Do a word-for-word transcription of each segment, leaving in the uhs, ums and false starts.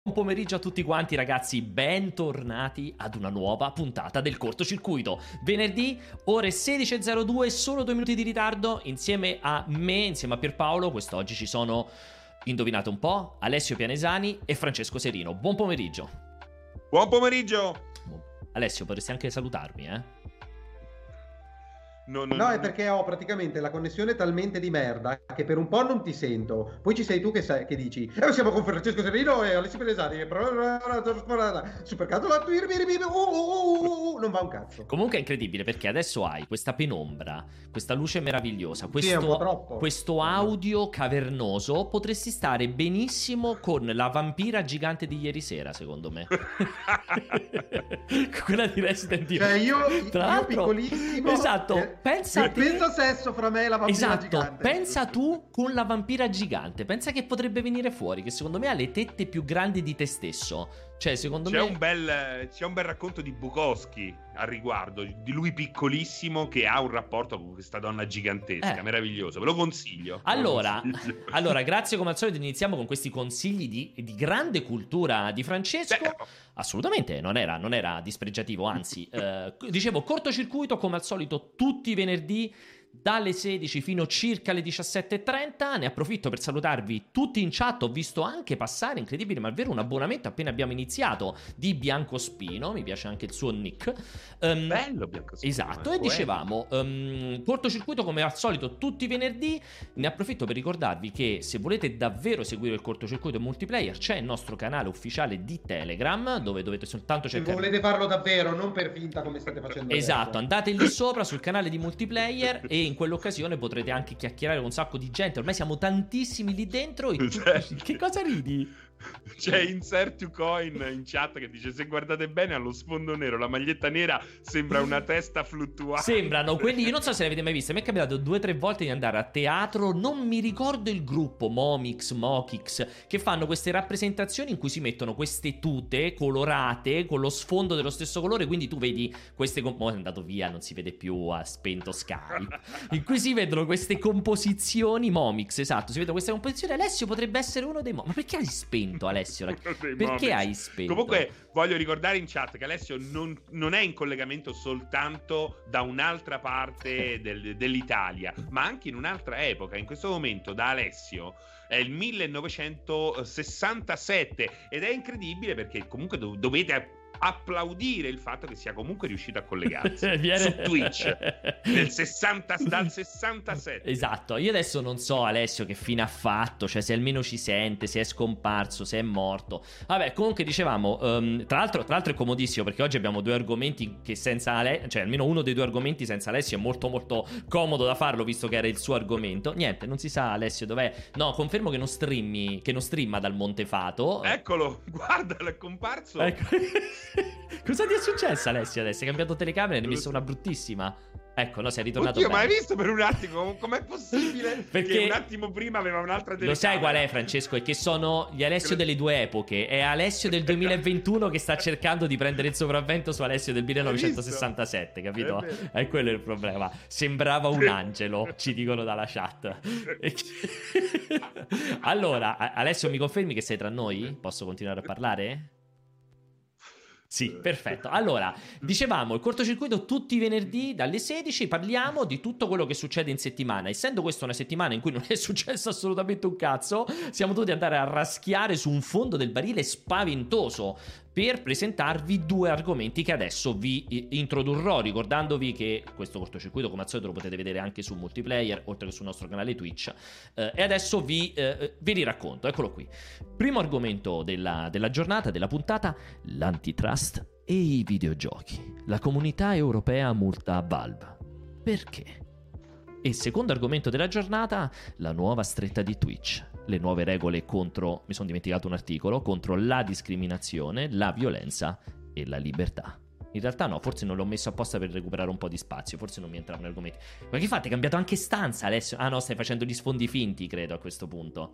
Buon pomeriggio a tutti quanti ragazzi, bentornati ad una nuova puntata del cortocircuito. Venerdì, ore sedici e zero due, solo due minuti di ritardo, insieme a me, insieme a Pierpaolo. Quest'oggi ci sono, indovinate un po', Alessio Pianesani e Francesco Serino. Buon pomeriggio. Buon pomeriggio. Alessio, potresti anche salutarmi, eh? No, no, no, è perché ho praticamente la connessione talmente di merda che per un po' non ti sento. Poi ci sei tu che, sai, che dici eh, siamo con Francesco Serino e Alessio Pelesani. Supercazzo, non va un cazzo. Comunque è incredibile perché adesso hai questa penombra, questa luce meravigliosa, questo, sì, è un po' troppo. questo audio cavernoso. Potresti stare benissimo con la vampira gigante di ieri sera, secondo me. Quella di Resident Evil. Cioè io, Tra io l'altro, piccolissimo. esatto. Eh, Pensa te... pensa sesso fra me e la vampira esatto, gigante. pensa tu con la vampira gigante. Pensa che potrebbe venire fuori, che secondo me ha le tette più grandi di te stesso. Cioè, secondo c'è me un bel c'è un bel racconto di Bukowski al riguardo, di lui piccolissimo che ha un rapporto con questa donna gigantesca, eh. meraviglioso. Ve lo consiglio. Allora, Ve lo consiglio. allora, grazie come al solito. Iniziamo con questi consigli di, di grande cultura di Francesco. Beh, assolutamente, non era, non era dispregiativo, anzi, eh, dicevo, cortocircuito come al solito tutti i venerdì dalle sedici fino circa alle diciassette e trenta. Ne approfitto per salutarvi tutti in chat. Ho visto anche passare, incredibile ma è vero, un abbonamento appena abbiamo iniziato di Biancospino. Mi piace anche il suo nick. um, Bello Biancospino. Esatto, e dicevamo um, cortocircuito come al solito tutti i venerdì. Ne approfitto per ricordarvi che se volete davvero seguire il cortocircuito multiplayer c'è il nostro canale ufficiale di Telegram, dove dovete soltanto Se cercare... volete farlo davvero, non per finta come state facendo Esatto, adesso. andate lì sopra sul canale di multiplayer e in quell'occasione potrete anche chiacchierare con un sacco di gente. Ormai siamo tantissimi lì dentro e tu... Che cosa ridi? C'è Insert You Coin in chat che dice: se guardate bene allo sfondo nero la maglietta nera sembra una testa fluttuante. Sembrano quelli, io non so se l'avete mai visto, mi è capitato due o tre volte di andare a teatro, non mi ricordo il gruppo, Momix, Mokix, che fanno queste rappresentazioni in cui si mettono queste tute colorate con lo sfondo dello stesso colore, quindi tu vedi queste comp- oh, è andato via, non si vede più, ha spento Skype, in cui si vedono queste composizioni. Momix, esatto, si vedono queste composizioni. Alessio potrebbe essere uno dei Momix. Ma perché hai spento, Alessio? Perché Momix. hai spento? Comunque voglio ricordare in chat che Alessio non, non è in collegamento soltanto da un'altra parte del, dell'Italia, ma anche in un'altra epoca. In questo momento da Alessio è il millenovecentosessantasette ed è incredibile perché comunque dov- dovete applaudire il fatto che sia comunque riuscito a collegarsi Viene... su Twitch nel sessanta, dal sessantasette. Esatto, io adesso non so Alessio che fine ha fatto, cioè se almeno ci sente, se è scomparso, se è morto. Vabbè, comunque dicevamo, um, tra l'altro, tra l'altro è comodissimo perché oggi abbiamo due argomenti che senza Alessio, cioè almeno uno dei due argomenti senza Alessio è molto molto comodo da farlo visto che era il suo argomento. Niente, non si sa Alessio dov'è. No, confermo che non streami, che non streama dal Montefato. Eccolo, guardalo, è comparso. Ecco. Cosa ti è successo Alessio adesso? Hai cambiato telecamera e ne hai messo una bruttissima. Ecco, no, sei ritornato Oddio, bene. ma hai visto per un attimo com'è possibile? Perché che un attimo prima aveva un'altra telecamera. Lo sai qual è, Francesco? È che sono gli Alessio delle due epoche. È Alessio del duemilaventuno che sta cercando di prendere il sopravvento su Alessio del millenovecentosessantasette, capito? È, è quello il problema. Sembrava un angelo, ci dicono dalla chat. Allora, Alessio, mi confermi che sei tra noi? Posso continuare a parlare? Sì, perfetto. Allora, dicevamo, il cortocircuito tutti i venerdì dalle sedici, parliamo di tutto quello che succede in settimana. Essendo questa una settimana in cui non è successo assolutamente un cazzo, siamo dovuti andare a raschiare su un fondo del barile spaventoso per presentarvi due argomenti che adesso vi introdurrò, ricordandovi che questo cortocircuito come al solito lo potete vedere anche su multiplayer oltre che sul nostro canale Twitch, eh, e adesso vi, eh, ve li racconto. Eccolo qui. Primo argomento della, della giornata, della puntata: l'antitrust e i videogiochi. La comunità europea multa Valve. Perché? E secondo argomento della giornata, la nuova stretta di Twitch. Le nuove regole contro, mi sono dimenticato un articolo, contro la discriminazione, la violenza e la libertà. In realtà no, forse non l'ho messo apposta per recuperare un po' di spazio, forse non mi entravano argomenti. Ma che fate? Hai cambiato anche stanza, Alessio? Ah no, stai facendo gli sfondi finti, credo, a questo punto.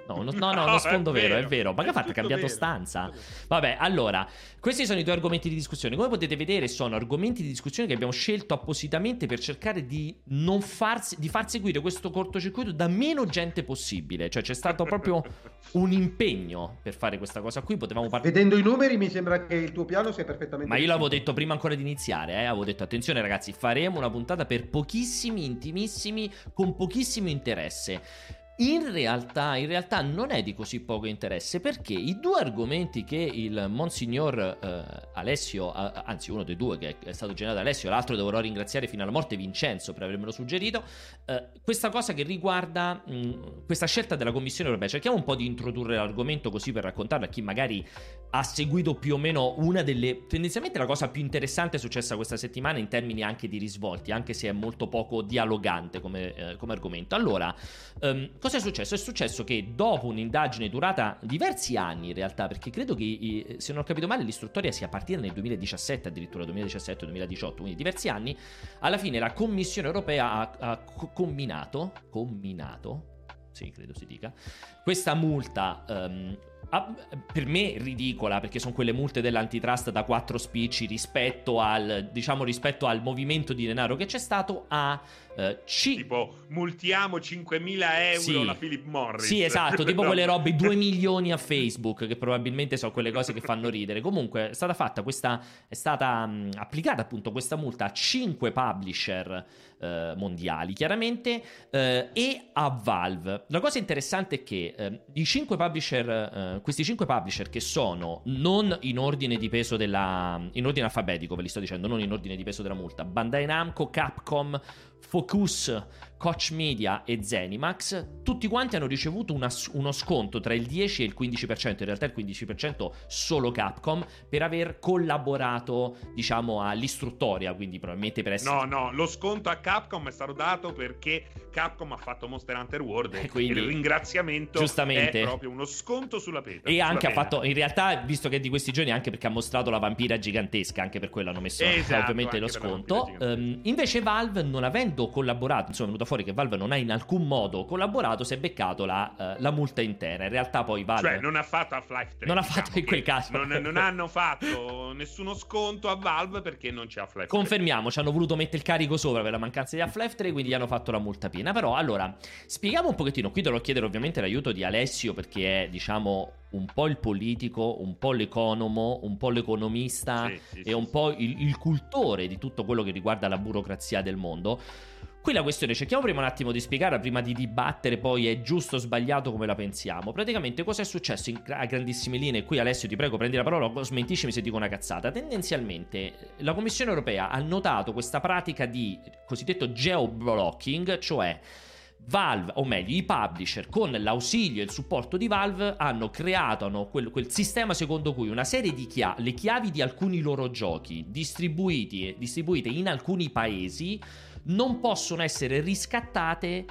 No, no, no, no, uno sfondo vero, è vero. Ma che ha fatto? Ha cambiato vero. stanza. Vabbè, allora, questi sono i due argomenti di discussione. Come potete vedere, sono argomenti di discussione che abbiamo scelto appositamente per cercare di non farsi, di far seguire questo cortocircuito da meno gente possibile. Cioè, c'è stato proprio un impegno per fare questa cosa qui. Potevamo parlare. Vedendo i numeri, mi sembra che il tuo piano sia perfettamente. Ma io l'avevo detto prima ancora di iniziare, eh? Avevo detto, attenzione ragazzi, faremo una puntata per pochissimi, intimissimi, con pochissimo interesse. In realtà, in realtà non è di così poco interesse, perché i due argomenti che il Monsignor eh, Alessio, eh, anzi uno dei due che è stato generato da Alessio, l'altro dovrò ringraziare fino alla morte Vincenzo per avermelo suggerito, eh, questa cosa che riguarda mh, questa scelta della Commissione Europea. Cerchiamo un po' di introdurre l'argomento così per raccontarlo a chi magari ha seguito più o meno una delle, tendenzialmente la cosa più interessante successa questa settimana in termini anche di risvolti, anche se è molto poco dialogante come, eh, come argomento. Allora, um, cosa è successo? È successo che dopo un'indagine durata diversi anni in realtà, perché credo che, se non ho capito male, l'istruttoria sia partita nel duemiladiciassette, addirittura duemiladiciassette duemiladiciotto, quindi diversi anni, alla fine la Commissione Europea ha, ha combinato, combinato, sì credo si dica, questa multa um, Ah, per me ridicola, perché sono quelle multe dell'antitrust da quattro spicci rispetto al, diciamo, rispetto al movimento di denaro che c'è stato, a eh, C... tipo multiamo cinquemila euro sì. la Philip Morris. Sì, esatto, tipo quelle robe, due milioni a Facebook, che probabilmente sono quelle cose che fanno ridere. Comunque è stata fatta questa, è stata mh, applicata appunto questa multa a cinque publisher eh, mondiali, chiaramente, eh, e a Valve. La cosa interessante è che eh, i cinque publisher eh, questi cinque publisher, che sono non in ordine di peso della, in ordine alfabetico, ve li sto dicendo, non in ordine di peso della multa: Bandai Namco, Capcom, Focus, Koch Media e Zenimax, tutti quanti hanno ricevuto una, uno sconto tra il dieci e il quindici per cento, in realtà il quindici per cento solo Capcom, per aver collaborato, diciamo, all'istruttoria, quindi probabilmente per essere... No, no, lo sconto a Capcom è stato dato perché Capcom ha fatto Monster Hunter World e quindi il ringraziamento giustamente è proprio uno sconto sulla pena. E anche pena. ha fatto, in realtà, visto che è di questi giorni, anche perché ha mostrato la vampira gigantesca, anche per quello hanno messo esatto, ovviamente lo sconto. Um, invece Valve, non avendo collaborato, insomma è venuto fuori che Valve non ha in alcun modo collaborato, si è beccato la, uh, la multa intera. In realtà poi Valve, cioè non ha fatto Half-Life tre, non ha diciamo, fatto in quel caso, non, non hanno fatto nessuno sconto a Valve perché non c'è Half-Life tre. Confermiamo, ci hanno voluto mettere il carico sopra per la mancanza di Half-Life tre, quindi gli hanno fatto la multa piena. Però allora spieghiamo un pochettino, qui dovrò chiedere ovviamente l'aiuto di Alessio, perché è, diciamo, un po' il politico, un po' l'economo, un po' l'economista, sì, sì, e sì, un sì. po' il, il cultore di tutto quello che riguarda la burocrazia del mondo. Qui la questione, cerchiamo prima un attimo di spiegare, prima di dibattere poi è giusto o sbagliato come la pensiamo. Praticamente cosa è successo in, a grandissime linee? Qui Alessio ti prego prendi la parola, smentiscimi se dico una cazzata. Tendenzialmente la Commissione Europea ha notato questa pratica di cosiddetto geoblocking, cioè Valve, o meglio i publisher, con l'ausilio e il supporto di Valve, hanno creato hanno quel, quel sistema secondo cui una serie di chiavi, le chiavi di alcuni loro giochi distribuiti, distribuite in alcuni paesi, non possono essere riscattate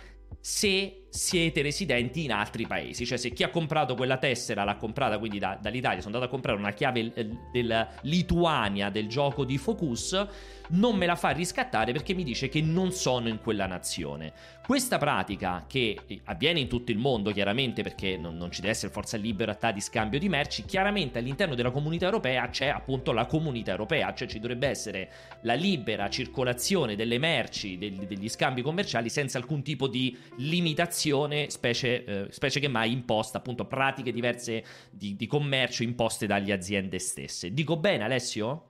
se siete residenti in altri paesi. Cioè, se chi ha comprato quella tessera l'ha comprata quindi da, dall'Italia, sono andato a comprare una chiave eh, della Lituania del gioco di Focus, non me la fa riscattare perché mi dice che non sono in quella nazione. Questa pratica, che avviene in tutto il mondo chiaramente, perché non, non ci deve essere forza libertà di scambio di merci, chiaramente all'interno della comunità europea c'è appunto la comunità europea, cioè ci dovrebbe essere la libera circolazione delle merci, del, degli scambi commerciali senza alcun tipo di limitazione, specie, eh, specie che mai imposta, appunto pratiche diverse di, di commercio imposte dalle aziende stesse. Dico bene, Alessio?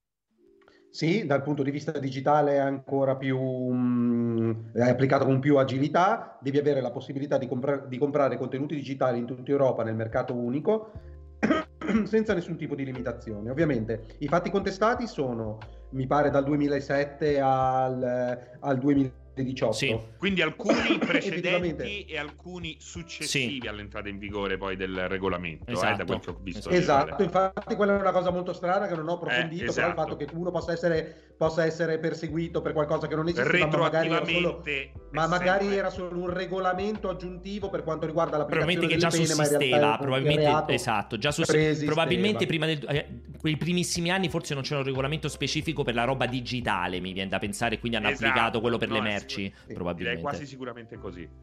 Sì, dal punto di vista digitale è ancora più mh, è applicato con più agilità. Devi avere la possibilità di, compra- di comprare contenuti digitali in tutta Europa nel mercato unico senza nessun tipo di limitazione. Ovviamente i fatti contestati sono, mi pare, dal duemilasette al, al duemiladiciotto. Sì. Quindi alcuni precedenti e alcuni successivi, sì, all'entrata in vigore poi del regolamento, esatto, eh, da quel che ho visto. Esatto, infatti quella è una cosa molto strana che non ho approfondito, eh, esatto. però il fatto che uno possa essere, possa essere perseguito per qualcosa che non esiste, ma magari era solo, ma magari sempre... era solo un regolamento aggiuntivo per quanto riguarda l'applicazione probabilmente che già pene, sussisteva, probabilmente, esatto, già sussisteva, probabilmente prima del, eh, quei primissimi anni forse non c'era un regolamento specifico per la roba digitale, mi viene da pensare, quindi hanno esatto, applicato quello per no, le merci, sì, probabilmente. Direi quasi sicuramente così.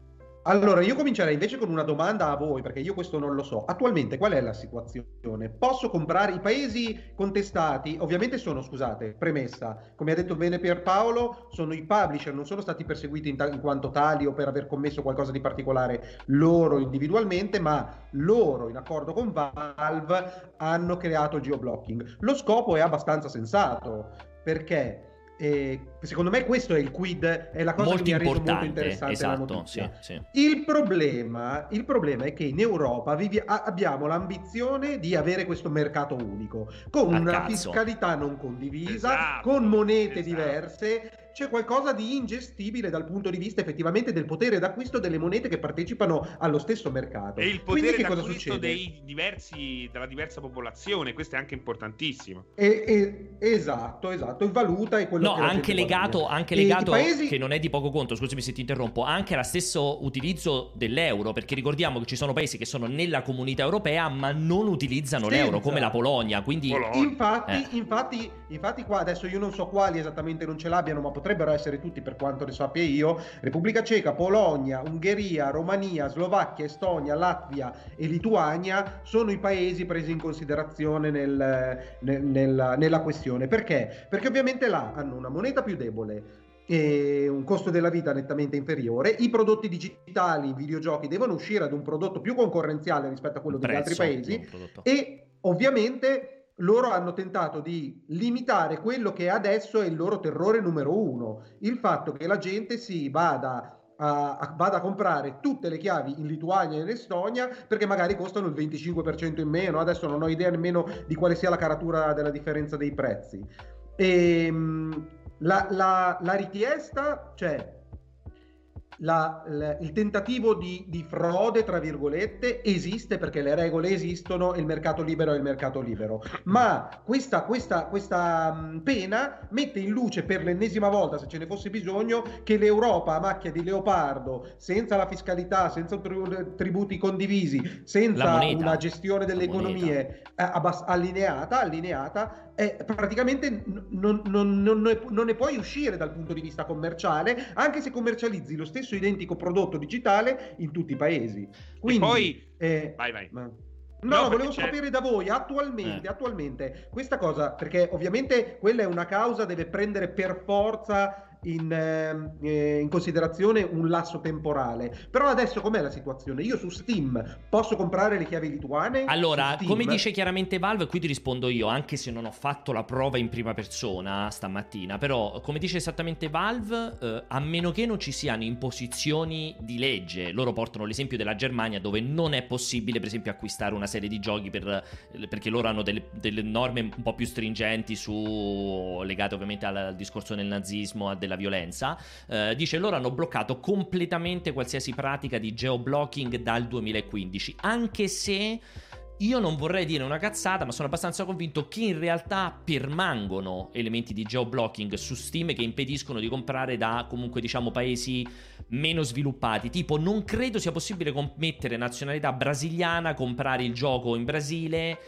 Allora, io comincerei invece con una domanda a voi, perché io questo non lo so. Attualmente qual è la situazione? Posso comprare i paesi contestati? Ovviamente sono, scusate, premessa, come ha detto bene Pierpaolo, sono i publisher, non sono stati perseguiti in, ta- in quanto tali o per aver commesso qualcosa di particolare loro individualmente, ma loro, in accordo con Valve, hanno creato il geoblocking. Lo scopo è abbastanza sensato, perché... E secondo me questo è il quid, è la cosa molto che mi ha reso importante, molto interessante esatto, la notizia. Sì, sì. Il problema, il problema è che in Europa vivi, a, abbiamo l'ambizione di avere questo mercato unico, con Al una cazzo. fiscalità non condivisa, Esatto, con monete esatto. diverse. C'è qualcosa di ingestibile dal punto di vista effettivamente del potere d'acquisto delle monete che partecipano allo stesso mercato. E il Quindi potere che cosa d'acquisto succede? dei diversi, della diversa popolazione, questo è anche importantissimo. E, e, esatto, esatto, in valuta è quello No, che la anche gente legato, guadagna. anche E i legato paesi- che non è di poco conto, scusami se ti interrompo, anche allo stesso utilizzo dell'euro, perché ricordiamo che ci sono paesi che sono nella comunità europea ma non utilizzano Senza. l'euro, come la Polonia, quindi... Polonia. Infatti, Eh. infatti, infatti qua adesso io non so quali esattamente non ce l'abbiano, ma potrebbero essere tutti per quanto ne sappia io: Repubblica Ceca, Polonia, Ungheria, Romania, Slovacchia, Estonia, Latvia e Lituania sono i paesi presi in considerazione nel, nel, nel, nella questione. Perché? Perché ovviamente là hanno una moneta più debole e un costo della vita nettamente inferiore. I prodotti digitali, i videogiochi devono uscire ad un prodotto più concorrenziale rispetto a quello degli altri paesi e ovviamente loro hanno tentato di limitare quello che adesso è il loro terrore numero uno, il fatto che la gente si vada a, a, vada a comprare tutte le chiavi in Lituania e in Estonia perché magari costano il venticinque per cento in meno. Adesso non ho idea nemmeno di quale sia la caratura della differenza dei prezzi. E, la, la, la richiesta, cioè La, la, il tentativo di, di frode, tra virgolette, esiste perché le regole esistono e il mercato libero è il mercato libero, ma questa, questa, questa mh, pena mette in luce per l'ennesima volta, se ce ne fosse bisogno, che l'Europa a macchia di leopardo, senza la fiscalità, senza tri- tributi condivisi, senza una gestione delle economie eh, abbas- allineata, allineata eh, praticamente non, non, non, ne, non ne puoi uscire dal punto di vista commerciale, anche se commercializzi lo stesso identico prodotto digitale in tutti i paesi. Quindi, e poi eh, vai vai ma... No, no, no volevo c'è... sapere da voi attualmente, eh. attualmente questa cosa, perché ovviamente quella è una causa, deve prendere per forza in, eh, in considerazione un lasso temporale. Però adesso com'è la situazione? Io su Steam posso comprare le chiavi lituane? Allora, come dice chiaramente Valve, qui ti rispondo io, anche se non ho fatto la prova in prima persona stamattina, però come dice esattamente Valve, eh, a meno che non ci siano imposizioni di legge, loro portano l'esempio della Germania dove non è possibile per esempio acquistare una serie di giochi per, perché loro hanno delle, delle norme un po' più stringenti su, legate ovviamente al, al discorso del nazismo, a della violenza. Eh, dice loro hanno bloccato completamente qualsiasi pratica di geoblocking dal duemilaquindici, anche se io non vorrei dire una cazzata, ma sono abbastanza convinto che in realtà permangono elementi di geoblocking su Steam che impediscono di comprare da comunque diciamo paesi meno sviluppati. Tipo, non credo sia possibile mettere nazionalità brasiliana, comprare il gioco in Brasile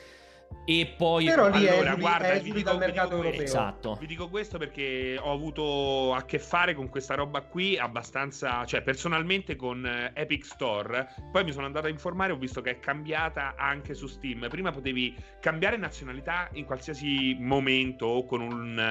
e poi però lì allora, è, guarda, è vi dico, dal vi mercato dico europeo. questo, esatto. Vi dico questo perché ho avuto a che fare con questa roba qui abbastanza, cioè personalmente con Epic Store. Poi mi sono andato a informare, ho visto che è cambiata anche su Steam. Prima potevi cambiare nazionalità in qualsiasi momento o con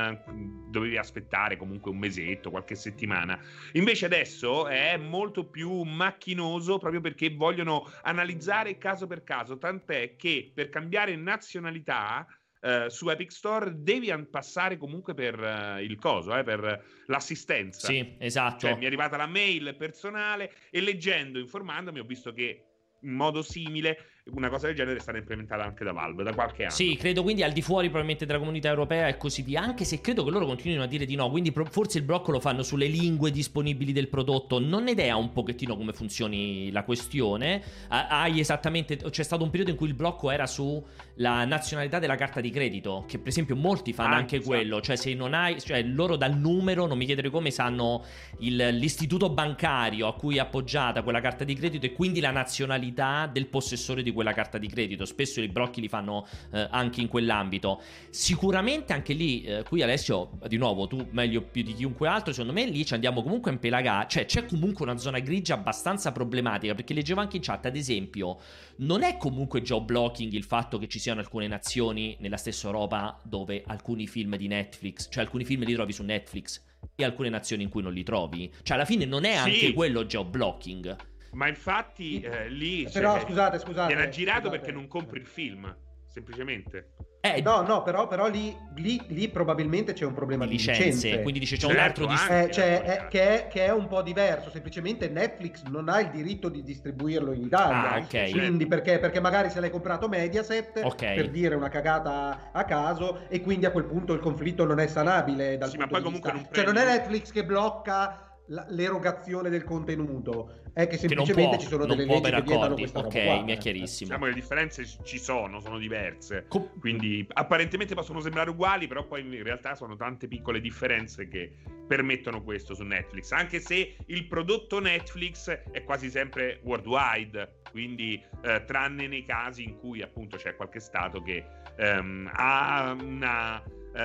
un dovevi aspettare comunque un mesetto, qualche settimana. Invece adesso è molto più macchinoso proprio perché vogliono analizzare caso per caso, tant'è che per cambiare nazionalità nazionalità uh, su Epic Store devi passare comunque per uh, il coso, eh, per l'assistenza. Sì, esatto. Cioè, mi è arrivata la mail personale e leggendo, informandomi, ho visto che in modo simile una cosa del genere è stata implementata anche da Valve da qualche anno. Sì, credo quindi al di fuori probabilmente della comunità europea e così via, anche se credo che loro continuino a dire di no, quindi pro- forse il blocco lo fanno sulle lingue disponibili del prodotto. Non ho idea un pochettino come funzioni la questione. Ah, hai esattamente, c'è stato un periodo in cui il blocco era sulla nazionalità della carta di credito, che per esempio molti fanno ah, anche esatto. quello, cioè se non hai, cioè loro dal numero, non mi chiedere come, sanno il, l'istituto bancario a cui è appoggiata quella carta di credito e quindi la nazionalità del possessore di di quella carta di credito, spesso i blocchi li fanno eh, anche in quell'ambito. Sicuramente anche lì, eh, qui Alessio, di nuovo, tu meglio più di chiunque altro, secondo me lì ci andiamo comunque a impelagare, cioè c'è comunque una zona grigia abbastanza problematica, perché leggevo anche in chat, ad esempio, non è comunque geoblocking il fatto che ci siano alcune nazioni nella stessa Europa dove alcuni film di Netflix, cioè alcuni film li trovi su Netflix e alcune nazioni in cui non li trovi, cioè alla fine non è anche sì. quello geoblocking. Ma infatti eh, lì però cioè, scusate scusate viene girato scusate. perché non compri il film, semplicemente. Eh, no no però, però lì, lì, lì probabilmente c'è un problema di, di licenze, licenze, quindi dice c'è certo, un altro di... eh, cioè, è, che, è, che è un po' diverso, semplicemente Netflix non ha il diritto di distribuirlo in Italia, ah, ok. quindi perché, perché magari se l'hai comprato Mediaset, okay. per dire una cagata a caso, e quindi a quel punto il conflitto non è sanabile dal sì, punto ma poi di comunque vista, non cioè non prendi... è Netflix che blocca l'erogazione del contenuto, è che che non semplicemente può, ci sono non delle può leggi per che vietano accordi. questa Ok, roba qua. mi è chiarissimo. Diciamo che le differenze ci sono, sono diverse. Co- Quindi apparentemente possono sembrare uguali, però poi in realtà sono tante piccole differenze che permettono questo su Netflix, anche se il prodotto Netflix è quasi sempre worldwide, quindi eh, tranne nei casi in cui appunto c'è qualche stato che ehm, ha una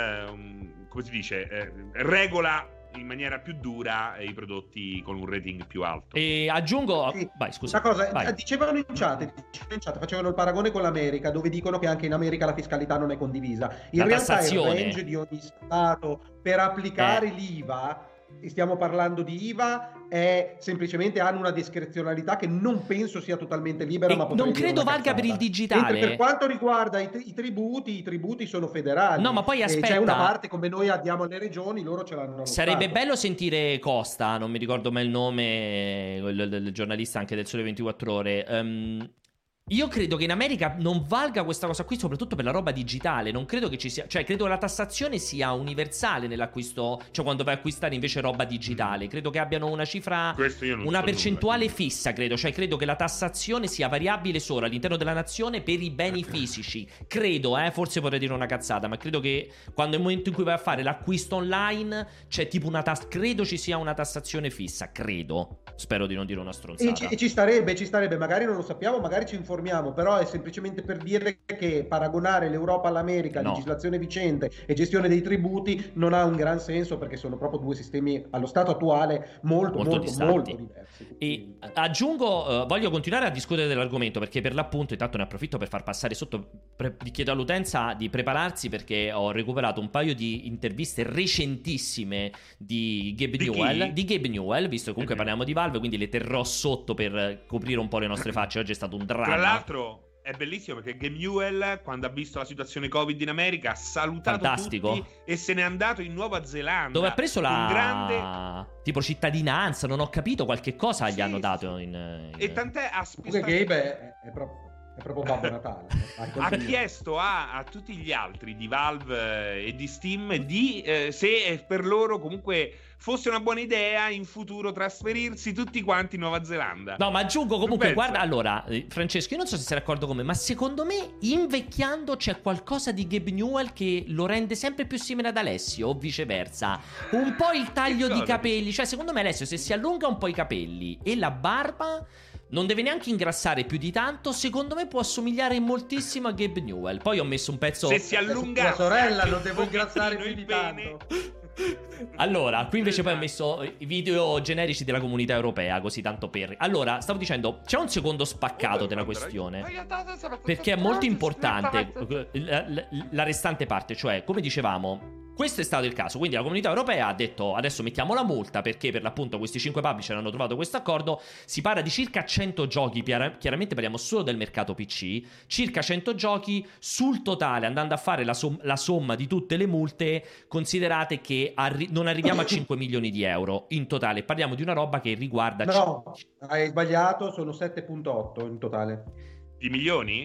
ehm, come si dice eh, regola in maniera più dura i prodotti con un rating più alto. E aggiungo, sì, vai scusa, una cosa, vai. dicevano in chat, dicevano in chat, facevano il paragone con l'America, dove dicono che anche in America la fiscalità non è condivisa. In la realtà tassazione. il range di ogni stato per applicare eh. l'I V A, stiamo parlando di I V A, è semplicemente hanno una discrezionalità che non penso sia totalmente libera, E ma non credo valga cazzata. per il digitale. Mentre per quanto riguarda i, i tributi, i tributi sono federali. No, ma poi aspetta, c'è una parte come noi diamo alle regioni, loro ce l'hanno allo sarebbe Stato. bello sentire Costa, non mi ricordo mai il nome, il, il, il giornalista anche del Sole ventiquattro Ore. Um, io credo che in America non valga questa cosa qui, soprattutto per la roba digitale. Non credo che ci sia, cioè credo che la tassazione sia universale nell'acquisto, cioè quando vai a acquistare invece roba digitale. Credo che abbiano una cifra, una so percentuale nulla. fissa, credo. Cioè credo che la tassazione sia variabile solo all'interno della nazione per i beni fisici. Credo, eh, forse vorrei dire una cazzata, ma credo che quando è il momento in cui vai a fare l'acquisto online c'è tipo una tass- credo ci sia una tassazione fissa, credo. Spero di non dire una stronzata. E ci, e ci starebbe, ci starebbe, magari non lo sappiamo, magari ci informiamo, però è semplicemente per dire che paragonare l'Europa all'America, no. legislazione vigente e gestione dei tributi non ha un gran senso, perché sono proprio due sistemi allo stato attuale molto molto molto, molto diversi. E aggiungo, uh, voglio continuare a discutere dell'argomento, perché per l'appunto intanto ne approfitto per far passare sotto, pre- chiedo all'utenza di prepararsi, perché ho recuperato un paio di interviste recentissime di Gabe di Newell, chi? di Gabe Newell, visto che comunque Mm-hmm. parliamo di Valve, quindi le terrò sotto per coprire un po' le nostre facce. Oggi è stato un dramma. Tra l'altro è bellissimo perché Gabe Newell, quando ha visto la situazione Covid in America, ha salutato Fantastico. tutti e se n'è andato in Nuova Zelanda, dove ha preso la grande... tipo cittadinanza, non ho capito, qualche cosa sì, gli hanno sì, dato sì. in, in... E tant'è ha Comunque Gabe è, è proprio è proprio Babbo Natale. ha chiesto a, a tutti gli altri di Valve eh, e di Steam di eh, se eh, per loro comunque fosse una buona idea in futuro trasferirsi tutti quanti in Nuova Zelanda. No, ma aggiungo comunque, pensa? guarda, allora, eh, Francesco, io non so se sei d'accordo con me, ma secondo me invecchiando c'è qualcosa di Gabe Newell che lo rende sempre più simile ad Alessio, o viceversa. Un po' il taglio di capelli, cioè secondo me Alessio se si allunga un po' i capelli e la barba non deve neanche ingrassare più di tanto, secondo me può assomigliare moltissimo a Gabe Newell. Poi ho messo un pezzo... Se si allunga tua sorella anche non un devo ingrassare pochettino più il di pene. tanto. Allora, qui invece poi ho messo i video generici della comunità europea, così tanto per... Allora, stavo dicendo, c'è un secondo spaccato della questione, perché è molto importante la, la, la restante parte, cioè, come dicevamo... Questo è stato il caso, quindi la comunità europea ha detto adesso mettiamo la multa perché per l'appunto questi cinque publisher hanno trovato questo accordo. Si parla di circa cento giochi, chiaramente parliamo solo del mercato P C, circa cento giochi sul totale, andando a fare la, som- la somma di tutte le multe, considerate che arri- non arriviamo a cinque milioni di euro in totale, parliamo di una roba che riguarda... No, hai sbagliato, sono sette virgola otto in totale. Di milioni?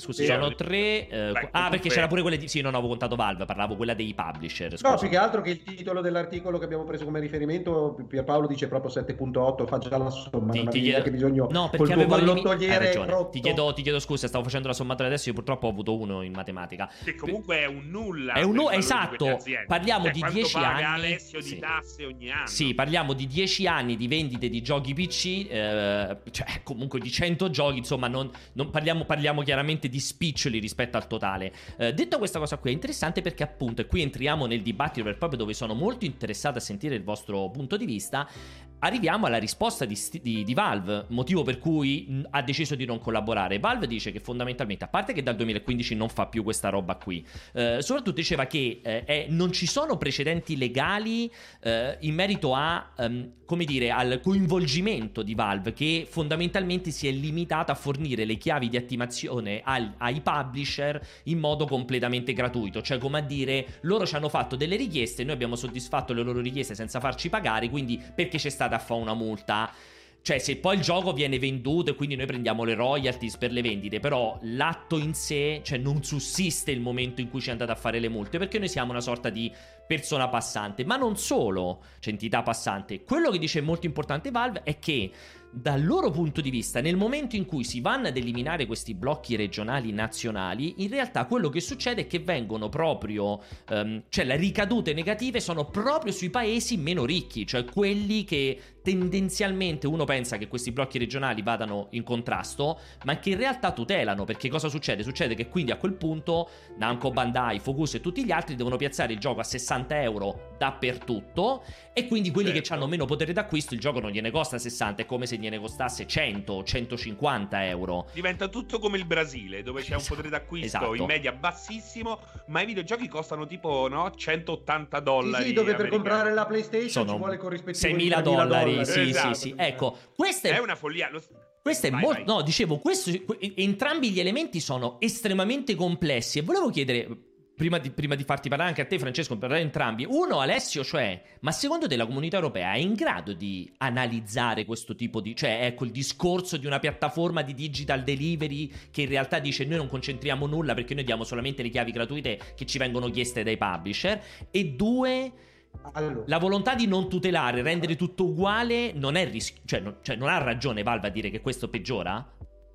Scusi, Sì, sono eh, tre. eh, beh, ah, perché comunque- c'era pure quella di. Sì, non avevo contato Valve, parlavo quella dei publisher. No, Scusi. più che altro che il titolo dell'articolo che abbiamo preso come riferimento, Pierpaolo dice proprio sette punto otto, fa già la somma, Ti, non ti avevi chiedo... neanche bisogno No, col perché tuo avevo limi- Hai pallottoliere ragione. rotto. Ti chiedo, ti chiedo scusa, stavo facendo la sommatoria adesso. Io purtroppo ho avuto uno in matematica. Che comunque è un nulla. È un per nu- il valore di esatto. quelle aziende. Parliamo Cioè, di quanto dieci paga anni. Alessio di Sì. tasse ogni anno. Sì, parliamo di dieci anni di vendite di giochi P C, eh, cioè comunque di cento giochi, insomma, non, non parliamo, parliamo chiaramente di spiccioli rispetto al totale. Eh, detto questa cosa qui è interessante perché appunto, e qui entriamo nel dibattito per proprio dove sono molto interessato a sentire il vostro punto di vista. Arriviamo alla risposta di, di, di Valve, motivo per cui mh, ha deciso di non collaborare. Valve dice che fondamentalmente, a parte che dal duemilaquindici non fa più questa roba qui, eh, soprattutto diceva che eh, è, non ci sono precedenti legali eh, in merito a, um, come dire, al coinvolgimento di Valve, che fondamentalmente si è limitata a fornire le chiavi di attivazione al, ai publisher in modo completamente gratuito. Cioè, come a dire, loro ci hanno fatto delle richieste, noi abbiamo soddisfatto le loro richieste senza farci pagare, quindi perché c'è stata a fare una multa? Cioè, se poi il gioco viene venduto e quindi noi prendiamo le royalties per le vendite, però l'atto in sé, cioè non sussiste il momento in cui ci è andata a fare le multe, perché noi siamo una sorta di persona passante. Ma non solo, cioè entità passante. Quello che dice molto importante Valve è che dal loro punto di vista, nel momento in cui si vanno ad eliminare questi blocchi regionali nazionali, in realtà quello che succede è che vengono proprio, um, cioè le ricadute negative sono proprio sui paesi meno ricchi, cioè quelli che tendenzialmente uno pensa che questi blocchi regionali vadano in contrasto, ma che in realtà tutelano, perché cosa succede? Succede che quindi a quel punto Namco Bandai, Focus e tutti gli altri devono piazzare il gioco a sessanta euro dappertutto, e quindi quelli certo. che hanno meno potere d'acquisto, il gioco non gliene costa sessanta, è come se gliene costasse cento centocinquanta euro. Diventa tutto come il Brasile, dove c'è un potere d'acquisto esatto. in media bassissimo, ma i videogiochi costano tipo no centottanta dollari. Sì, sì, dove per americani. comprare la PlayStation sono ci vuole corrispettivo seimila dollari. Sì, esatto. sì, sì. Ecco, questa è, è una follia. Lo... Questo è vai, molto. vai. No, dicevo, questo, entrambi gli elementi sono estremamente complessi. E volevo chiedere, prima di, prima di farti parlare anche a te, Francesco, per parlare entrambi. Uno, Alessio, cioè, ma secondo te la comunità europea è in grado di analizzare questo tipo di. Cioè, ecco, il discorso di una piattaforma di digital delivery che in realtà dice noi non concentriamo nulla perché noi diamo solamente le chiavi gratuite che ci vengono chieste dai publisher. E due. Allora. La volontà di non tutelare, rendere tutto uguale, non è ris- cioè, non, cioè non ha ragione Valve a dire che questo peggiora?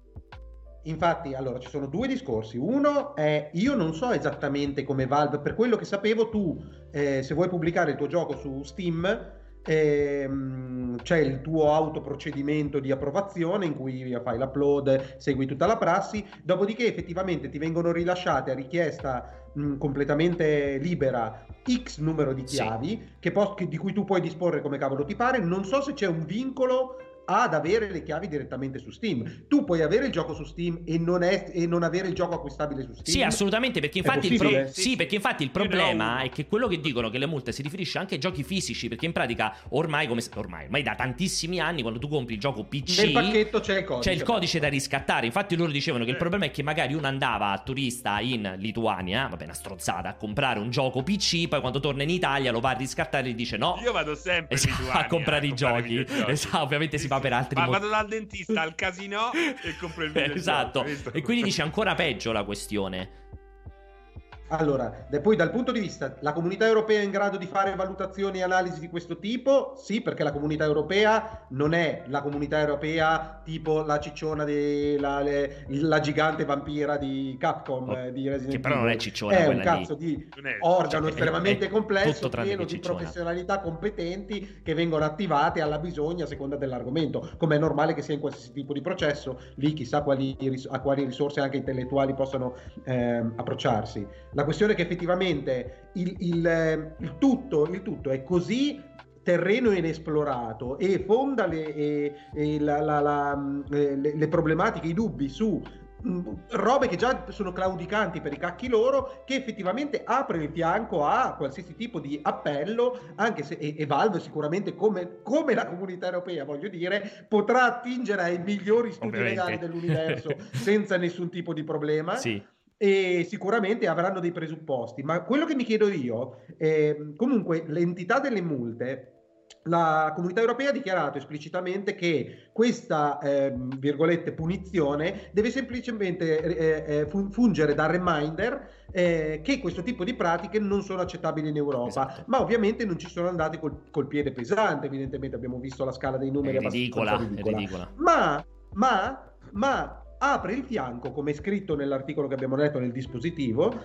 Infatti, allora, ci sono due discorsi. Uno è, io non so esattamente come Valve, per quello che sapevo tu, eh, se vuoi pubblicare il tuo gioco su Steam, ehm, c'è il tuo autoprocedimento di approvazione in cui fai l'upload, segui tutta la prassi, dopodiché effettivamente ti vengono rilasciate a richiesta mh, completamente libera X numero di chiavi sì. che pos- che, di cui tu puoi disporre come cavolo ti pare. Non so se c'è un vincolo ad avere le chiavi direttamente su Steam. Tu puoi avere il gioco su Steam e non, è, e non avere il gioco acquistabile su Steam? Sì, assolutamente, perché infatti, il, pro- sì. sì, perché infatti il problema è che quello che dicono che le multe si riferisce anche ai giochi fisici, perché in pratica ormai, come ormai, ormai da tantissimi anni, quando tu compri il gioco P C, nel pacchetto c'è il codice, c'è il codice da riscattare. Infatti loro dicevano che il problema è che magari uno andava a turista in Lituania, vabbè, una strozzata, a comprare un gioco P C, poi quando torna in Italia lo va a riscattare e dice no. Io vado sempre esatto, in Lituania a comprare a i comprare giochi. giochi. Esatto, ovviamente sì, si fa sì. per altri Ma motivi. vado dal dentista al casino e compro il videogioco. Esatto. E quindi dice ancora peggio la questione. Allora, poi dal punto di vista, la comunità europea è in grado di fare valutazioni e analisi di questo tipo? Sì, perché la comunità europea non è la comunità europea tipo la cicciona, di, la, le, la gigante vampira di Capcom, oh, di Resident Evil. Che però non è cicciona, è un lì. cazzo di è, organo cioè, estremamente è, è complesso, pieno di cicciona. professionalità competenti che vengono attivate alla bisogna a seconda dell'argomento, come è normale che sia in qualsiasi tipo di processo. Lì chissà quali, a quali risorse anche intellettuali possono ehm, approcciarsi. La questione è che effettivamente il, il, il, tutto, il tutto è così terreno inesplorato e fonda le, e, e la, la, la, le, le problematiche, i dubbi su robe che già sono claudicanti per i cacchi loro, che effettivamente apre il fianco a qualsiasi tipo di appello, anche se e, e Valve sicuramente come, come la comunità europea, voglio dire, potrà attingere ai migliori studi Ovviamente. legali dell'universo senza nessun tipo di problema. Sì. E sicuramente avranno dei presupposti, ma quello che mi chiedo io è, comunque l'entità delle multe la Comunità Europea ha dichiarato esplicitamente che questa eh, virgolette punizione deve semplicemente eh, eh, fungere da reminder eh, che questo tipo di pratiche non sono accettabili in Europa. Esatto. Ma ovviamente non ci sono andati col, col piede pesante, evidentemente abbiamo visto la scala dei numeri, è ridicola, abbastanza ridicola. È ridicola. Ma, ma, ma apre il fianco, come è scritto nell'articolo che abbiamo letto nel dispositivo,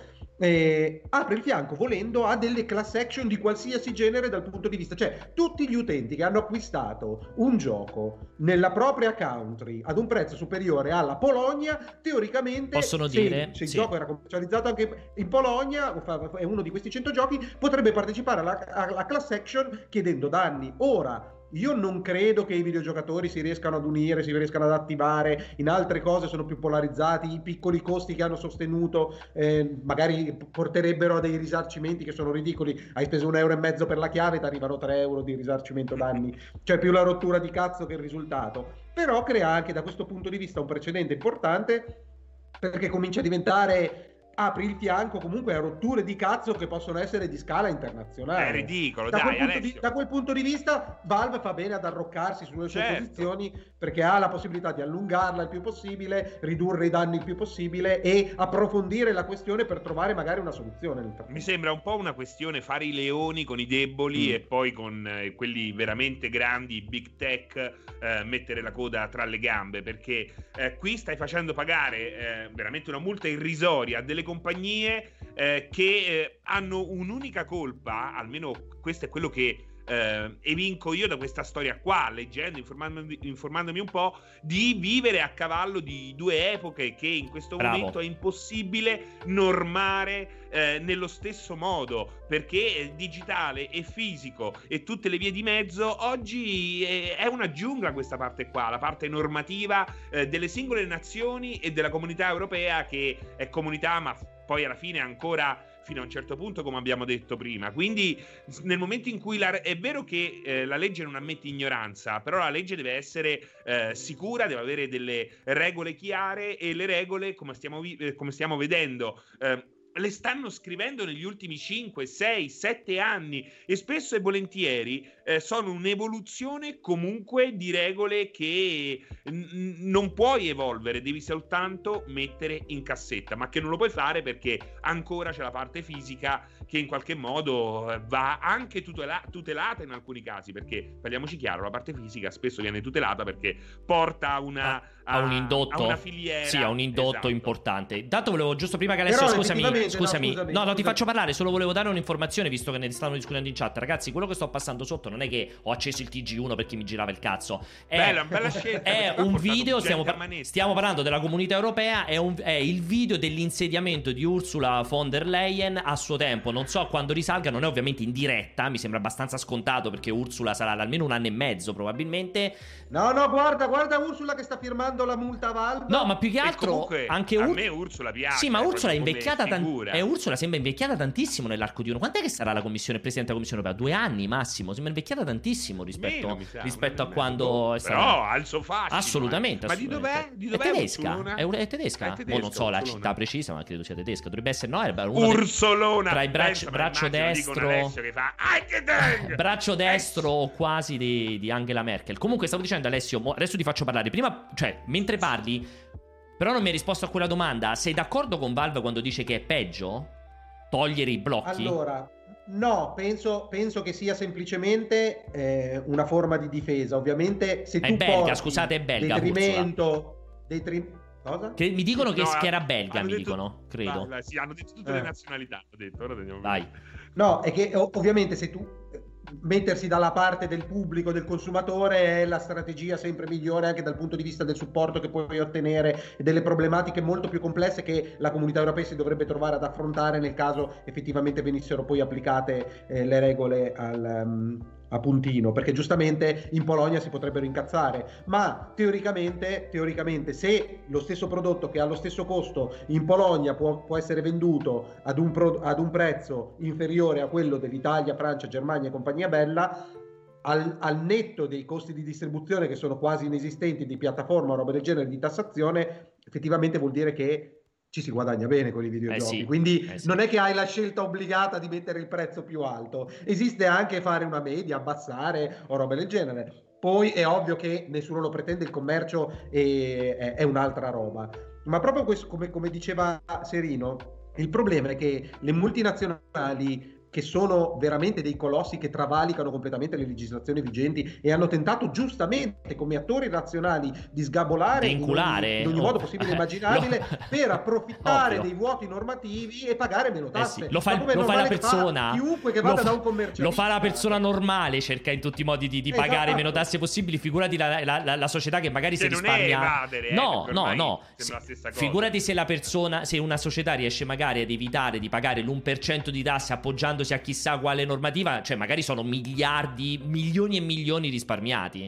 eh, apre il fianco volendo a delle class action di qualsiasi genere dal punto di vista, cioè tutti gli utenti che hanno acquistato un gioco nella propria country ad un prezzo superiore alla Polonia, teoricamente possono se, dire se il sì. gioco era commercializzato anche in Polonia, è uno di questi cento giochi, potrebbe partecipare alla, alla class action chiedendo danni. Ora io non credo che i videogiocatori si riescano ad unire, si riescano ad attivare, in altre cose sono più polarizzati, i piccoli costi che hanno sostenuto eh, magari porterebbero a dei risarcimenti che sono ridicoli, hai speso un euro e mezzo per la chiave, ti arrivano tre euro di risarcimento danni, cioè più la rottura di cazzo che il risultato, però crea anche da questo punto di vista un precedente importante, perché comincia a diventare... apri il fianco comunque a rotture di cazzo che possono essere di scala internazionale. È ridicolo, da dai, quel Alessio. Di, da quel punto di vista Valve fa bene ad arroccarsi sulle sue certo. posizioni, perché ha la possibilità di allungarla il più possibile, ridurre i danni il più possibile e approfondire la questione per trovare magari una soluzione. Mi sembra un po' una questione fare i leoni con i deboli mm. e poi con eh, quelli veramente grandi, big tech, eh, mettere la coda tra le gambe, perché eh, qui stai facendo pagare eh, veramente una multa irrisoria a delle compagnie eh, che eh, hanno un'unica colpa, almeno questo è quello che eh, evinco io da questa storia qua, leggendo, informandomi, informandomi un po', di vivere a cavallo di due epoche che in questo Bravo. momento è impossibile normare eh, nello stesso modo, perché digitale e fisico e tutte le vie di mezzo oggi è, è una giungla questa parte qua, la parte normativa eh, delle singole nazioni e della comunità europea, che è comunità ma poi alla fine ancora fino a un certo punto, come abbiamo detto prima. Quindi nel momento in cui la, è vero che eh, la legge non ammette ignoranza, però la legge deve essere eh, sicura, deve avere delle regole chiare, e le regole, come stiamo, vi- eh, come stiamo vedendo, eh, le stanno scrivendo negli ultimi cinque, sei, sette anni, e spesso e volentieri eh, sono un'evoluzione comunque di regole che n- non puoi evolvere, devi soltanto mettere in cassetta, ma che non lo puoi fare perché ancora c'è la parte fisica che in qualche modo va anche tutela- tutelata in alcuni casi, perché parliamoci chiaro, la parte fisica spesso viene tutelata perché porta a una, a, a un indotto, a una filiera, sì, a un indotto esatto. importante. Intanto volevo giusto prima che Alessio, scusami, scusami, no, scusami, no, no, scusami. ti faccio parlare, solo volevo dare un'informazione visto che ne stavano discutendo in chat. Ragazzi, quello che sto passando sotto non è che ho acceso il T G uno perché mi girava il cazzo. È, bella, bella scelta, è un video, stiamo, par- stiamo parlando della comunità europea, è, un, è il video dell'insediamento di Ursula von der Leyen a suo tempo. Non so quando risalga, non è ovviamente in diretta, mi sembra abbastanza scontato perché Ursula sarà da almeno un anno e mezzo probabilmente. No, no, guarda, guarda Ursula che sta firmando la multa Valve. No, ma più che altro anche a Ur- me Ursula piace. Sì, ma Ursula è invecchiata tantissimo. E eh, Ursula sembra invecchiata tantissimo nell'arco di uno. Quant'è che sarà la commissione, presidente della commissione europea? Due anni massimo. Sembra invecchiata tantissimo rispetto, Meno, sa, rispetto a meno, quando boh, è stata. Però ha il suo fascino. Assolutamente. Eh. Ma assolutamente. di dov'è? Di dov'è è tedesca. Ursulona? È, è tedesca? È tedesca, Boh, non so la Ursulona. città precisa, ma credo sia tedesca. Dovrebbe essere, no? Era uno Ursolona. Tra i bracci, Pensa, braccio destro. Che fa, ah, braccio destro o quasi di, di Angela Merkel. Comunque stavo dicendo, Alessio, mo, adesso ti faccio parlare. Prima, cioè, mentre parli, però non mi hai risposto a quella domanda. Sei d'accordo con Valve quando dice che è peggio togliere i blocchi? Allora, no, penso, penso che sia semplicemente eh, una forma di difesa. Ovviamente se è tu belga, porti scusate, è belga, detrimento, detrim- cosa? Che mi dicono che, No, che era belga, mi detto, dicono, credo. Vai, vai, sì, hanno detto tutte eh. le nazionalità, ho detto, ora andiamo Vai. No, è che ovviamente se tu mettersi dalla parte del pubblico, del consumatore, è la strategia sempre migliore anche dal punto di vista del supporto che puoi ottenere e delle problematiche molto più complesse che la comunità europea si dovrebbe trovare ad affrontare nel caso effettivamente venissero poi applicate eh, le regole al, um, a puntino, perché giustamente in Polonia si potrebbero incazzare, ma teoricamente, teoricamente se lo stesso prodotto che ha lo stesso costo in Polonia può, può essere venduto ad un, pro, ad un prezzo inferiore a quello dell'Italia, Francia, Germania e compagnia bella, al, al netto dei costi di distribuzione che sono quasi inesistenti, di piattaforma o roba del genere, di tassazione, effettivamente vuol dire che ci si guadagna bene con i videogiochi, eh sì, quindi eh sì. non è che hai la scelta obbligata di mettere il prezzo più alto, esiste anche fare una media, abbassare o robe del genere. Poi è ovvio che nessuno lo pretende, il commercio è, è, è un'altra roba, ma proprio questo, come, come diceva Serino, il problema è che le multinazionali, che sono veramente dei colossi che travalicano completamente le legislazioni vigenti e hanno tentato giustamente come attori razionali di sgabolare in ogni, in ogni modo possibile e immaginabile lo... per approfittare Ovvio. dei vuoti normativi e pagare meno tasse. Eh sì. Lo fa, lo fa la persona fa chiunque che vada fa, da un commercialista. Lo fa la persona normale, cerca in tutti i modi di, di esatto. pagare meno tasse possibili. Figurati la, la, la, la società che magari che si risparmia. Non è evadere, no, eh, no, no. La stessa cosa. Figurati se la persona, se una società riesce magari ad evitare di pagare l'uno per cento di tasse appoggiandosi a chissà quale normativa, cioè magari sono miliardi, milioni e milioni risparmiati.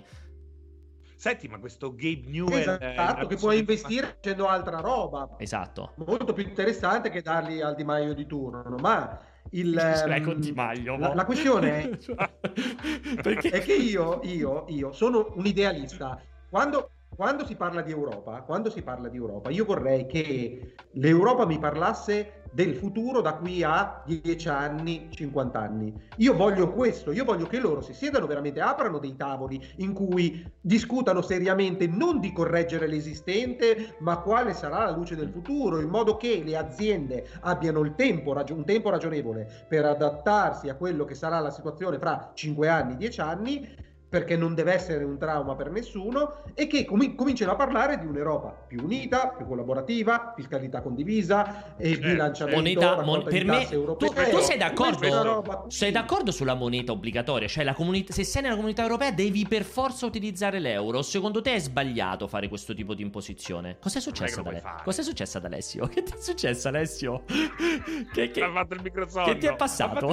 Senti, ma questo Gabe Newell esatto, che puoi investire facendo altra roba, esatto, molto più interessante che darli al Di Maio di turno. Ma il um, Di Maio, la, la questione è, Perché? è che io, io, io sono un idealista. Quando Quando si parla di Europa, quando si parla di Europa, io vorrei che l'Europa mi parlasse del futuro da qui a dieci anni, cinquanta anni. Io voglio questo, io voglio che loro si siedano veramente, aprano dei tavoli in cui discutano seriamente non di correggere l'esistente, ma quale sarà la luce del futuro, in modo che le aziende abbiano il tempo, un tempo ragionevole per adattarsi a quello che sarà la situazione fra cinque anni, dieci anni, perché non deve essere un trauma per nessuno, e che com- cominciano a parlare di un'Europa più unita, più collaborativa, fiscalità condivisa e certo, bilanciamento moneta, mon- per me tu, tu sei d'accordo roba, sei d'accordo sulla moneta obbligatoria, cioè la comunità, se sei nella comunità europea devi per forza utilizzare l'euro. Secondo te è sbagliato fare questo tipo di imposizione? Cos'è successo ad Ale- Cos'è successo ad Alessio? Che ti è successo, Alessio? Che, che... Ha fatto il microsonno. Che ti è passato?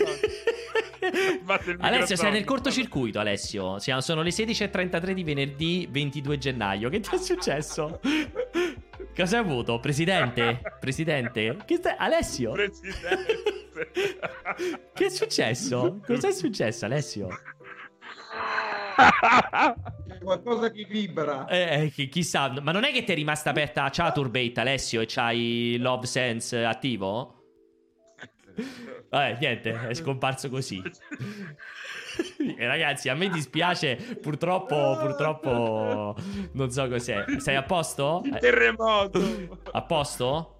Alessio, sei nel cortocircuito, Alessio. Sono le sedici e trentatré di venerdì ventidue gennaio. Che ti è successo? Cosa hai avuto? Presidente? Presidente? Che sta... Alessio? Presidente. Che è successo? Cosa è successo, Alessio? C'è qualcosa che vibra. Eh, eh, chissà, ma non è che ti è rimasta aperta Chaturbate, Alessio, e c'hai Love Sense attivo? Vabbè, niente, è scomparso così. E ragazzi, a me dispiace, purtroppo, purtroppo non so cos'è. Sei a posto? Il terremoto. A posto?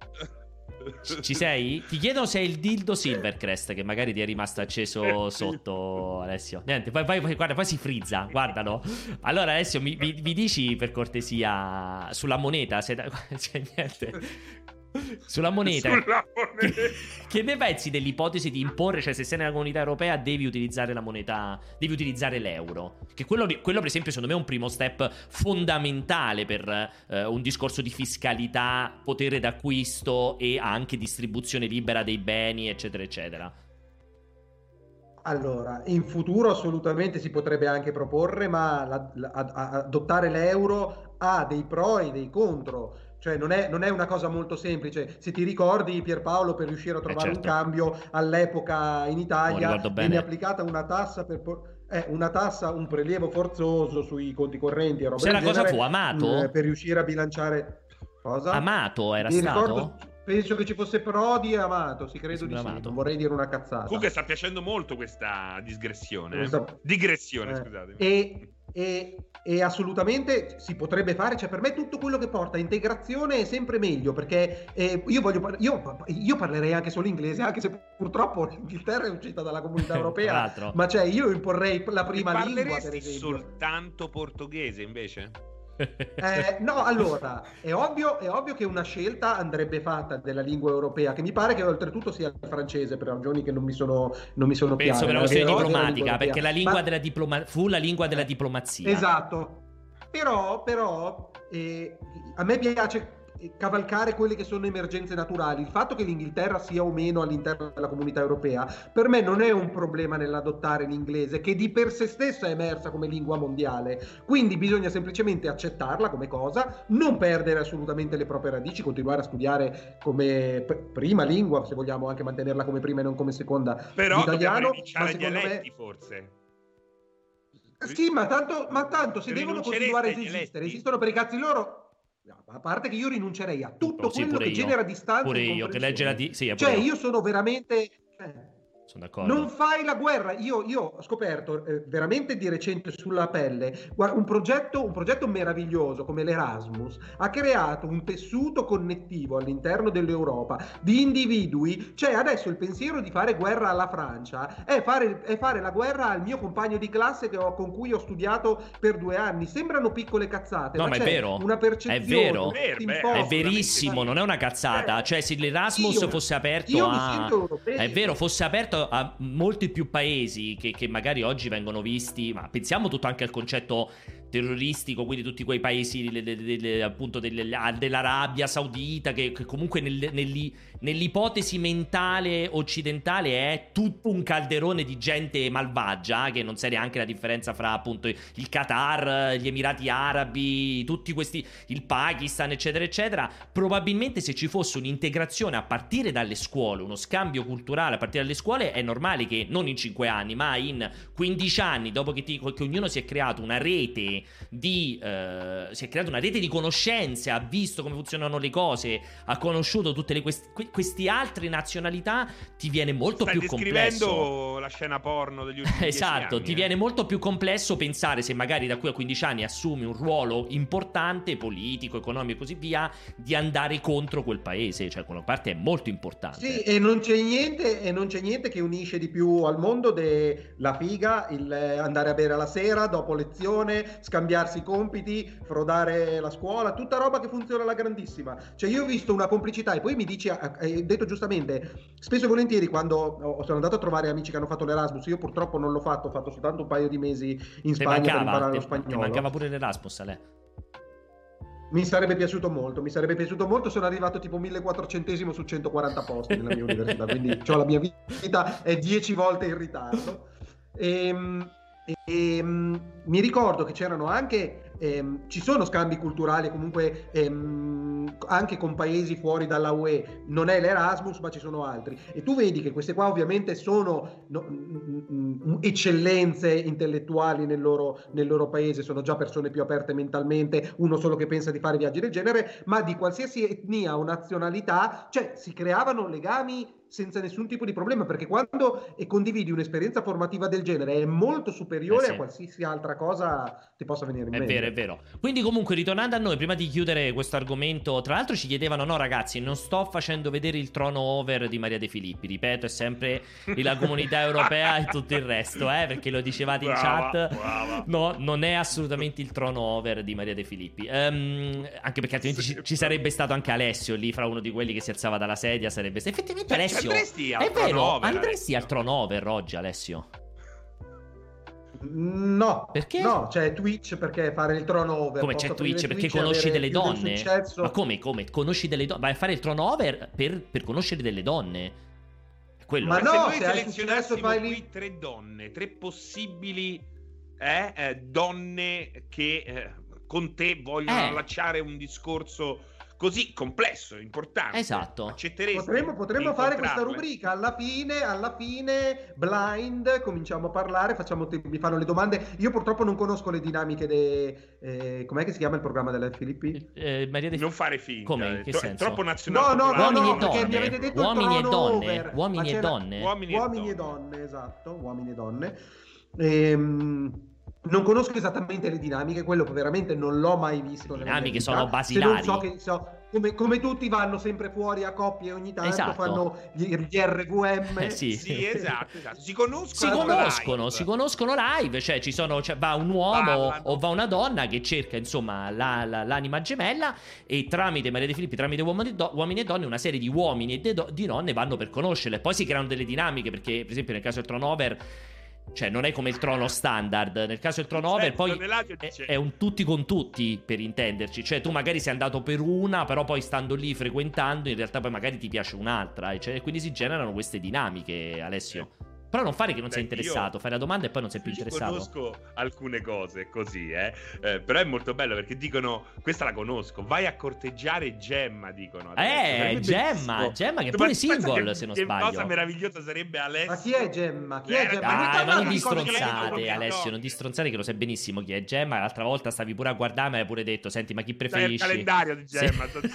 Ci sei? Ti chiedono se è il dildo Silvercrest che magari ti è rimasto acceso sotto, Alessio. Niente, poi, poi, poi guarda, poi si frizza, guardalo. Allora Alessio, mi, mi, mi dici per cortesia sulla moneta, se da... cioè, niente. Sulla moneta, Sulla moneta. Che, che ne pensi dell'ipotesi di imporre, cioè se sei nella comunità europea devi utilizzare la moneta, devi utilizzare l'euro? Che quello, quello per esempio secondo me è un primo step fondamentale per eh, un discorso di fiscalità, potere d'acquisto e anche distribuzione libera dei beni, eccetera eccetera. Allora, in futuro assolutamente si potrebbe anche proporre, ma la, la, adottare l'euro ha dei pro e dei contro. Cioè non è, non è una cosa molto semplice. Se ti ricordi, Pierpaolo, per riuscire a trovare eh certo. un cambio all'epoca in Italia viene applicata una tassa per eh, una tassa, un prelievo forzoso sui conti correnti e roba del genere. C'era cosa fu? Amato? Mh, per riuscire a bilanciare cosa? Amato era mi stato? Ricordo, penso che ci fosse Prodi e Amato, si credo di Amato. sì, non vorrei dire una cazzata. Comunque sta piacendo molto questa digressione, questa... eh? digressione, eh, scusate. E, e, e assolutamente si potrebbe fare, cioè per me tutto quello che porta a integrazione è sempre meglio, perché eh, io voglio io, io parlerei anche solo inglese, anche se purtroppo l'Inghilterra è uscita dalla comunità europea, ma cioè io imporrei la prima e lingua, per esempio. Soltanto portoghese invece? Eh, no, allora è ovvio, è ovvio che una scelta andrebbe fatta della lingua europea, che mi pare che oltretutto sia il francese, per ragioni che non mi sono, non mi sono penso chiare. per una questione diplomatica, perché la lingua Ma... della diploma... fu la lingua della diplomazia. Esatto. Però, però eh, a me piace cavalcare quelle che sono emergenze naturali. Il fatto che l'Inghilterra sia o meno all'interno della comunità europea per me non è un problema nell'adottare l'inglese, che di per sé stessa è emersa come lingua mondiale, quindi bisogna semplicemente accettarla come cosa, non perdere assolutamente le proprie radici, continuare a studiare come p- prima lingua, se vogliamo anche mantenerla come prima e non come seconda, però l'italiano, ma secondo dialetti, me forse sì, ma tanto, ma tanto se devono continuare ad esistere, esistono per i cazzi loro. A parte che io rinuncerei a tutto Oh, sì, quello che io. genera distanza. Pure io, che leggere la di... sì, cioè, io. io sono veramente... Eh. Sono d'accordo. Non fai la guerra. Io, io ho scoperto eh, veramente di recente sulla pelle guarda, un progetto, un progetto meraviglioso come l'Erasmus ha creato un tessuto connettivo all'interno dell'Europa di individui. Cioè adesso il pensiero di fare guerra alla Francia è fare, è fare la guerra al mio compagno di classe che ho, con cui ho studiato per due anni. Sembrano piccole cazzate, no, ma, ma c'è è vero. una percezione, è vero, è verissimo, non è una cazzata. Cioè se l'Erasmus io, fosse aperto io a... mi sento europeo. È vero, fosse aperto a molti più paesi che, che magari oggi vengono visti, ma pensiamo tutto anche al concetto terroristico, quindi tutti quei paesi le, le, le, le, appunto delle, dell'Arabia Saudita che, che comunque nel, nell'i, nell'ipotesi mentale occidentale è tutto un calderone di gente malvagia, che non sa neanche la differenza fra appunto il Qatar, gli Emirati Arabi, tutti questi, il Pakistan eccetera eccetera. Probabilmente se ci fosse un'integrazione a partire dalle scuole, uno scambio culturale a partire dalle scuole, è normale che non in cinque anni ma in quindici anni, dopo che, ti, che ognuno si è creato una rete di eh, si è creata una rete di conoscenze, ha visto come funzionano le cose, ha conosciuto tutte le quest- que- queste altre nazionalità, ti viene molto Stai più complesso. Stai descrivendo la scena porno degli ultimi esatto, anni, ti eh. viene molto più complesso pensare se magari da qui a quindici anni assumi un ruolo importante, politico, economico e così via, di andare contro quel paese, cioè quella parte è molto importante. Sì, e non c'è niente, e non c'è niente che unisce di più al mondo della figa, il andare a bere la sera dopo lezione, scambiarsi i compiti, frodare la scuola, tutta roba che funziona alla grandissima. Cioè io ho visto una complicità, e poi mi dici, hai detto giustamente, spesso e volentieri quando sono andato a trovare amici che hanno fatto l'Erasmus, io purtroppo non l'ho fatto, ho fatto soltanto un paio di mesi in Te Spagna mancava, per imparare te, lo spagnolo. Ti mancava pure l'Erasmus, Ale. Mi sarebbe piaciuto molto, mi sarebbe piaciuto molto, sono arrivato tipo millequattrocentesimo su centoquaranta posti nella mia università, quindi cioè, la mia vita è dieci volte in ritardo. E, e, mi ricordo che c'erano anche ehm, ci sono scambi culturali comunque ehm, anche con paesi fuori dalla U E, non è l'Erasmus ma ci sono altri, e tu vedi che queste qua ovviamente sono no, m- m- eccellenze intellettuali nel loro, nel loro paese, sono già persone più aperte mentalmente, uno solo che pensa di fare viaggi del genere, ma di qualsiasi etnia o nazionalità, cioè si creavano legami senza nessun tipo di problema, perché quando e condividi un'esperienza formativa del genere è molto superiore eh sì. a qualsiasi altra cosa ti possa venire in mente. È vero, è vero. Quindi comunque ritornando a noi, prima di chiudere questo argomento, tra l'altro ci chiedevano, no ragazzi, non sto facendo vedere il trono over di Maria De Filippi, ripeto, è sempre la comunità europea e tutto il resto, eh, perché lo dicevate in brava, chat, brava. No, non è assolutamente il trono over di Maria De Filippi, um, anche perché altrimenti sì, ci, ci sarebbe stato anche Alessio lì, fra uno di quelli che si alzava dalla sedia, sarebbe effettivamente cioè, Alessio è vero, over, andresti Alessio. al trono over oggi, Alessio? No, perché? No, c'è Twitch perché fare il trono over. Come c'è Twitch? Perché Twitch conosci delle donne? Ma come, come? Conosci delle donne? Vai a fare il trono over per, per conoscere delle donne? Quello. Ma Ma no, se noi se hai selezionassimo fai qui lì... tre donne, tre possibili eh, eh, donne che eh, con te vogliono Eh. allacciare un discorso così complesso, importante. Esatto. Accetteresti? Potremmo, potremmo di fare questa incontrarle? rubrica alla fine, alla fine blind, cominciamo a parlare, facciamo te- mi fanno le domande. Io purtroppo non conosco le dinamiche de, eh, com'è che si chiama il programma della Filippi? Eh, Maria De Non fare finta. Come? In che è, tro- senso? è troppo No, nazionale. no, no, Uomini no, e perché donne. mi avete detto il Uomini e trono donne. over, Uomini ma e c'era- donne. Uomini e Uomini e donne. donne, esatto, uomini e donne. Ehm, non conosco esattamente le dinamiche, quello che veramente non l'ho mai visto. Le nella mia dinamiche vita. sono Se basilari. non so che so, come, come tutti vanno sempre fuori a coppie ogni tanto, Esatto. fanno gli, gli R V M. Eh, sì. Sì, esatto, esatto. Si conoscono, Si conoscono, live. si conoscono live, cioè ci sono, cioè, va un uomo Parlano. o va una donna che cerca insomma la- la- l'anima gemella, e tramite Maria De Filippi, tramite uomini e, do- uomini e donne, una serie di uomini e de- do- di donne vanno per conoscerle. Poi si creano delle dinamiche, perché per esempio nel caso del trono over, cioè non è come il trono standard, nel caso del trono over Senti, poi Tonelaggio è, dice- è un tutti con tutti, per intenderci, cioè tu magari sei andato per una, però poi stando lì frequentando in realtà poi magari ti piace un'altra, e cioè, quindi si generano queste dinamiche, Alessio. Però non fare che non sei Senti, interessato, io- fai la domanda e poi non sei più Io interessato. conosco alcune cose così, eh. Eh, però è molto bello perché dicono, questa la conosco, vai a corteggiare Gemma, dicono. adesso. Eh, Sarebbe Gemma, bellissimo. Gemma che è Ma pure pensa single, che- se non che sbaglio. cosa meravigliosa sarebbe Alessio. Ma chi è Gemma? Chi è Eh, Gemma? dai, Dai, Dai, ma non di di cose che lei non stronzate, conosce. Alessio, non di stronzate, che lo sai benissimo chi è Gemma. L'altra volta stavi pure a guardarmi e hai pure detto, senti, ma chi Sai il preferisci? calendario di Gemma, Sì.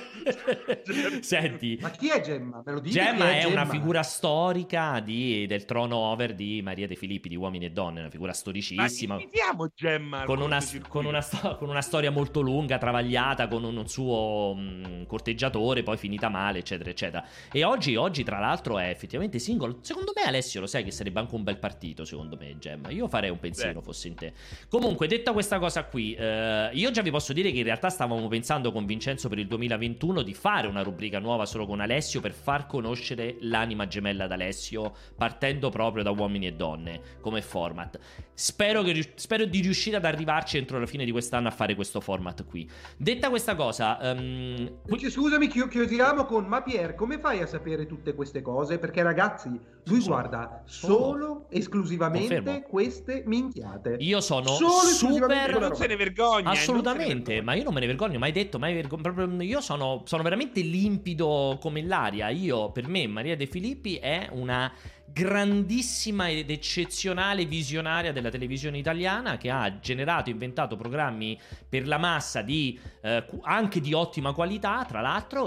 sto Senti, Ma chi è Gemma? Me lo dici? Gemma chi è Gemma? una figura storica di- del trono over di Maria De Filippi, di Uomini e Donne, una figura Ma storicissima. invitiamo Gemma al Con una, cortocircuito. con, una sto- con una storia molto lunga, travagliata, con un, un suo mh, corteggiatore, poi finita male, eccetera, eccetera. E oggi, oggi, tra l'altro, è effettivamente single. Secondo me, Alessio, lo sai che sarebbe anche un bel partito, secondo me, Gemma. Io farei un pensiero, Beh. fossi in te. Comunque, detta questa cosa qui, eh, io già vi posso dire che in realtà stavamo pensando con Vincenzo per il duemilaventuno di fare una rubrica nuova solo con Alessio per far conoscere l'anima gemella d'Alessio, partendo proprio da Uomini e Donne come format. Spero, che, rius- spero di riuscire ad arrivarci entro la fine di quest'anno a fare questo format qui. Detta questa cosa, ehm, qui- Dice, scusami, chi- chiudiamo con ma Pier, come fai a sapere tutte queste cose? Perché ragazzi, lui Sono- guarda sono- solo esclusivamente Confermo. queste minchiate. io sono Solo esclusivamente super... quella Non se ne vergogna. eh, non se ne Assolutamente, vergogna. ma io non me ne vergogno, mai detto, mai vergogno. Proprio, io sono, sono veramente limpido come l'aria. Io, per me, Maria De Filippi è una grandissima ed eccezionale visionaria della televisione italiana, che ha generato, inventato programmi per la massa di eh, cu- anche di ottima qualità, tra l'altro,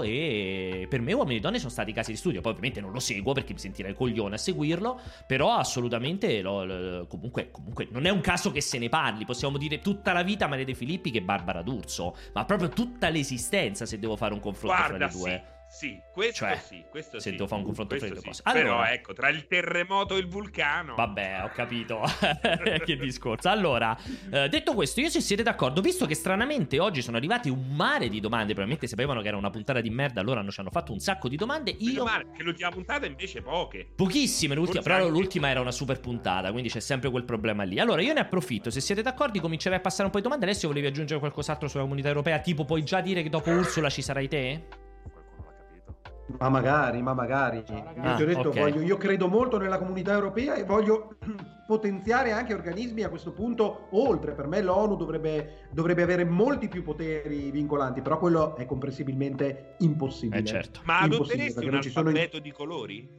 e per me Uomini e Donne sono stati casi di studio. Poi ovviamente non lo seguo perché mi sentirei coglione a seguirlo, però assolutamente lo- lo- comunque, comunque non è un caso che se ne parli. Possiamo dire tutta la vita Maria De Filippi che Barbara D'Urso, ma proprio tutta l'esistenza, se devo fare un confronto Guarda, fra le sì, due. sì, questo Cioè, sì, questo se sì. devo fare un confronto fra le Questo due sì. cose. Però Allora, ecco, tra il terremoto e il vulcano. vabbè, ho capito. Che discorso. Allora, eh, detto questo, io se siete d'accordo, visto che stranamente oggi sono arrivati un mare di domande, probabilmente sapevano che era una puntata di merda, allora hanno- ci hanno fatto un sacco di domande. Meno Io male, che l'ultima puntata invece poche. pochissime, l'ultima, Forse però anche- l'ultima era una super puntata, quindi c'è sempre quel problema lì. Allora, io ne approfitto, se siete d'accordo, comincerei a passare un po' di domande. Alessio, volevi aggiungere qualcos'altro sulla comunità europea? Tipo, puoi già dire che dopo Ursula ci sarai te? Qualcuno l'ha capito. Ma magari, ma magari. Ah, Io ti ho detto, ok. voglio- io credo molto nella comunità europea e voglio potenziare anche organismi a questo punto oltre. Per me l'ONU dovrebbe, dovrebbe avere molti più poteri vincolanti, però quello è comprensibilmente impossibile. Eh, certo. Ma Impossibile, adotteresti perché un non ci sono in- alfabeto di colori?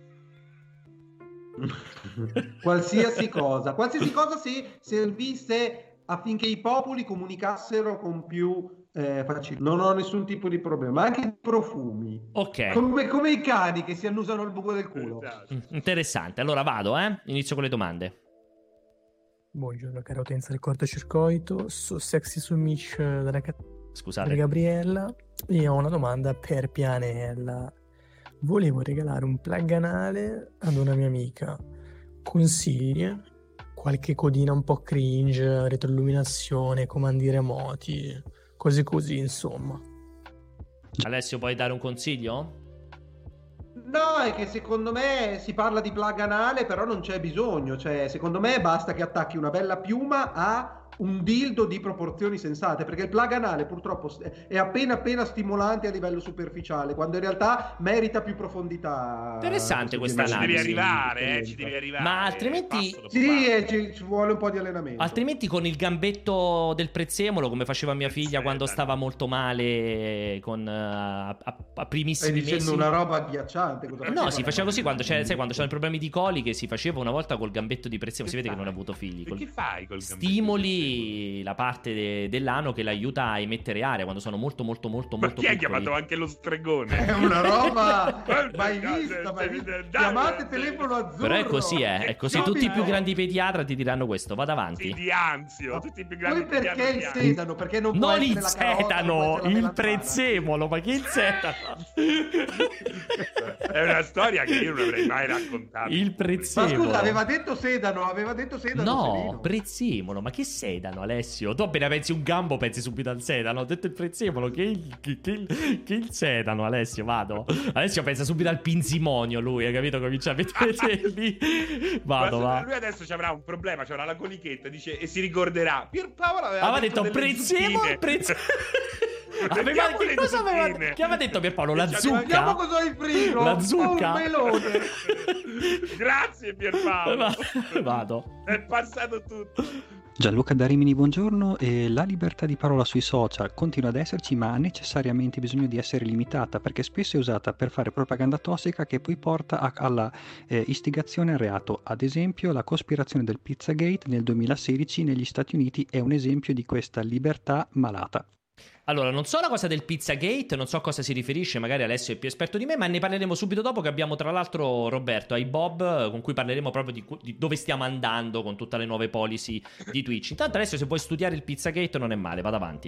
qualsiasi cosa, qualsiasi cosa sì, servisse affinché i popoli comunicassero con più eh, facilità. Non ho nessun tipo di problema, anche i profumi. Ok. Come, come i cani che si annusano il buco del culo. Esatto. Mm, Interessante. Allora vado, eh? Inizio con le domande. Buongiorno cara utenza del cortocircuito, so sexy su Mitch della categoria Scusate. Gabriella e ho una domanda per Pianella. Volevo regalare un plug anale ad una mia amica. Consigli? Qualche codina un po' cringe, retroilluminazione, comandi remoti, cose così insomma. Alessio, puoi dare un consiglio? No, è che secondo me si parla di plug anale, però non c'è bisogno. Cioè, secondo me basta che attacchi una bella piuma a un dildo di proporzioni sensate, perché il plug anale purtroppo è appena appena stimolante a livello superficiale, quando in realtà merita più profondità. Interessante questa Ma ci devi analisi. arrivare, eh, ci devi arrivare. Ma altrimenti- Passo dopo Sì, passo. e ci, ci vuole un po' di allenamento. Altrimenti con il gambetto del prezzemolo, come faceva mia figlia quando stava molto male con, eh, a, a- a Stai primissimi dicendo mesi. una roba agghiacciante. cosa No, faceva? si faceva così quando c'è, sai, quando c'erano i problemi di coli, che si faceva una volta col gambetto di prezzemolo. Si Che vede che non ha fai? avuto figli. E Col- che fai col gambetto? Stimoli la parte de- dell'ano che l'aiuta a emettere aria quando sono molto molto molto Ma molto chi ha piccoli. chiamato anche lo stregone? È una roba Guarda, mai dai, vista, dai, mai dai, vista. dai, Chiamate dai, telefono azzurro. Però è così, eh, è così. Subito. Tutti i più grandi pediatra ti diranno questo. Vado Sì, avanti. di Anzio, tutti i più grandi Poi perché piani il di Anzio. sedano? Perché non, può Non essere il la carota, non può sedano, essere la il melanzana. prezzemolo. Ma che il sedano? È una storia che io non avrei mai raccontato. Il Ma prezzemolo. scusa, aveva detto sedano, aveva detto sedano. No, Serino. prezzemolo, ma che sedano, Alessio? Tu appena pensi un gambo pensi subito al sedano. Ho detto il prezzemolo, che il, che, che il, che il sedano, Alessio, vado. Alessio pensa subito al pinzimonio, lui, hai capito? Comincia a mettere lì. Vado, Ma va. lui adesso ci avrà un problema, ci avrà la colichetta, dice, e si ricorderà. Pierpaolo aveva Aveva detto detto delle prezzemolo, zucchine. prezzemolo. Aveva, che cosa aveva, che aveva detto Pierpaolo? La zucca? Vediamo cosa hai frigo. La zucca? Un melone. Grazie Pierpaolo. Vado. È passato tutto. Gianluca da Rimini, buongiorno. Eh, la libertà di parola sui social continua ad esserci, ma ha necessariamente bisogno di essere limitata, perché spesso è usata per fare propaganda tossica che poi porta a, alla eh, istigazione al reato. Ad esempio, la cospirazione del Pizzagate nel duemilasedici negli Stati Uniti è un esempio di questa libertà malata. Allora, non so la cosa del Pizzagate, non so a cosa si riferisce, magari Alessio è più esperto di me, ma ne parleremo subito dopo, che abbiamo tra l'altro Roberto ai Bob, con cui parleremo proprio di, di dove stiamo andando con tutte le nuove policy di Twitch. Intanto Alessio, se vuoi studiare il Pizzagate non è male, vado avanti.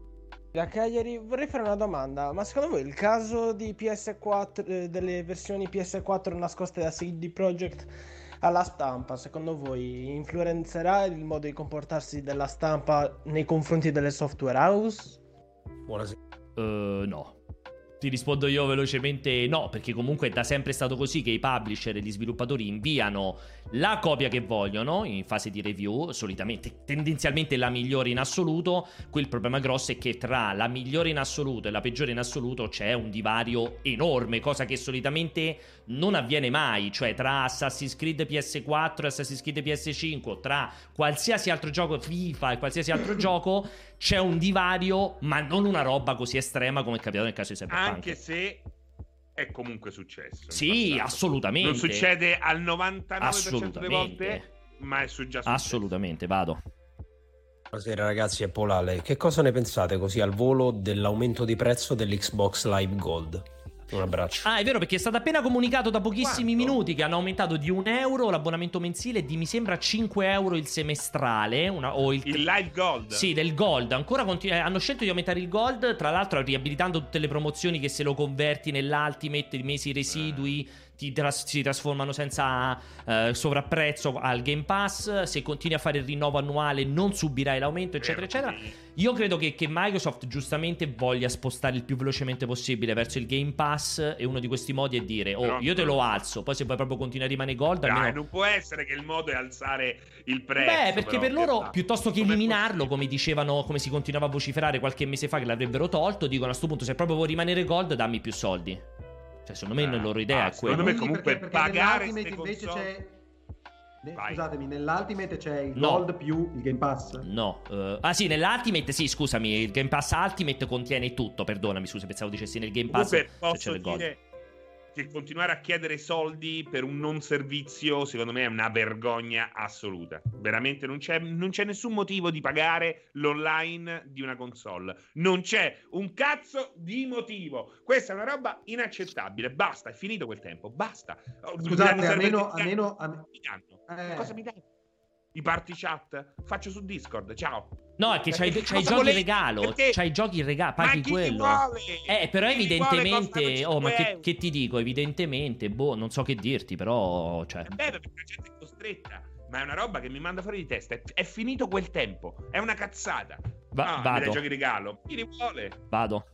Da Cagliari vorrei fare una domanda, ma secondo voi il caso di P S quattro, eh, delle versioni P S quattro nascoste da C D Projekt alla stampa, secondo voi influenzerà il modo di comportarsi della stampa nei confronti delle software house? Buonasera. Uh, no. Ti rispondo io velocemente no, perché comunque è da sempre stato così che i publisher e gli sviluppatori inviano la copia che vogliono in fase di review, solitamente, tendenzialmente la migliore in assoluto. Qui il problema grosso è che tra la migliore in assoluto e la peggiore in assoluto c'è un divario enorme, cosa che solitamente non avviene mai, cioè tra Assassin's Creed P S quattro e Assassin's Creed P S cinque, tra qualsiasi altro gioco, FIFA e qualsiasi altro gioco, c'è un divario, ma non una roba così estrema come è capitato nel caso di Cyberpunk. Anche se è comunque successo. Sì, assolutamente. Non succede al novantanove per cento delle Assolutamente. volte, ma è su- già successo. Assolutamente, vado. Buonasera ragazzi, è Polale. Che cosa ne pensate così al volo dell'aumento di prezzo dell'Xbox Live Gold? Un abbraccio. Ah, è vero, perché è stato appena comunicato da pochissimi Quanto? minuti che hanno aumentato di un euro l'abbonamento mensile e di, mi sembra, cinque euro il semestrale. Una, o il, Il Live Gold. Sì, del Gold. Ancora continu- eh, hanno scelto di aumentare il Gold, tra l'altro riabilitando tutte le promozioni che se lo converti nell'Ultimate, i mesi residui ti tras- si trasformano senza eh, sovrapprezzo al Game Pass. Se continui a fare il rinnovo annuale non subirai l'aumento, eccetera, eccetera. Io credo che, che Microsoft giustamente voglia spostare il più velocemente possibile verso il Game Pass, e uno di questi modi è dire: oh, io te lo alzo, poi se vuoi proprio continuare a rimanere Gold, Dai, almeno... non può essere che il modo è alzare il prezzo. Beh, perché però, per loro, che- piuttosto che Com'è eliminarlo, possibile? come dicevano, come si continuava a vociferare qualche mese fa che l'avrebbero tolto, dicono a sto punto: se proprio vuoi rimanere Gold, dammi più soldi. Cioè, secondo me, Ah, la loro idea ah, è quella. secondo me Sì, comunque perché- perché pagare nell'Ultimate ste invece console- c'è ne- Vai. Scusatemi, nell'Ultimate c'è il No. Gold più il Game Pass. No, eh, ah sì, nell'Ultimate, sì, scusami, il Game Pass Ultimate contiene tutto, perdonami, scusa, pensavo dicessi nel Game Pass Comunque se posso c'è il Gold. dire che continuare a chiedere soldi per un non servizio, secondo me, è una vergogna assoluta. Veramente non c'è, non c'è nessun motivo di pagare l'online di una console. Non c'è un cazzo di motivo. Questa è una roba inaccettabile. Basta, è finito quel tempo. Basta. Scusate, Mi serve almeno- di- almeno- am- mi danno. Eh. Cosa mi danno? I party chat? Faccio su Discord, ciao. No, è che c'hai, Perché c'hai i cosa giochi in volete? regalo, Perché- c'hai i giochi in regalo, Ma paghi chi quello. vuole? Eh, però Chi li vuole evidentemente, costano oh, ma che, cinque che ti dico, evidentemente, boh, non so che dirti, però, cioè... È vero, perché la gente è costretta, ma è una roba che mi manda fuori di testa. È, è finito quel tempo, è una cazzata. Va- ah, mi vado. dai giochi regalo. Chi li vuole? Vado.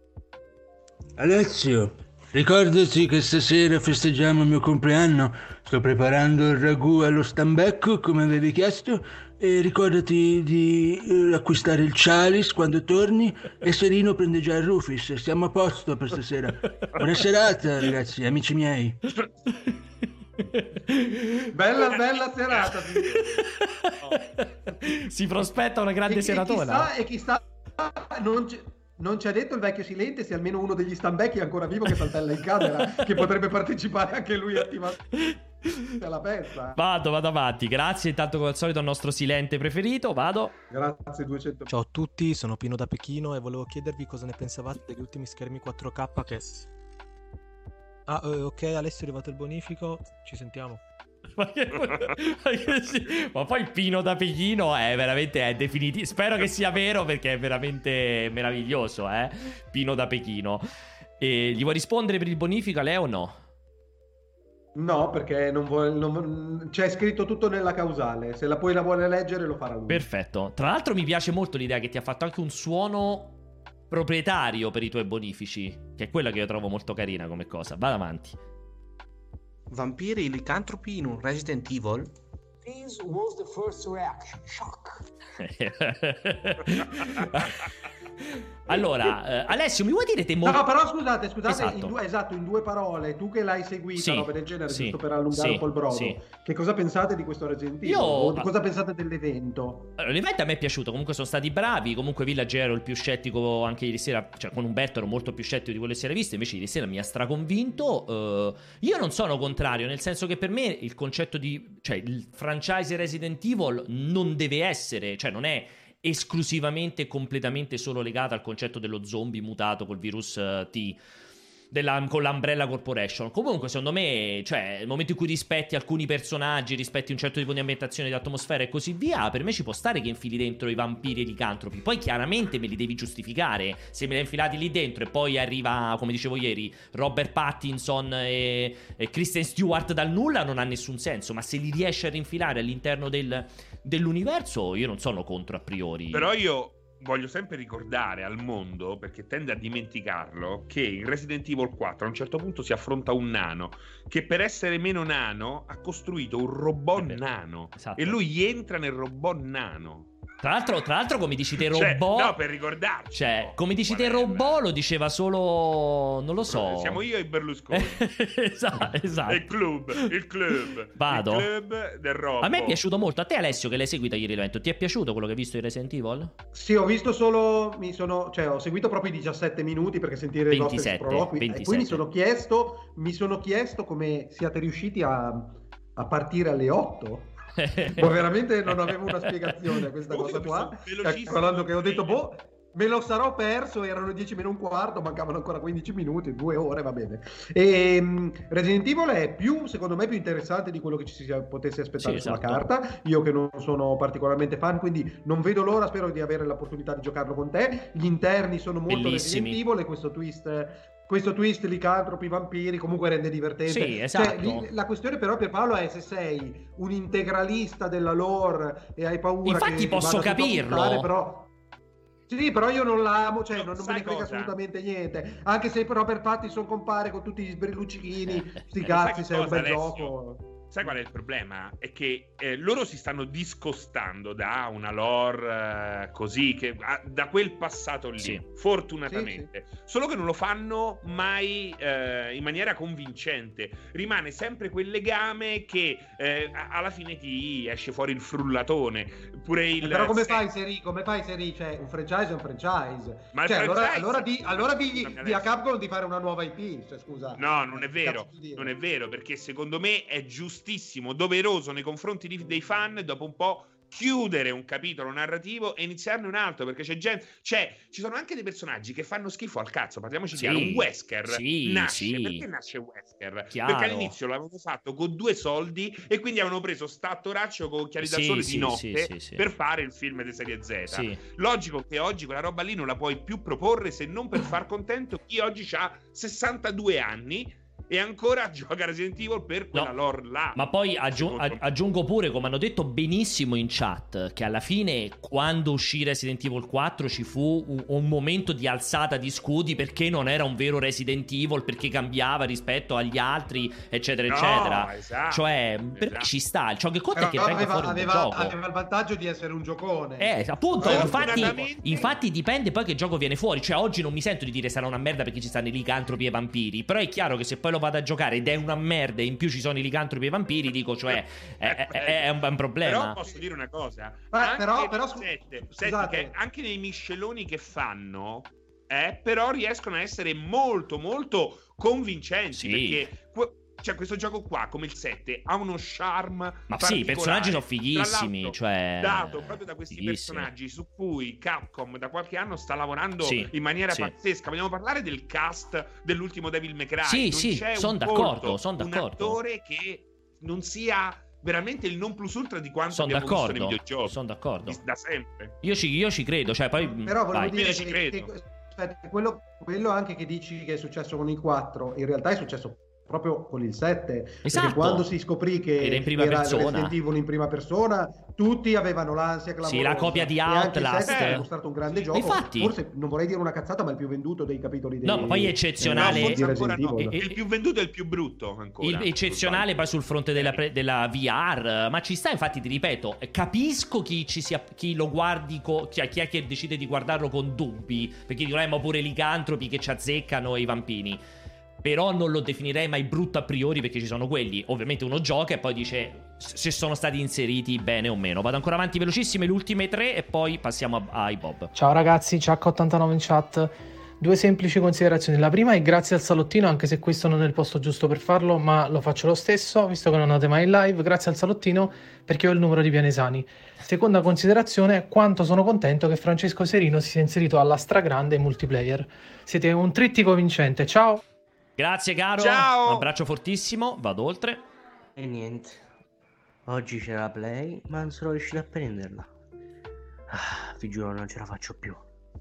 Alessio, ricordati che stasera festeggiamo il mio compleanno. Sto preparando il ragù allo stambecco, come avevi chiesto. E ricordati di eh, acquistare il Chalice quando torni. E Serino prende già il Rufus. Siamo a posto per stasera. Buona serata, ragazzi, amici miei. Bella, bella serata. Si prospetta una grande E- seratona. E chissà, e chissà non, ci, non ci ha detto il vecchio Silente se almeno uno degli stambecchi è ancora vivo che saltella in camera, che potrebbe partecipare anche lui attivamente alla festa. Vado, vado avanti. Grazie intanto come al solito al nostro silente preferito. Vado. Grazie duecento. Ciao a tutti, sono Pino da Pechino e volevo chiedervi cosa ne pensavate degli ultimi schermi quattro K che... Ah, eh, ok, Alessio è arrivato il bonifico, ci sentiamo. Ma, che- ma che sì. Ma poi Pino da Pechino è veramente è definitivo. Spero che sia vero perché è veramente meraviglioso, eh? Pino da Pechino. E gli vuoi rispondere per il bonifico a Leo o no? No, perché non vuole, non- c'è scritto tutto nella causale. Se la poi la vuole leggere lo farà lui. Perfetto. Tra l'altro mi piace molto l'idea che ti ha fatto anche un suono proprietario per i tuoi bonifici, che è quella che io trovo molto carina come cosa. Vado avanti. Vampiri e licantropi in un Resident Evil? This was the first reaction, shock. Allora, eh, Alessio, mi vuoi dire te mo- No, però scusate, scusate, Esatto. in due, esatto, in due parole, tu che l'hai seguita, Sì, roba del genere, sì, giusto per allungare sì, un po' il brodo, sì. che cosa pensate di questo Resident Evil? Io- O di cosa pensate dell'evento? Allora, l'evento a me è piaciuto, comunque sono stati bravi, comunque Villager ero il più scettico anche ieri sera, cioè con Umberto ero molto più scettico di quello che si era visto, invece ieri sera mi ha straconvinto. Eh, io non sono contrario, nel senso che per me il concetto di, cioè il franchise Resident Evil non deve essere, cioè non è esclusivamente, completamente solo legata al concetto dello zombie mutato col virus eh, T della, con l'Umbrella Corporation. Comunque secondo me, cioè nel momento in cui rispetti alcuni personaggi, rispetti un certo tipo di ambientazione, di atmosfera e così via, per me ci può stare che infili dentro i vampiri e i licantropi. Poi chiaramente me li devi giustificare. Se me li hai infilati lì dentro e poi arriva, come dicevo ieri, Robert Pattinson e, e Kristen Stewart dal nulla, non ha nessun senso. Ma se li riesci a rinfilare all'interno del, dell'universo, io non sono contro a priori. Però io voglio sempre ricordare al mondo, perché tende a dimenticarlo, che in Resident Evil quattro a un certo punto si affronta un nano che per essere meno nano ha costruito un robot nano. Esatto. E lui entra nel robot nano. Tra l'altro, tra l'altro, come dici te, Cioè, robot. no, per ricordarci. Cioè, come dici te, robot lo diceva solo. Non lo so. Siamo io e Berlusconi. esatto, esatto. Il club, il club. Vado. Il club del robot. A me è piaciuto molto. A te, Alessio, che l'hai seguito ieri l'evento, ti è piaciuto quello che hai visto di Resident Evil? Sì, ho visto solo, mi sono, cioè ho seguito proprio i diciassette minuti perché sentire i vostri ventisette, sproloqui, ventisette. e poi mi sono chiesto, mi sono chiesto come siate riusciti a, a partire alle otto. Ma veramente non avevo una spiegazione a questa cosa qua. Guardando che ho detto, boh, me lo sarò perso, erano dieci meno un quarto, mancavano ancora quindici minuti, due ore, va bene. E um, Resident Evil è più, secondo me, più interessante di quello che ci si potesse aspettare Sì, sulla esatto. carta. Io che non sono particolarmente fan, quindi non vedo l'ora, spero di avere l'opportunità di giocarlo con te. Gli interni sono molto Bellissimi. Resident Evil e questo twist... Questo twist, licantropi, vampiri, comunque rende divertente. Sì, esatto. Cioè, lì, la questione però per Paolo è se sei un integralista della lore e hai paura Infatti che ti posso vada tutto a capirlo. puttane, però... Sì, però io non l'amo, cioè No, non, non me sai ne frega cosa? assolutamente niente. Anche se Robert Pattinson compare con tutti gli sbrilluccichini, sti Eh, cazzi, sai sei un cosa, bel Alessio? gioco. Sai qual è il problema? È che eh, loro si stanno discostando da una lore eh, così, che, ah, da quel passato lì, Sì. fortunatamente. Sì, Solo che non lo fanno mai eh, in maniera convincente. Rimane sempre quel legame che eh, a- alla fine ti esce fuori il frullatone. Pure il... Eh, però come se- fai Seri? Come fai Seri? Cioè un franchise è un franchise. Ma il Cioè, allora, franchise- allora, di, allora digli, Scusami, di a Alessio. Capcom di fare una nuova I P, cioè scusa. No, non è Che vero, cazzo di dire? non è vero, perché secondo me è giustissimo, doveroso nei confronti di- dei fan dopo un po' chiudere un capitolo narrativo e iniziarne un altro, perché c'è gente, cioè ci sono anche dei personaggi che fanno schifo al cazzo, parliamoci Sì, chiaro. Un Wesker sì, nasce, sì. perché nasce Wesker? Chiaro. Perché all'inizio l'avevano fatto con due soldi e quindi avevano preso sta attoraccio con occhiali da Sì, sole sì, di notte sì, sì, sì. per fare il film di serie Z. Sì. Logico che oggi quella roba lì non la puoi più proporre se non per far contento chi oggi ha sessantadue anni e ancora gioca Resident Evil per quella No, lore là. Ma poi aggiu- Secondo ag- me. aggiungo pure, come hanno detto benissimo in chat, che alla fine quando uscì Resident Evil quattro ci fu un, un momento di alzata di scudi perché non era un vero Resident Evil, perché cambiava rispetto agli altri, eccetera, No, eccetera. esatto, Cioè, per me esatto. ci sta. Ciò che conta Però è che venga aveva, fuori un aveva, gioco. aveva il vantaggio di essere un giocone. Eh, appunto, Però infatti, fortunatamente- infatti dipende poi che gioco viene fuori. Cioè, oggi non mi sento di dire sarà una merda perché ci stanno i licantropi e i vampiri. Però è chiaro che se poi lo vado a giocare ed è una merda e in più ci sono i licantropi e i vampiri, dico, cioè, è, è- è- è un, è un problema. Però posso dire una cosa, Ma anche però- nei però scu- sette, scusate. senti che anche nei misceloni che fanno, eh, però riescono a essere molto molto convincenti, Sì. perché que- cioè, questo gioco qua, come il sette, ha uno charme Ma sì, i personaggi sono particolare. fighissimi, Tra l'altro, cioè, dato proprio da questi fighissimi. personaggi su cui Capcom da qualche anno sta lavorando Sì, in maniera sì. pazzesca. Vogliamo parlare del cast dell'ultimo Devil May Cry? Sì, Non sì, c'è son un d'accordo, volto, son un d'accordo. attore che non sia veramente il non plus ultra di quanto Sono abbiamo visto nei d'accordo, videogiochi sono d'accordo. da sempre. Io ci, io ci credo, cioè, poi Però volevo vai. dire Io ci che, credo. che- aspetta, quello, quello anche che dici che è successo con i quattro, in realtà è successo proprio con il sette. Esatto. Perché quando si scoprì che era in prima era persona. Resident Evil in prima persona, tutti avevano l'ansia clamorosa. Sì, la copia di E anche il Outlast. sette è dimostrato un grande gioco. Infatti, forse non vorrei dire una cazzata, ma il più venduto dei capitoli dei, no, ma poi è eccezionale. eh, di ancora Resident no. Evil. Il più venduto è il più brutto ancora. Il eccezionale poi sul fronte della, pre- della V R, ma ci sta, infatti ti ripeto, capisco chi ci sia, chi lo guardi co- chi, chi è che decide di guardarlo con dubbi, perché dicono eh, ma pure i licantropi che ci azzeccano i vampini. Però non lo definirei mai brutto a priori, perché ci sono quelli. Ovviamente uno gioca e poi dice se sono stati inseriti bene o meno. Vado ancora avanti velocissime, le ultime tre e poi passiamo a, ai Bob. Ciao ragazzi, Chuck ottantanove in chat. Due semplici considerazioni. La prima è grazie al salottino, anche se questo non è il posto giusto per farlo, ma lo faccio lo stesso, visto che non andate mai in live. Grazie al salottino perché ho il numero di Pianesani. Seconda considerazione, quanto sono contento che Francesco Serino si sia inserito alla stragrande multiplayer. Siete un trittico vincente, ciao! Grazie caro, ciao! Un abbraccio fortissimo, vado oltre. E niente, oggi c'era la Play, ma non sono riuscito a prenderla. Ah, vi giuro, non ce la faccio più.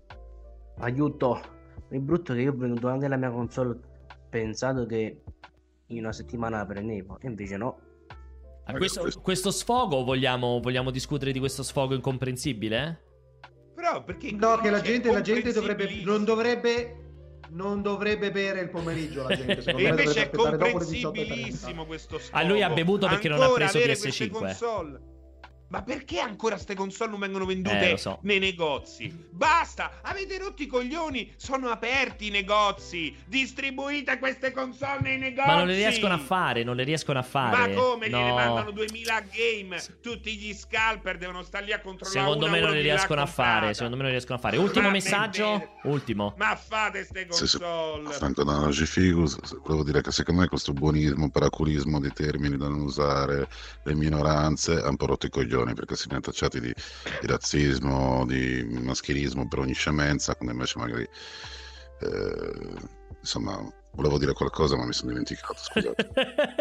Aiuto! È brutto che io ho venduto anche la mia console pensando che in una settimana la prendevo, e invece no. A questo, questo sfogo, vogliamo, vogliamo discutere di questo sfogo incomprensibile? Però perché no, che la gente, la gente dovrebbe non dovrebbe non dovrebbe bere il pomeriggio la gente, secondo e me invece è comprensibilissimo comprensibilissimo questo sfogo. A lui ha bevuto perché ancora non ha preso avere P S cinque. console. Ma perché ancora ste console non vengono vendute eh, lo so. nei negozi? Basta! Avete rotto i coglioni! Sono aperti i negozi! Distribuite queste console nei negozi! Ma non le riescono a fare, non le riescono a fare. Ma come? No. Gliene mandano duemila game! Tutti gli scalper devono stare lì a controllare. Secondo una me non uno le chi l'ha riescono a fare. comprata. Secondo me non le riescono a fare. Ultimo Ma messaggio. per bene. Ultimo. Ma fate ste console! Franco D'Analogi Figus, volevo dire che secondo me questo buonismo, paraculismo di termini da non usare, le minoranze, ha un po' rotto i coglioni, perché si è di, di razzismo, di maschilismo per ogni scemenza, quando invece magari eh, insomma volevo dire qualcosa ma mi sono dimenticato, scusate.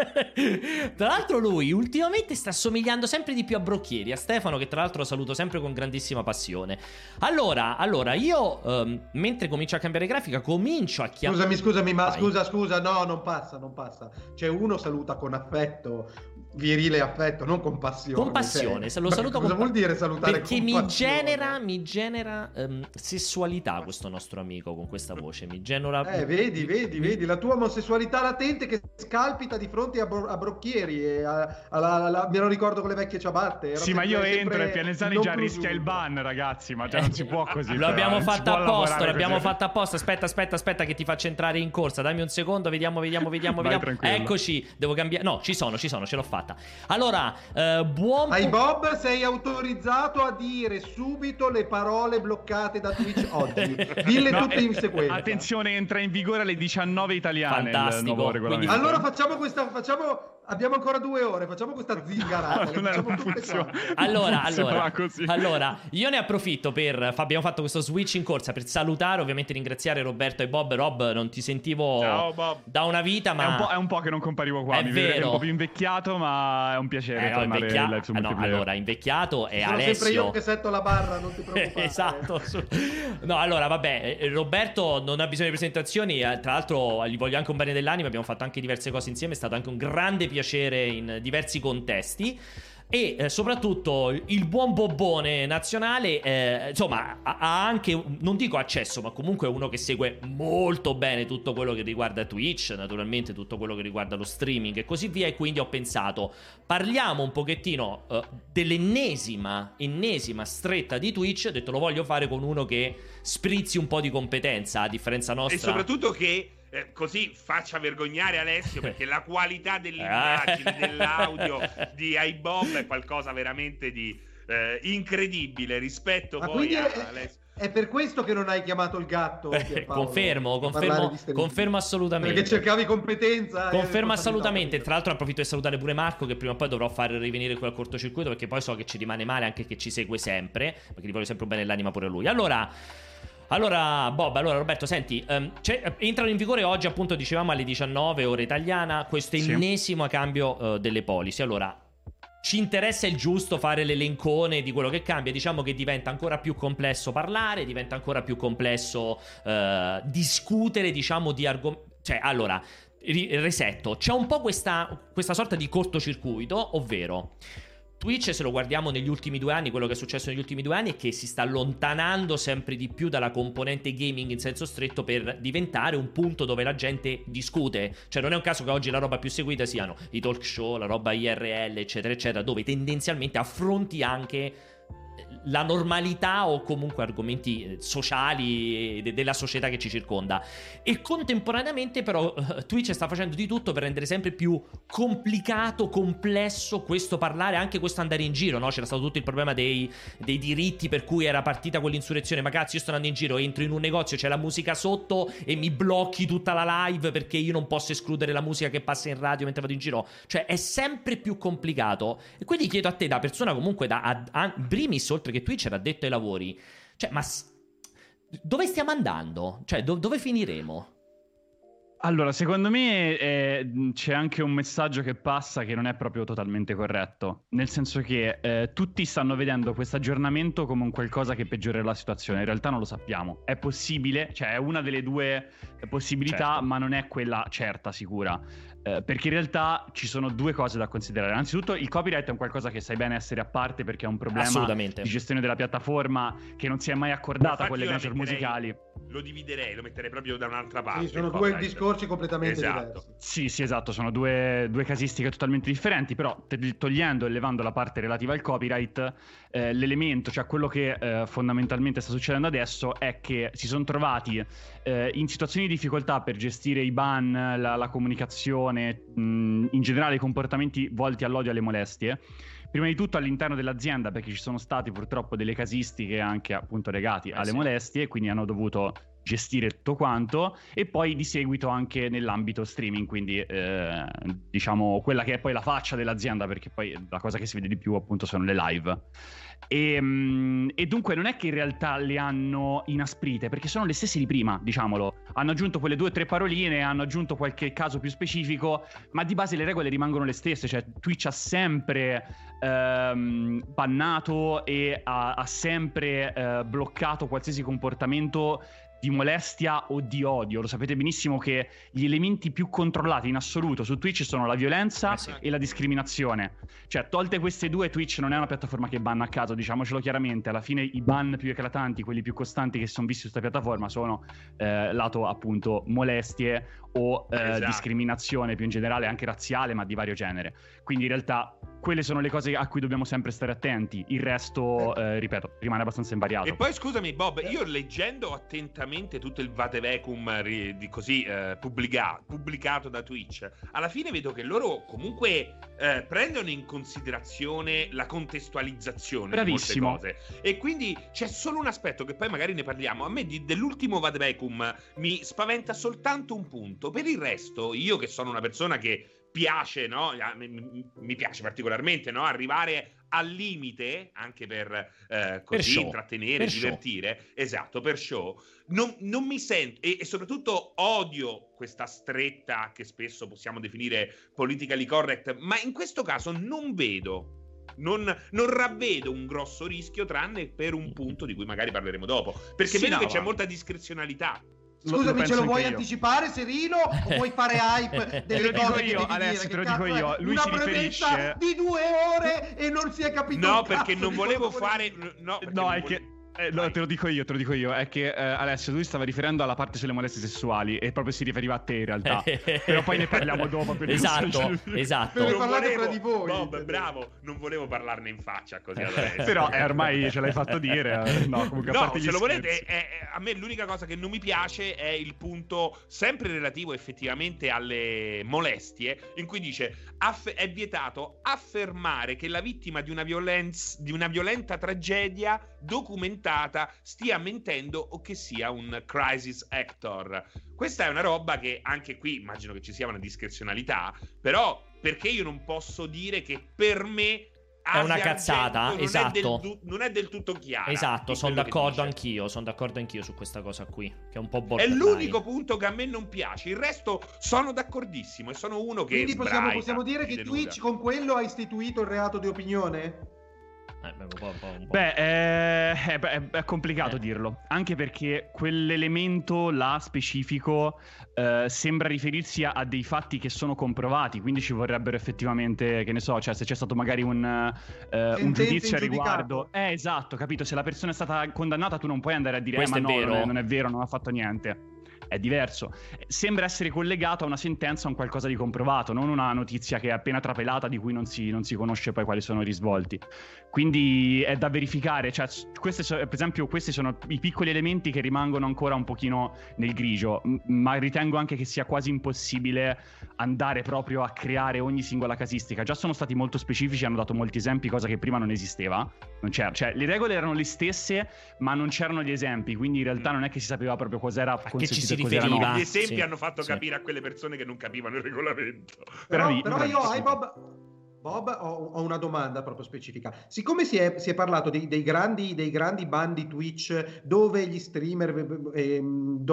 Tra l'altro lui ultimamente sta somigliando sempre di più a Brocchieri, a Stefano, che tra l'altro saluto sempre con grandissima passione. Allora, allora io um, mentre comincio a cambiare grafica comincio a chiamare. Scusami, scusami, ma Vai. scusa, scusa, no, non passa, non passa. Cioè uno saluta con affetto, virile affetto, non con passione. Con passione, cioè, lo saluto cosa con vuol dire salutare perché con mi passione? genera mi genera um, sessualità questo nostro amico con questa voce, mi genera Eh, vedi, vedi, vedi la tua omosessualità latente che scalpita di fronte a, bro- a Brocchieri e a, alla, alla, me lo ricordo con le vecchie ciabatte. Era Sì, ma io sempre- entro e Pianesani non già più rischia giusto. il ban, ragazzi, ma già non si può così. Lo però, abbiamo non si fatto può apposta, lavorare l'abbiamo così. fatto apposta. Aspetta, aspetta, aspetta che ti faccio entrare in corsa. Dammi un secondo, vediamo, vediamo, vediamo, Vai, vediamo. tranquillo. Eccoci, devo cambiare. No, ci sono, ci sono, ce l'ho fatta. Allora, eh, buon Ai Bob sei autorizzato a dire subito le parole bloccate da Twitch oggi. Dille No, tutte eh, in sequenza. Attenzione, entra in vigore alle diciannove italiane Fantastico, il nuovo regolamento. Allora facciamo questa, facciamo, abbiamo ancora due ore, facciamo questa zingarata. Non le è- facciamo non tutte funziona. qua. Allora, Funziona allora, così. allora, io ne approfitto per. Abbiamo fatto questo switch in corsa per salutare, ovviamente ringraziare Roberto e Bob. Rob, non ti sentivo Ciao, Bob. da una vita, ma È un, po', è un po' che non comparivo qua, È mi vedete vero. un po' più invecchiato, ma è un piacere Eh, no, tornare invecchia- in live su ah, no, multiplayer. allora, invecchiato è Sono Alessio. sempre io che setto la barra, non ti preoccupare. Esatto. su- No, allora, vabbè, eh, Roberto non ha bisogno di presentazioni. eh, Tra l'altro, gli voglio anche un bene dell'anima. Abbiamo fatto anche diverse cose insieme. È stato anche un grande piacere in diversi contesti. E eh, soprattutto il buon Bobbone nazionale, eh, insomma, ha, ha anche, non dico accesso, ma comunque è uno che segue molto bene tutto quello che riguarda Twitch, naturalmente tutto quello che riguarda lo streaming e così via. E quindi ho pensato, parliamo un pochettino eh, dell'ennesima, ennesima stretta di Twitch. Ho detto, lo voglio fare con uno che sprizzi un po' di competenza, a differenza nostra. E soprattutto che eh, così faccia vergognare Alessio, perché la qualità delle immagini, dell'audio di iBob è qualcosa veramente di eh, incredibile rispetto Ma poi quindi a è, Alessio. è per questo che non hai chiamato il gatto, Pierpaolo, Confermo, per parlare confermo, di ste- confermo assolutamente. Perché cercavi compentenza. e Confermo responsabilità. assolutamente. Tra l'altro approfitto di salutare pure Marco, che prima o poi dovrò far rivenire qui al cortocircuito, perché poi so che ci rimane male anche che ci segue sempre, perché gli voglio sempre bene l'anima pure lui. Allora, allora Bob, allora Roberto, senti, um, entrano in vigore oggi, appunto dicevamo alle diciannove ora italiana, questo Sì. ennesimo cambio uh, delle policy. Allora, ci interessa il giusto fare l'elencone di quello che cambia. Diciamo che diventa ancora più complesso parlare, diventa ancora più complesso uh, discutere, diciamo, di argomenti. Cioè, allora, resetto. C'è un po' questa, questa sorta di cortocircuito, ovvero Twitch, se lo guardiamo negli ultimi due anni, quello che è successo negli ultimi due anni è che si sta allontanando sempre di più dalla componente gaming in senso stretto per diventare un punto dove la gente discute. Cioè non è un caso che oggi la roba più seguita siano i talk show, la roba I R L, eccetera, eccetera, dove tendenzialmente affronti anche la normalità o comunque argomenti sociali de- della società che ci circonda. E contemporaneamente però Twitch sta facendo di tutto per rendere sempre più complicato, complesso questo parlare, anche questo andare in giro, no? C'era stato tutto il problema dei, dei diritti, per cui era partita quell'insurrezione: ma cazzo, io sto andando in giro, entro in un negozio, c'è la musica sotto e mi blocchi tutta la live perché io non posso escludere la musica che passa in radio mentre vado in giro. Cioè è sempre più complicato. E quindi chiedo a te, da persona comunque da a, a, primis, oltre che Twitch era addetto ai lavori, cioè, ma s- dove stiamo andando? Cioè, do- dove finiremo? Allora, secondo me eh, c'è anche un messaggio che passa che non è proprio totalmente corretto, nel senso che eh, tutti stanno vedendo questo aggiornamento come un qualcosa che peggiorerà la situazione. In realtà non lo sappiamo. È possibile, cioè è una delle due possibilità, certo, ma non è quella certa, sicura. Eh, perché in realtà ci sono due cose da considerare. Innanzitutto, il copyright è un qualcosa che sai bene essere a parte, perché è un problema di gestione della piattaforma che non si è mai accordata con le major musicali. Lo dividerei, lo metterei proprio da un'altra parte. Sì, sono due discorsi completamente esatto. diversi. Sì, sì, esatto, sono due, due casistiche totalmente differenti, però te- togliendo e levando la parte relativa al copyright, eh, l'elemento, cioè quello che eh, fondamentalmente sta succedendo adesso è che si sono trovati eh, in situazioni di difficoltà per gestire i ban, la, la comunicazione, mh, in generale i comportamenti volti all'odio e alle molestie. Prima di tutto all'interno dell'azienda, perché ci sono stati purtroppo delle casistiche anche appunto legati eh alle sì. molestie, quindi hanno dovuto gestire tutto quanto, e poi di seguito anche nell'ambito streaming, quindi eh, diciamo quella che è poi la faccia dell'azienda, perché poi la cosa che si vede di più appunto sono le live. E, e dunque non è che in realtà le hanno inasprite, perché sono le stesse di prima, diciamolo. Hanno aggiunto quelle due o tre paroline, hanno aggiunto qualche caso più specifico, ma di base le regole rimangono le stesse. Cioè Twitch ha sempre ehm, bannato e ha, ha sempre eh, bloccato qualsiasi comportamento di molestia o di odio. Lo sapete benissimo che gli elementi più controllati in assoluto su Twitch sono la violenza eh sì. e la discriminazione. Cioè, tolte queste due, Twitch non è una piattaforma che banna a caso, diciamocelo chiaramente. Alla fine i ban più eclatanti, quelli più costanti che sono visti su questa piattaforma, sono eh, lato appunto molestie o eh, esatto. discriminazione più in generale, anche razziale, ma di vario genere. Quindi in realtà quelle sono le cose a cui dobbiamo sempre stare attenti. Il resto, eh, ripeto, rimane abbastanza invariato. E poi scusami Bob, io leggendo attentamente tutto il vadevecum ri- di così eh, pubblica- pubblicato da Twitch, alla fine vedo che loro comunque eh, prendono in considerazione la contestualizzazione Bravissimo. di molte cose. E quindi c'è solo un aspetto che poi magari ne parliamo. A me di- dell'ultimo vadevecum mi spaventa soltanto un punto. Per il resto, io che sono una persona che piace, no? Mi, mi piace particolarmente, no? Arrivare al limite anche per eh, così per intrattenere, per divertire, show. Esatto, per show. Non, non mi sento, e, e soprattutto odio questa stretta che spesso possiamo definire politically correct, ma in questo caso non vedo. Non, non ravvedo un grosso rischio, tranne per un punto di cui magari parleremo dopo, perché sì, vedo no, che c'è ma... molta discrezionalità. Scusami, ce lo vuoi anticipare, Serino? O vuoi fare hype delle te cose io, che Alessio, dire? te lo Che dico cazzo io. è? Lui Una si premessa riferisce di due ore e non si è capito. No, un perché cazzo non di volevo quello fare. No, perché no non è volevo... che. Eh, no, te lo dico io, te lo dico io. È che eh, Alessio, lui stava riferendo alla parte sulle molestie sessuali e proprio si riferiva a te in realtà. Però poi ne parliamo dopo. Esatto, esatto. Per parlare fra di voi. Bob, bravo, non volevo parlarne in faccia così adesso. Però eh, ormai ce l'hai fatto dire. Eh, no, comunque, no, a parte se gli lo scherzi. volete, è, è, a me l'unica cosa che non mi piace è il punto sempre relativo effettivamente alle molestie, in cui dice aff- è vietato affermare che la vittima di una, violenza, di una violenta tragedia documentata stia mentendo o che sia un crisis actor. Questa è una roba che anche qui immagino che ci sia una discrezionalità, però perché io non posso dire che per me è una cazzata, non esatto. È del, non è del tutto chiara. Esatto, sono d'accordo anch'io, sono d'accordo anch'io su questa cosa qui, che è un po' borderline. È l'unico punto che a me non piace, il resto sono d'accordissimo e sono uno che Quindi possiamo, sbraita, possiamo dire che denuda. Twitch con quello ha istituito il reato di opinione? Eh, Un po', un po', un po'. Beh, è, è, è complicato eh. dirlo, anche perché quell'elemento là specifico eh, sembra riferirsi a, a dei fatti che sono comprovati, quindi ci vorrebbero effettivamente, che ne so, cioè se c'è stato magari un, eh, un giudizio a riguardo. Eh, esatto, capito? Se la persona è stata condannata, tu non puoi andare a dire Questo eh, ma è no, vero. non è, non è vero, non ha fatto niente. È diverso. Sembra essere collegato a una sentenza, a un qualcosa di comprovato, non una notizia che è appena trapelata di cui non si, non si conosce poi quali sono i risvolti. Quindi è da verificare, cioè, queste so, per esempio questi sono i piccoli elementi che rimangono ancora un pochino nel grigio, m- ma ritengo anche che sia quasi impossibile andare proprio a creare ogni singola casistica. Già sono stati molto specifici, hanno dato molti esempi, cosa che prima non esisteva, non c'era, cioè le regole erano le stesse ma non c'erano gli esempi, quindi in realtà non è che si sapeva proprio cos'era consentito e cos'era no. Gli esempi sì, hanno fatto sì. capire a quelle persone che non capivano il regolamento. Però, Bravi, però bravi, io, sì. ai Bob, Bob ho, ho una domanda proprio specifica. Siccome si è, si è parlato dei, dei, grandi, dei grandi bandi Twitch dove gli streamer, eh,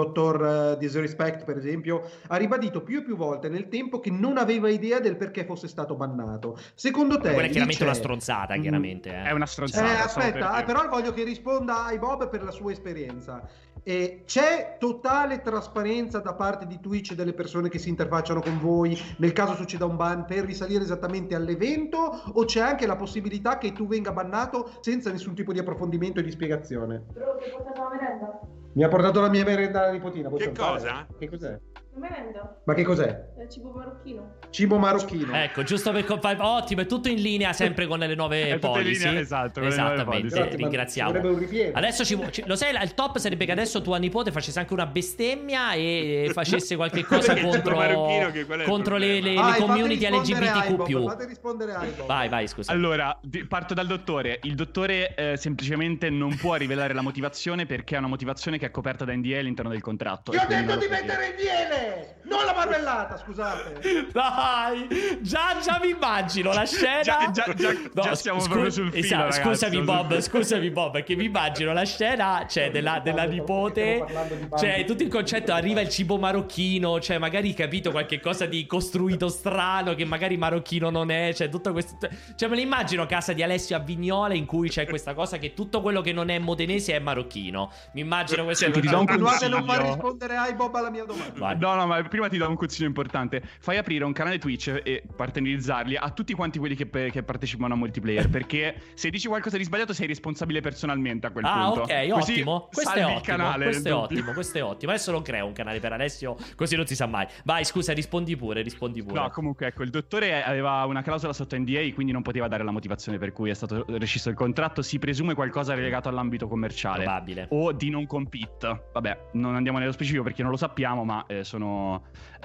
dottor Disrespect per esempio, ha ribadito più e più volte nel tempo che non aveva idea del perché fosse stato bannato. Secondo te... Quella è chiaramente c'è... una stronzata, chiaramente. Eh. È una stronzata. Eh, aspetta, per eh, però voglio che risponda ai Bob per la sua esperienza. Eh, c'è totale trasparenza da parte di Twitch delle persone che si interfacciano con voi nel caso succeda un ban per risalire esattamente all'evento, o c'è anche la possibilità che tu venga bannato senza nessun tipo di approfondimento e di spiegazione? Però ti ho portato la merenda. Mi ha portato la mia merenda la nipotina. Che cosa? Che cos'è? La merenda. Ma che cos'è? È cibo marocchino. Cibo marocchino. Ecco, giusto per compa- ottimo, è tutto in linea sempre con le nuove È tutto in policy. linea, esatto, con le nuove Esattamente, policy. ringraziamo. Ci vorrebbe un ripieno. Adesso ci, ci- lo sai, il top sarebbe che adesso tua nipote facesse anche una bestemmia e facesse qualche cosa Perché il contro, cibo marocchino, che qual è il contro le, le, problema? le Vai, fate community rispondere ai L G B T Q Bob, più. Fate rispondere ai Bob. Vai, vai, scusa. Allora, di- parto dal dottore. Il dottore eh, semplicemente non può rivelare la motivazione perché è una motivazione che è coperta da N D A all'interno del contratto. Ti e ho quindi detto non di lo può dire. mettere in miele, non la marmellata, scusate. Dai, già, già mi immagino la scena. Già- già- già- già siamo proprio sul filo, esatto, ragazzi, scusami siamo Bob, sul- scusami Bob, perché mi immagino la scena, cioè della, della nipote, cioè tutto il concetto, arriva il cibo marocchino, cioè magari capito qualche cosa di costruito strano che magari marocchino non è, cioè tutto questo, cioè me lo immagino casa di Alessio a Vignola in cui c'è questa cosa che tutto quello che non è modenese è marocchino. Mi immagino questo. Senti, ti do un Continuate a non far consiglio. rispondere ai Bob alla mia domanda. Vai. No, no, ma prima ti do un consiglio importante. Fai aprire un canale Twitch e partnerizzarli a tutti quanti quelli che, che partecipano a multiplayer. Perché se dici qualcosa di sbagliato sei responsabile personalmente a quel Ah, punto. ok, Così ottimo. Questo è salvi ottimo. il canale. Questo è nel dubbio. ottimo, questo è ottimo. Adesso lo creo un canale per Alessio, così non si sa mai. Vai, scusa, rispondi pure, rispondi pure. No, comunque, ecco, il dottore aveva una clausola sotto N D A, quindi non poteva dare la motivazione per cui è stato rescisso il contratto. Si presume qualcosa legato all'ambito commerciale. Probabile. O di non compete. Vabbè, non andiamo nello specifico perché non lo sappiamo, ma eh, sono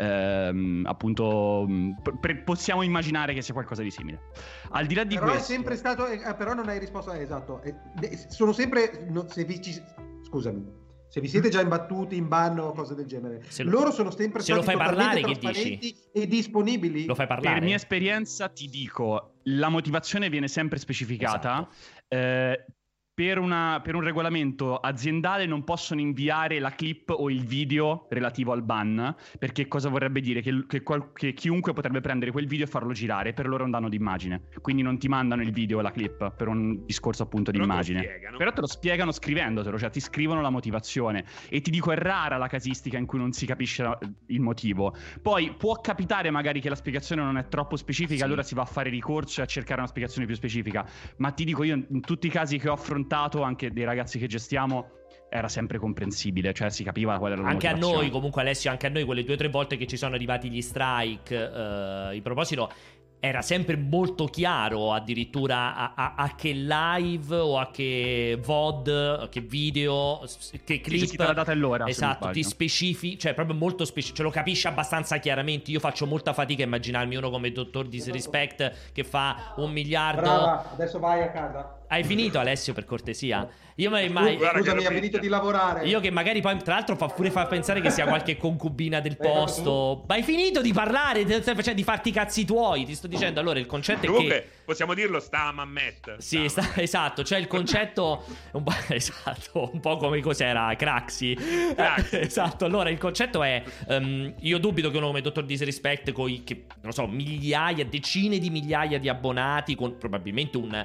ehm, appunto mh, pre- possiamo immaginare che sia qualcosa di simile. Al di là di Però questo, è sempre stato, eh, però non hai risposto, eh, esatto. Eh, de- sono sempre, no, se vi ci- scusami. Se vi siete già imbattuti in ban o cose del genere, Se lo- loro sono sempre se lo stati fai totalmente parlare, che trasparenti e disponibili. Lo fai parlare? per mia esperienza ti dico, la motivazione viene sempre specificata. Esatto. eh, Per, una, per un regolamento aziendale non possono inviare la clip o il video relativo al ban, perché cosa vorrebbe dire? Che, che, qual- che chiunque potrebbe prendere quel video e farlo girare, per loro è un danno d'immagine, quindi non ti mandano il video o la clip per un discorso appunto di Però te lo immagine, spiegano. però te lo spiegano scrivendotelo, cioè ti scrivono la motivazione. E ti dico, è rara la casistica in cui non si capisce la- il motivo. Poi può capitare magari che la spiegazione non è troppo specifica, Sì. allora si va a fare ricorso e a cercare una spiegazione più specifica, ma ti dico, io in tutti i casi che ho affrontato, anche dei ragazzi che gestiamo, era sempre comprensibile, cioè si capiva qual era la Anche a motivazione. noi, comunque Alessio, anche a noi quelle due o tre volte che ci sono arrivati gli strike, eh, in proposito, era sempre molto chiaro addirittura a, a, a che live o a che V O D, a che video, s- che clip. Sì, sì, te la data e l'ora, se non Esatto, ti sbaglio. specifici, cioè proprio molto specifico, ce lo capisci abbastanza chiaramente. Io faccio molta fatica a immaginarmi uno come Dottor Disrespect che fa un miliardo. Brava, adesso vai a casa. Hai finito, Alessio, per cortesia? Io mai mai Guarda che Scusami, ha roba. finito di lavorare. io che magari poi tra l'altro fa pure far pensare che sia qualche concubina del posto. Ma hai finito di parlare, ti stai facendo di farti i cazzi tuoi. Ti sto dicendo, allora il concetto è Comunque, che possiamo dirlo, sta a Mammet. sì, sta- esatto, cioè il concetto un po', esatto, un po' come cos'era Craxi. Craxi. Esatto, allora il concetto è ehm, io dubito che uno come Dottor Disrespect coi che non so, migliaia, decine di migliaia di abbonati con probabilmente un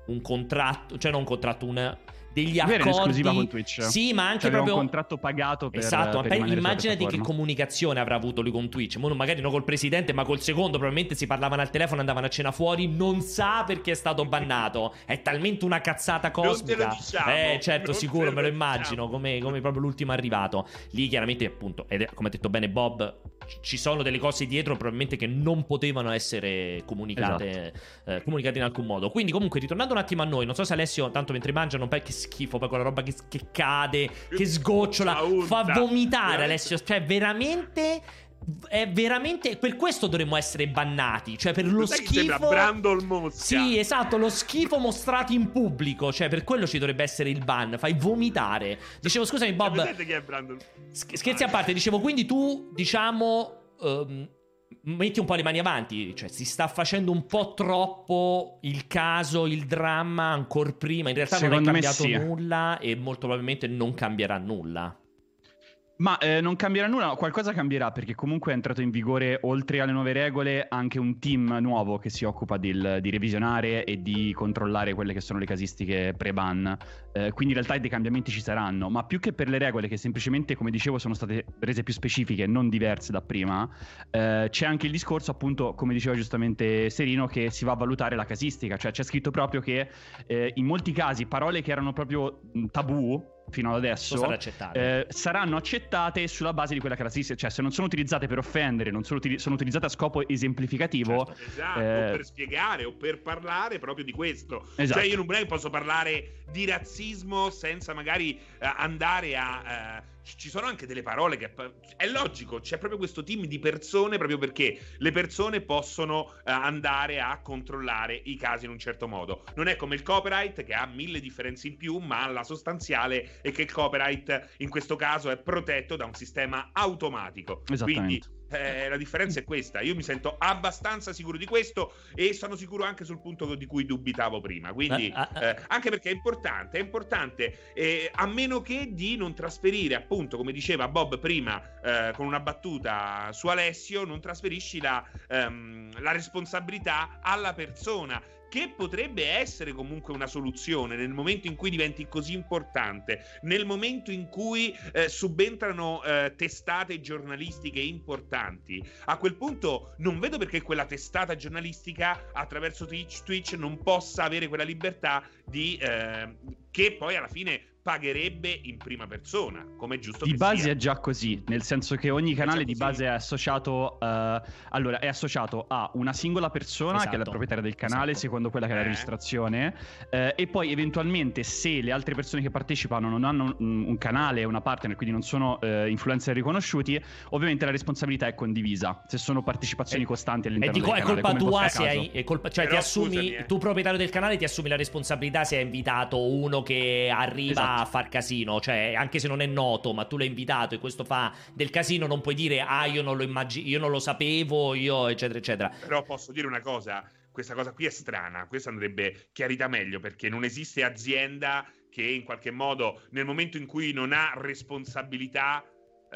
un contratto, cioè non un contratto, un degli Avere accordi un'esclusiva con Twitch. Sì, ma anche Cioè, aveva proprio un contratto pagato per, esatto, per ma rimanere sulla immaginati che piattaforma. comunicazione avrà avuto lui con Twitch. Mo magari non col presidente, ma col secondo probabilmente si parlavano al telefono, andavano a cena fuori, non sa perché è stato bannato. È talmente una cazzata cosmica. Non te lo diciamo, eh, certo, non sicuro, te me lo lo immagino, come, come proprio l'ultimo arrivato. Lì chiaramente, appunto, ed è, come ha detto bene Bob, ci sono delle cose dietro probabilmente che non potevano essere comunicate, Esatto. eh, comunicate in alcun modo. Quindi comunque ritornando un attimo a noi, non so se Alessio tanto mentre mangia non che schifo poi quella roba che, che cade, che sgocciola, fa vomitare Alessio, cioè veramente è veramente per questo dovremmo essere bannati, cioè per lo Sai che schifo. sembra Brandon Mosca. Sì, esatto, lo schifo mostrato in pubblico, cioè per quello ci dovrebbe essere il ban, fai vomitare. Dicevo, scusami Bob, Vedete chi è Brandon? sch- scherzi a parte, dicevo, quindi tu diciamo ehm, metti un po' le mani avanti, cioè si sta facendo un po' troppo il caso, il dramma ancora prima, in realtà Secondo non me è cambiato sì. nulla e molto probabilmente non cambierà nulla. Ma eh, non cambierà nulla, no, qualcosa cambierà perché comunque è entrato in vigore, oltre alle nuove regole, anche un team nuovo che si occupa del- di revisionare e di controllare quelle che sono le casistiche pre-ban. Eh, quindi in realtà dei cambiamenti ci saranno, ma più che per le regole che semplicemente, come dicevo, sono state rese più specifiche e non diverse da prima, eh, c'è anche il discorso, appunto, come diceva giustamente Serino, che si va a valutare la casistica. Cioè c'è scritto proprio che eh, in molti casi parole che erano proprio mh, tabù fino ad adesso Sono accettate. eh, saranno accettate sulla base di quella caratteristica, cioè se non sono utilizzate per offendere, non sono, utili- sono utilizzate a scopo esemplificativo. Esatto, eh, o per spiegare o per parlare proprio di questo. Esatto. Cioè io non è che posso parlare di razzismo senza magari eh, andare a... eh, ci sono anche delle parole che è logico, c'è proprio questo team di persone proprio perché le persone possono eh, andare a controllare i casi in un certo modo. Non è come il copyright che ha mille differenze in più, ma la sostanziale è che il copyright in questo caso è protetto da un sistema automatico. Esattamente. Quindi eh, la differenza è questa. Io mi sento abbastanza sicuro di questo e sono sicuro anche sul punto di cui dubitavo prima. Quindi Ah, ah, eh, anche perché è importante, è importante eh, a meno che di non trasferire, appunto, come diceva Bob prima eh, con una battuta su Alessio, non trasferisci la, ehm, la responsabilità alla persona, che potrebbe essere comunque una soluzione nel momento in cui diventi così importante, nel momento in cui eh, subentrano eh, testate giornalistiche importanti. A quel punto non vedo perché quella testata giornalistica attraverso Twitch, Twitch non possa avere quella libertà di eh, che poi alla fine pagherebbe in prima persona, come è giusto Di che base sia. è già così, nel senso che ogni canale di base è associato eh, allora è associato a una singola persona che è la Esatto. proprietaria del canale, Esatto. secondo quella che è la Eh. registrazione, eh, e poi eventualmente se le altre persone che partecipano non hanno un, un canale, una partner, quindi non sono eh, influencer riconosciuti, ovviamente la responsabilità è condivisa se sono partecipazioni E- costi E all'interno dico, del è canale, colpa come nel tua vostro se caso. hai è colpa, cioè Però ti assumi scusami, eh. tu proprietario del canale ti assumi la responsabilità se hai invitato uno che arriva Esatto. a far casino, cioè anche se non è noto ma tu l'hai invitato e questo fa del casino, non puoi dire ah io non lo immagino, io non lo sapevo, io eccetera eccetera. Però posso dire una cosa, questa cosa qui è strana, questa andrebbe chiarita meglio, perché non esiste azienda che in qualche modo nel momento in cui non ha responsabilità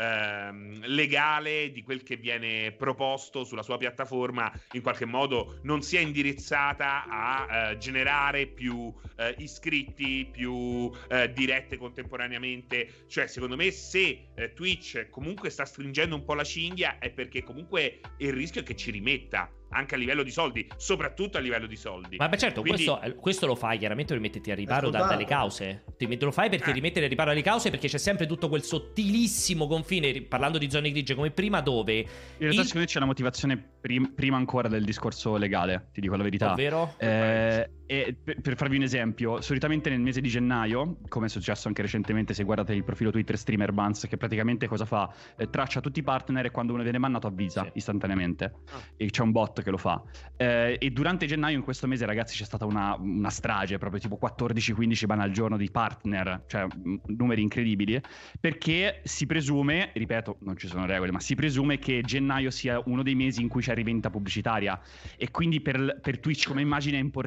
ehm, legale di quel che viene proposto sulla sua piattaforma, in qualche modo non sia indirizzata a eh, generare più eh, iscritti, più eh, dirette contemporaneamente. Cioè secondo me se eh, Twitch comunque sta stringendo un po' la cinghia è perché comunque il rischio è che ci rimetta anche a livello di soldi, soprattutto a livello di soldi. Ma beh certo, Quindi- questo, questo lo fai chiaramente per metterti a riparo da- scontato. dalle cause. Ti met- lo fai perché Eh. rimettere a riparo alle cause, perché c'è sempre tutto quel sottilissimo confine, ri- parlando di zone grigie come prima, dove In realtà il- secondo me c'è una motivazione prim- prima ancora del discorso legale, ti dico la verità. ovvero Eh, e per, per farvi un esempio, solitamente nel mese di gennaio, come è successo anche recentemente, se guardate il profilo Twitter Streamer Buns, che praticamente cosa fa? Eh, traccia tutti i partner e quando uno viene bannato avvisa Sì. istantaneamente. Ah. E c'è un bot che lo fa. Eh, e durante gennaio in questo mese, ragazzi, c'è stata una, una strage, proprio tipo quattordici quindici ban al giorno di partner, cioè m- numeri incredibili, perché si presume, ripeto, non ci sono regole, ma si presume che gennaio sia uno dei mesi in cui c'è rivendita pubblicitaria e quindi per, per Twitch come immagine è importante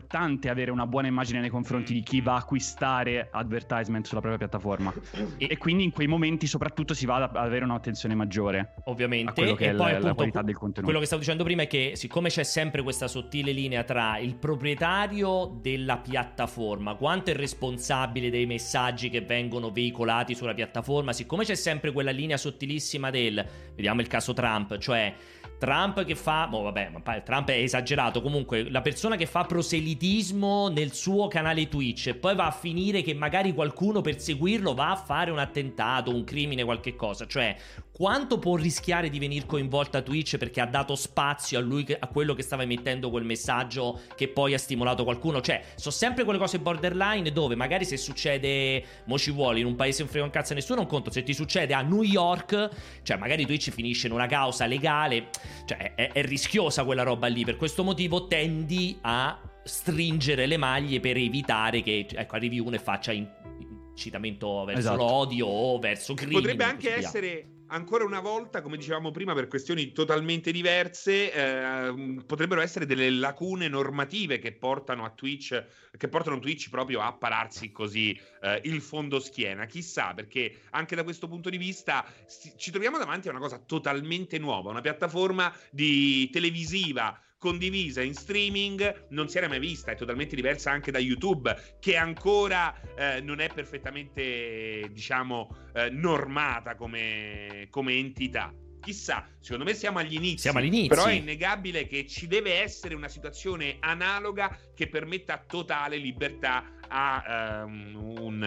avere una buona immagine nei confronti di chi va a acquistare advertisement sulla propria piattaforma e, e quindi in quei momenti soprattutto si va ad avere un'attenzione maggiore ovviamente a quello che e è poi la, appunto la qualità del contenuto. Quello che stavo dicendo prima è che siccome c'è sempre questa sottile linea tra il proprietario della piattaforma, quanto è responsabile dei messaggi che vengono veicolati sulla piattaforma, siccome c'è sempre quella linea sottilissima del, vediamo il caso Trump, cioè Trump che fa, boh, vabbè, ma Trump è esagerato, comunque la persona che fa proselitismo nel suo canale Twitch e poi va a finire che magari qualcuno per seguirlo va a fare un attentato, un crimine, qualche cosa, cioè quanto può rischiare di venire coinvolta Twitch perché ha dato spazio a lui, a quello che stava emettendo quel messaggio che poi ha stimolato qualcuno, cioè sono sempre quelle cose borderline dove magari se succede, mo ci vuole, in un paese non frega un cazzo a nessuno, un conto, se ti succede a New York, cioè magari Twitch finisce in una causa legale, cioè è, è rischiosa quella roba lì, per questo motivo tendi a stringere le maglie per evitare che, ecco, arrivi uno e faccia incitamento verso esatto. l'odio o verso crimini. Potrebbe anche essere, ancora una volta, come dicevamo prima, per questioni totalmente diverse, eh, potrebbero essere delle lacune normative che portano a Twitch, che portano Twitch proprio a pararsi così eh, il fondoschiena. Chissà, perché anche da questo punto di vista si, ci troviamo davanti a una cosa totalmente nuova, una piattaforma di televisiva condivisa in streaming, non si era mai vista, è totalmente diversa anche da YouTube, che ancora eh, non è perfettamente, diciamo, eh, normata come, come entità. Chissà, secondo me siamo agli inizi, siamo agli inizi, però è innegabile che ci deve essere una situazione analoga che permetta totale libertà a um, un,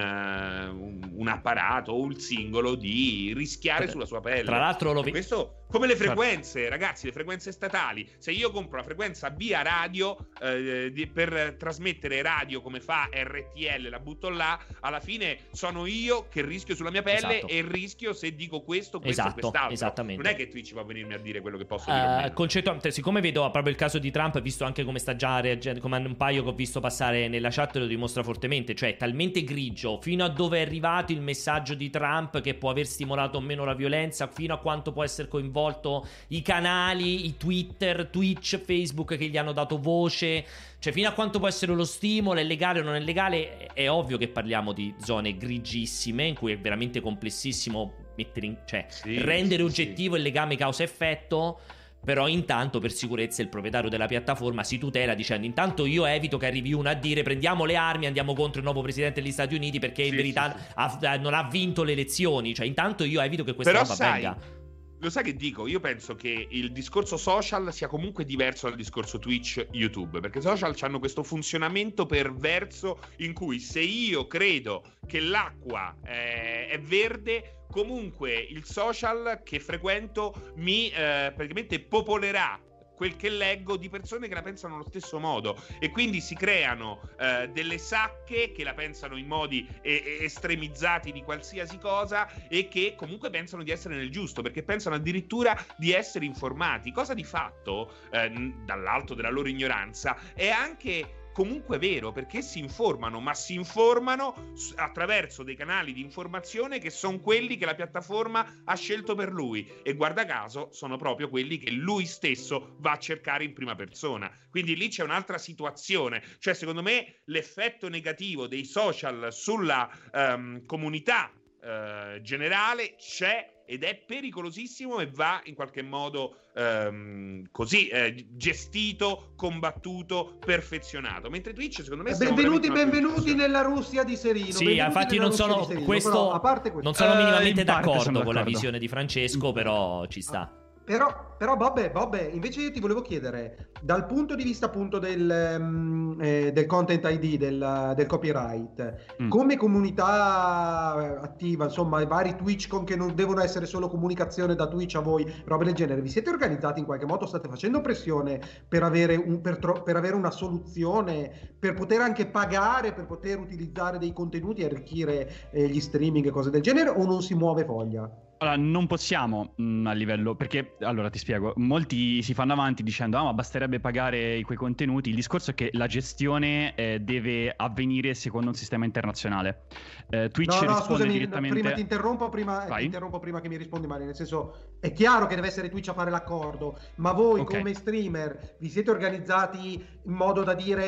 uh, un apparato o un singolo di rischiare sulla sua pelle. Tra l'altro lo vi- questo come le frequenze, ragazzi, le frequenze statali. Se io compro la frequenza via radio eh, di, per trasmettere radio come fa R T L, la butto là, alla fine sono io che rischio sulla mia pelle, esatto. E rischio se dico questo, questo esatto, e quest'altro. Esattamente. Non è che Twitch va a venirmi a dire quello che posso uh, dire. concettualmente, siccome vedo proprio il caso di Trump, visto anche come sta già reagendo, come un paio che ho visto passare nella chat lo dimostra fortemente, cioè è talmente grigio fino a dove è arrivato il messaggio di Trump che può aver stimolato o meno la violenza, fino a quanto può essere coinvolto i canali, i Twitter, Twitch, Facebook che gli hanno dato voce, cioè fino a quanto può essere lo stimolo, è legale o non è legale. È ovvio che parliamo di zone grigissime in cui è veramente complessissimo mettere in, cioè sì, rendere sì, oggettivo sì. il legame causa-effetto. Però intanto per sicurezza il proprietario della piattaforma si tutela dicendo intanto io evito che arrivi uno a dire prendiamo le armi, andiamo contro il nuovo presidente degli Stati Uniti perché sì, in verità sì, sì. Ha, non ha vinto le elezioni, cioè intanto io evito che questa Però roba sai, venga. lo sai che dico? Io penso che il discorso social sia comunque diverso dal discorso Twitch, YouTube, perché i social hanno questo funzionamento perverso in cui se io credo che l'acqua eh, è verde, comunque il social che frequento mi eh, praticamente popolerà quel che leggo di persone che la pensano allo stesso modo e quindi si creano eh, delle sacche che la pensano in modi e- e estremizzati di qualsiasi cosa e che comunque pensano di essere nel giusto perché pensano addirittura di essere informati, cosa di fatto eh, dall'alto della loro ignoranza è anche comunque vero perché si informano, ma si informano attraverso dei canali di informazione che sono quelli che la piattaforma ha scelto per lui e guarda caso sono proprio quelli che lui stesso va a cercare in prima persona, quindi lì c'è un'altra situazione, cioè secondo me l'effetto negativo dei social sulla um, comunità uh, generale c'è ed è pericolosissimo e va in qualche modo ehm, così eh, gestito, combattuto, perfezionato. Mentre Twitch, secondo me, benvenuti, benvenuti nella Russia di Serino. Sì, benvenuti infatti non sono Serino, questo, però, a parte questo, non sono minimamente eh, d'accordo, sono con d'accordo. la visione di Francesco, però ci sta. Però, però Bobbe, Bobbe, invece io ti volevo chiedere, dal punto di vista appunto del, um, eh, del content I D, del, del copyright, mm. come comunità attiva, insomma, i vari Twitch con che non devono essere solo comunicazione da Twitch a voi, robe del genere, vi siete organizzati in qualche modo, state facendo pressione per avere, un, per, tro- per avere una soluzione, per poter anche pagare, per poter utilizzare dei contenuti e arricchire eh, gli streaming e cose del genere, o non si muove foglia? Allora, non possiamo mh, a livello, perché, allora ti spiego, molti si fanno avanti dicendo ah ma basterebbe pagare quei contenuti, il discorso è che la gestione eh, deve avvenire secondo un sistema internazionale. Eh, Twitch no, no, risponde scusami, direttamente... prima ti interrompo, prima, ti interrompo prima che mi rispondi male, nel senso, è chiaro che deve essere Twitch a fare l'accordo, ma voi okay. come streamer vi siete organizzati in modo da dire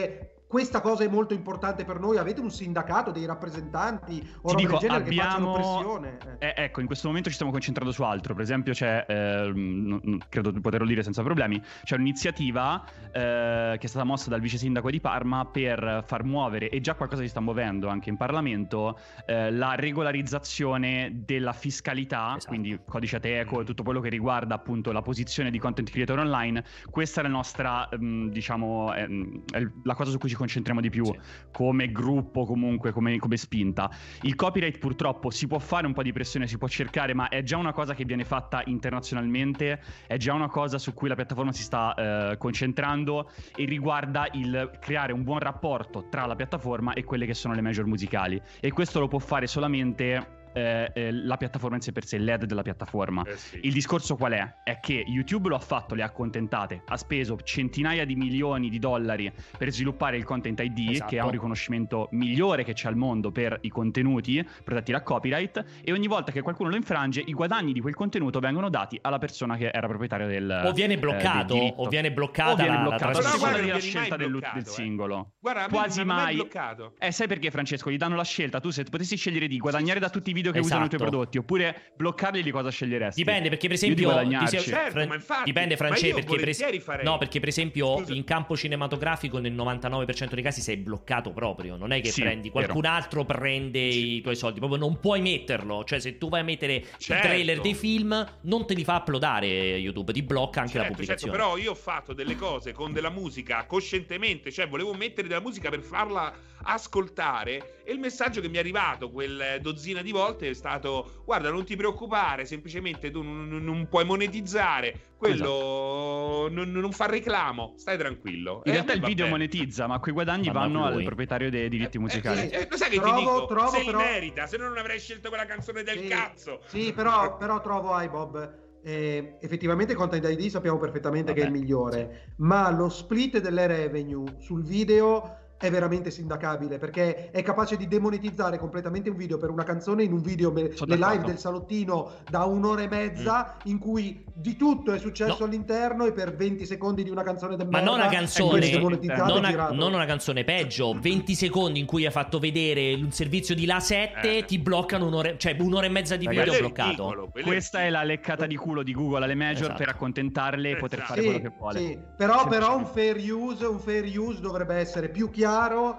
questa cosa è molto importante per noi? Avete un sindacato, dei rappresentanti o Ti roba dico, del genere che abbiamo... facciano pressione? Eh, ecco, in questo momento ci stiamo concentrando su altro. Per esempio c'è, eh, n- n- credo di poterlo dire senza problemi, c'è un'iniziativa eh, che è stata mossa dal vice sindaco di Parma per far muovere, e già qualcosa si sta muovendo anche in Parlamento, eh, la regolarizzazione della fiscalità, esatto. Quindi codice Ateco e tutto quello che riguarda appunto la posizione di content creator online. Questa è la nostra, mh, diciamo, è, è la cosa su cui ci concentriamo di più, sì. Come gruppo, comunque come, come spinta. Il copyright purtroppo si può fare un po' di pressione, si può cercare, ma è già una cosa che viene fatta internazionalmente, è già una cosa su cui la piattaforma si sta eh, concentrando, e riguarda il creare un buon rapporto tra la piattaforma e quelle che sono le major musicali, e questo lo può fare solamente Eh, eh, la piattaforma in sé per sé, l'E D della piattaforma. Eh sì. Il discorso qual è? È che YouTube lo ha fatto, le ha accontentate, ha speso centinaia di milioni di dollari per sviluppare il Content I D, esatto. Che ha un riconoscimento migliore che c'è al mondo per i contenuti protetti da copyright, e ogni volta che qualcuno lo infrange, i guadagni di quel contenuto vengono dati alla persona che era proprietaria del o viene bloccato eh, o viene bloccata o viene la, bloccato la a seconda della vieni scelta del, bloccato, del singolo. Eh. Guarda, quasi non è mai bloccato. Eh, sai perché, Francesco? Gli danno la scelta. Tu, se potessi scegliere di guadagnare da tutti i video che esatto. usano i tuoi prodotti oppure bloccarli, di cosa sceglieresti? Dipende, perché per esempio guadagnarci. Certo, Fran- ma infatti, dipende Francesco, ma io perché, volentieri per... farei. no, perché per esempio Scusa. in campo cinematografico nel novantanove per cento dei casi sei bloccato proprio, non è che sì, prendi qualcun vero. altro prende i tuoi soldi, proprio non puoi metterlo, cioè se tu vai a mettere certo. i trailer dei film non te li fa uploadare YouTube, ti blocca anche certo, la pubblicazione. Certo, però io ho fatto delle cose con della musica coscientemente, cioè volevo mettere della musica per farla ascoltare, e il messaggio che mi è arrivato quel dozzina di volte è stato: guarda, non ti preoccupare, semplicemente tu non, non puoi monetizzare quello, esatto. non, non fa reclamo, stai tranquillo. In eh, realtà il video bene. monetizza, ma quei guadagni vanno, vanno al proprietario dei diritti musicali. Eh, eh, lo sai che trovo, ti dico? trovo, Se però... li merita, se no non avrei scelto quella canzone del sì, cazzo. Sì, però, però trovo, iBob, eh, effettivamente Content I D sappiamo perfettamente Vabbè, che è il migliore, sì. Ma lo split delle revenue sul video è veramente sindacabile, perché è capace di demonetizzare completamente un video per una canzone in un video, me- le live del salottino da un'ora e mezza mm. in cui di tutto è successo no. all'interno, e per venti secondi di una canzone del ma non una canzone non una, non una canzone, peggio venti secondi in cui hai fatto vedere un servizio di La sette, eh. ti bloccano un'ora, cioè un'ora e mezza di video bloccato. Ridicolo, questa è la leccata di culo di Google alle major, esatto. per accontentarle e poter fare sì, quello che vuole. Sì. Però, però un fair use un fair use dovrebbe essere più chiaro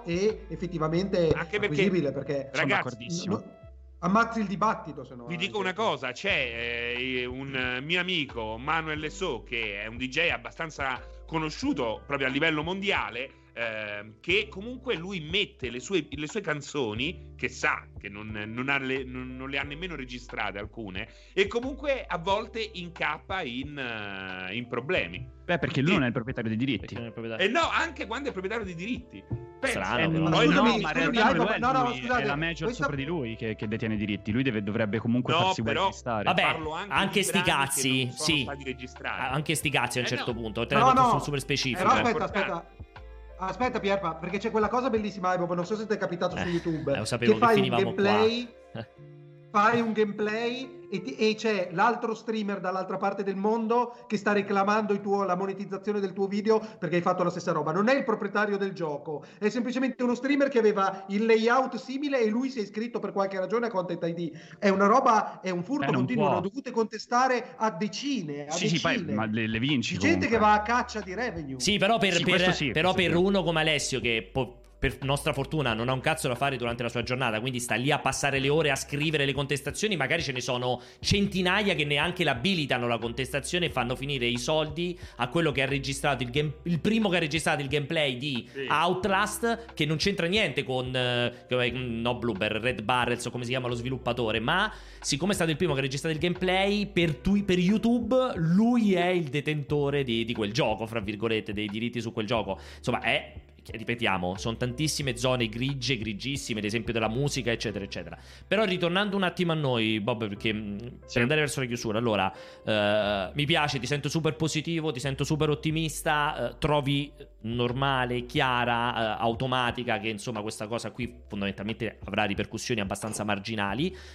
e effettivamente anche perché, acquisibile, perché ragazzi no, ammazzi il dibattito, se no. Vi dico una cosa, c'è eh, un mio amico Manuel So, che è un D J abbastanza conosciuto proprio a livello mondiale, eh, che comunque lui mette le sue, le sue canzoni, che sa che non, non, ha le, non, non le ha nemmeno registrate alcune, e comunque a volte incappa in, uh, in problemi. Beh, perché lui non è il proprietario dei diritti. E eh no, anche quando è proprietario dei diritti. Strano, eh, però. no, scusami, no, ma in scusami, realtà non lo è, no, no, lui, scusate, è la major questa... sopra di lui che, che detiene i diritti. Lui deve, dovrebbe comunque no, farsi però, registrare. Vabbè, anche, anche sti cazzi, sì. Registrati. Anche sti cazzi a un eh certo no. punto. No, no. Sono super specifiche. Però aspetta, aspetta. Aspetta Pierpa, perché c'è quella cosa bellissima, Bob, non so se ti è capitato eh, su YouTube, eh, lo sapevo che che fai un finivamo gameplay, qua. fai un gameplay e, ti, e c'è l'altro streamer dall'altra parte del mondo che sta reclamando il tuo, la monetizzazione del tuo video perché hai fatto la stessa roba. Non è il proprietario del gioco, è semplicemente uno streamer che aveva il layout simile e lui si è iscritto per qualche ragione a Content I D. È una roba, è un furto Beh, continuo, può. ne ho dovute contestare a decine, a sì, decine. sì, poi, ma le, le vinci. Gente comunque. che va a caccia di revenue. Sì, però per, sì, per, sì, però per sì. uno come Alessio che può, per nostra fortuna non ha un cazzo da fare durante la sua giornata, quindi sta lì a passare le ore a scrivere le contestazioni, magari ce ne sono centinaia che neanche l'abilitano la contestazione e fanno finire i soldi a quello che ha registrato il, game, il primo che ha registrato il gameplay di sì. Outlast, che non c'entra niente con uh, no Bloober, Red Barrels o come si chiama lo sviluppatore, ma siccome è stato il primo che ha registrato il gameplay per, tu, per YouTube, lui è il detentore di, di quel gioco, fra virgolette, dei diritti su quel gioco. Insomma, è, ripetiamo, sono tantissime zone grigie, grigissime, l'esempio della musica, eccetera, eccetera. Però ritornando un attimo a noi, Bob, perché sì. per andare verso la chiusura, allora, uh, mi piace, ti sento super positivo, ti sento super ottimista, uh, trovi normale, chiara, uh, automatica che insomma questa cosa qui fondamentalmente avrà ripercussioni abbastanza marginali.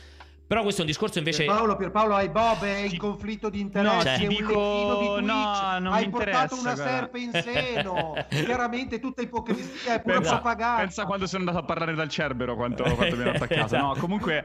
Però questo è un discorso invece... Pierpaolo, Pierpaolo, hai Bob, è in conflitto di interessi, No, ti è un dico- lecchino di Twitch, no, non hai mi portato interessa, una guarda. serpe in seno, chiaramente tutta ipocrisia, è pura Pensa, propaganda. pensa quando sono andato a parlare dal Cerbero quanto, quanto mi hanno attaccato. No, comunque,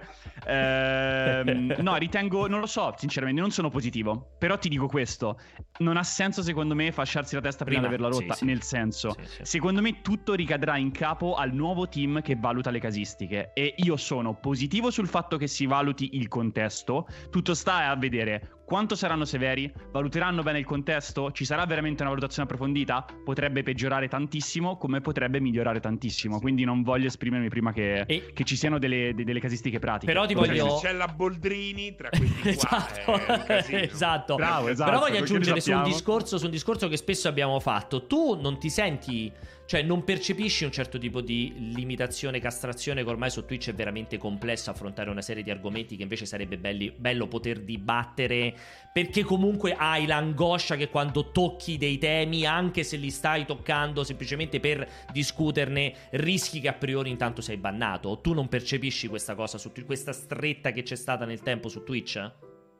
ehm, no, ritengo, non lo so, sinceramente, non sono positivo. Però ti dico questo: non ha senso, secondo me, fasciarsi la testa prima, Prima, di averla sì, rotta. sì. Nel senso, Sì, sì. secondo me, tutto ricadrà in capo al nuovo team che valuta le casistiche. E io sono positivo sul fatto che si valuti il contesto. Tutto sta a vedere quanto saranno severi, valuteranno bene il contesto, ci sarà veramente una valutazione approfondita, potrebbe peggiorare tantissimo come potrebbe migliorare tantissimo, quindi non voglio esprimermi prima che, E- che ci siano delle, de- delle casistiche pratiche. Però ti Cioè, voglio... se c'è la Boldrini tra questi qua Esatto, è un casino. esatto. Bravo, esatto, Però voglio perché aggiungere su un, sappiamo. discorso, su un discorso che spesso abbiamo fatto. Tu non ti senti, cioè non percepisci un certo tipo di limitazione, castrazione, che ormai su Twitch è veramente complesso affrontare una serie di argomenti che invece sarebbe belli, bello poter dibattere, perché comunque hai l'angoscia che quando tocchi dei temi, anche se li stai toccando semplicemente per discuterne, rischi che a priori intanto sei bannato. Tu non percepisci questa cosa, su questa stretta che c'è stata nel tempo su Twitch?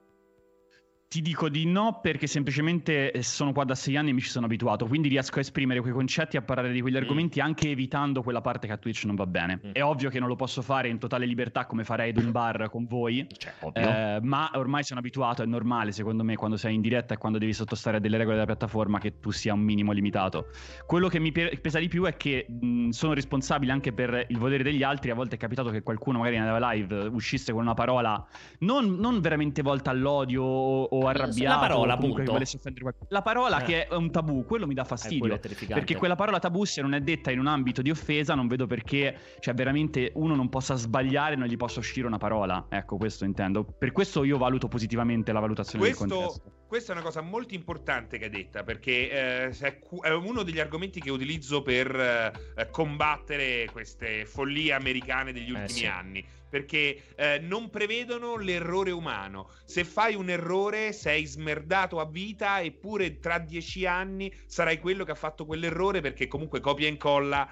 Ti dico di no, perché semplicemente eh, sono qua da sei anni e mi ci sono abituato, quindi riesco a esprimere quei concetti, a parlare di quegli Mm. argomenti anche evitando quella parte che a Twitch non va bene. Mm. È ovvio che non lo posso fare in totale libertà come farei ad un bar con voi, Cioè, ovvio. eh, ma ormai sono abituato, è normale secondo me quando sei in diretta e quando devi sottostare a delle regole della piattaforma che tu sia un minimo limitato. Quello che mi pe- pesa di più è che mh, sono responsabile anche per il volere degli altri. A volte è capitato che qualcuno magari nella live uscisse con una parola non, non veramente volta all'odio o, o arrabbiato. La parola, o comunque appunto. che volesse offendere qualcuno. La parola Eh. che è un tabù, quello mi dà Eh, quello fastidio. è terrificante. Perché quella parola tabù, se non è detta in un ambito di offesa, non vedo perché, cioè, veramente uno non possa sbagliare e non gli possa uscire una parola. Ecco, questo intendo. Per questo io valuto positivamente la valutazione del contesto. Questo, questa è una cosa molto importante che hai detta, perché eh, è cu- è uno degli argomenti che utilizzo per eh, combattere queste follie americane degli ultimi sì. anni. Perché eh, non prevedono l'errore umano. Se fai un errore sei smerdato a vita, eppure tra dieci anni sarai quello che ha fatto quell'errore, perché comunque copia e incolla,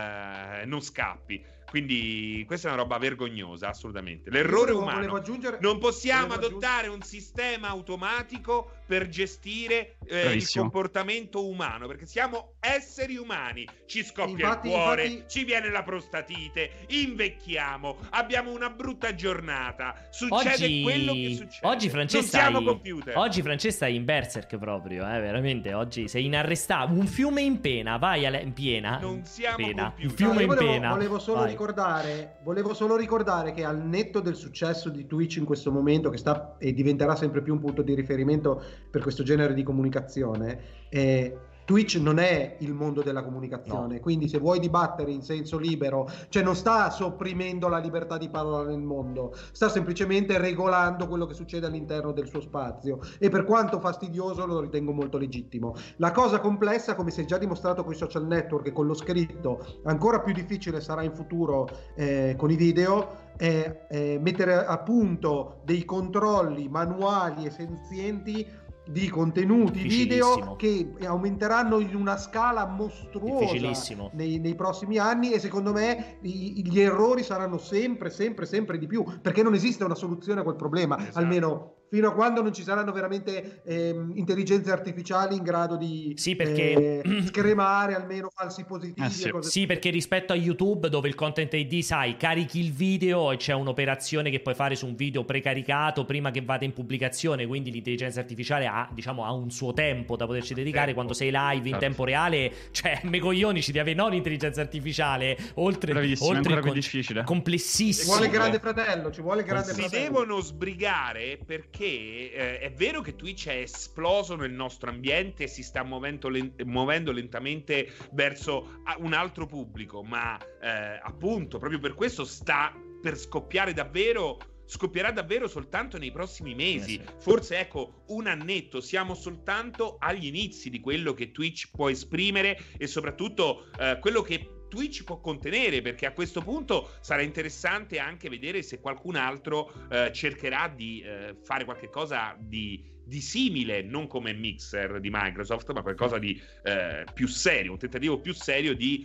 eh, non scappi. Quindi questa è una roba vergognosa, assolutamente. L'errore Volevo- umano. volevo aggiungere- Non possiamo volevo adottare un sistema automatico per gestire eh, il Bravissimo. comportamento umano, perché siamo esseri umani. Ci scoppia Infatti- il cuore, infatti- ci viene la prostatite, invecchiamo, abbiamo una brutta giornata, succede Oggi, quello che succede. oggi non Francesca, siamo hai- computer. oggi Francesca è in berserk proprio, eh, veramente. Oggi sei inarrestabile. Un fiume in pena, vai Ale- in piena. Non siamo pena. computer. Un fiume No, io in volevo, pena. volevo solo Vai. ricordare, volevo solo ricordare che al netto del successo di Twitch in questo momento, che sta e diventerà sempre più un punto di riferimento per questo genere di comunicazione, eh, Twitch non è il mondo della comunicazione, No. quindi se vuoi dibattere in senso libero, cioè non sta sopprimendo la libertà di parola nel mondo, sta semplicemente regolando quello che succede all'interno del suo spazio, e per quanto fastidioso lo ritengo molto legittimo. La cosa complessa, come si è già dimostrato con i social network e con lo scritto, ancora più difficile sarà in futuro eh, con i video, è, è mettere a punto dei controlli manuali e senzienti di contenuti Difficilissimo. video che aumenteranno in una scala mostruosa Difficilissimo. nei, nei prossimi anni, e secondo me i- gli errori saranno sempre sempre sempre di più, perché non esiste una soluzione a quel problema, Esatto. almeno fino a quando non ci saranno veramente ehm, intelligenze artificiali in grado di Sì, perché- eh, scremare almeno falsi positivi Eh sì. e cose Sì, perché rispetto a YouTube, dove il content I D, sai, carichi il video e c'è un'operazione che puoi fare su un video precaricato prima che vada in pubblicazione, quindi l'intelligenza artificiale ha, diciamo, ha un suo tempo da poterci dedicare. Tempo. Quando sei live in Certo. tempo reale, cioè, me coglioni, ci deve non l'intelligenza artificiale, oltre, Bravissimo, è oltre ancora il più con- difficile. Ci complessissimo. vuole il grande fratello, ci vuole il grande Si fratello. devono sbrigare, perché eh, è vero che Twitch è esploso nel nostro ambiente e si sta muovendo, len- muovendo lentamente verso a- un altro pubblico, ma eh, appunto proprio per questo sta per scoppiare davvero. Scoppierà davvero soltanto nei prossimi mesi. Eh sì. Forse, ecco, un annetto. Siamo soltanto agli inizi di quello che Twitch può esprimere e soprattutto eh, quello che Twitch può contenere, perché a questo punto sarà interessante anche vedere se qualcun altro eh, cercherà di eh, fare qualche cosa di, di simile, non come Mixer di Microsoft, ma qualcosa di eh, più serio, un tentativo più serio di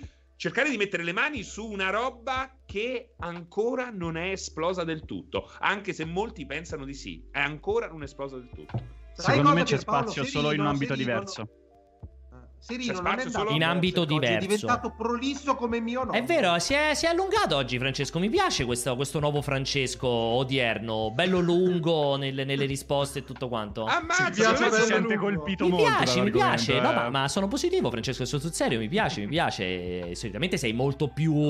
cercare di mettere le mani su una roba che ancora non è esplosa del tutto, anche se molti pensano di sì, è ancora non esplosa del tutto. Secondo me c'è spazio solo in un ambito diverso. Serino non è andato in ambito diverso. È diventato prolisso come mio nonno. È vero, si è, si è allungato oggi Francesco. Mi piace questo, questo nuovo Francesco odierno, bello lungo nelle, nelle risposte e tutto quanto. Ammazza, mi piace, si sente colpito mi molto. Piace, mi piace, no, ma, eh. ma sono positivo Francesco, sto sul serio, mi piace, mi piace. Solitamente sei molto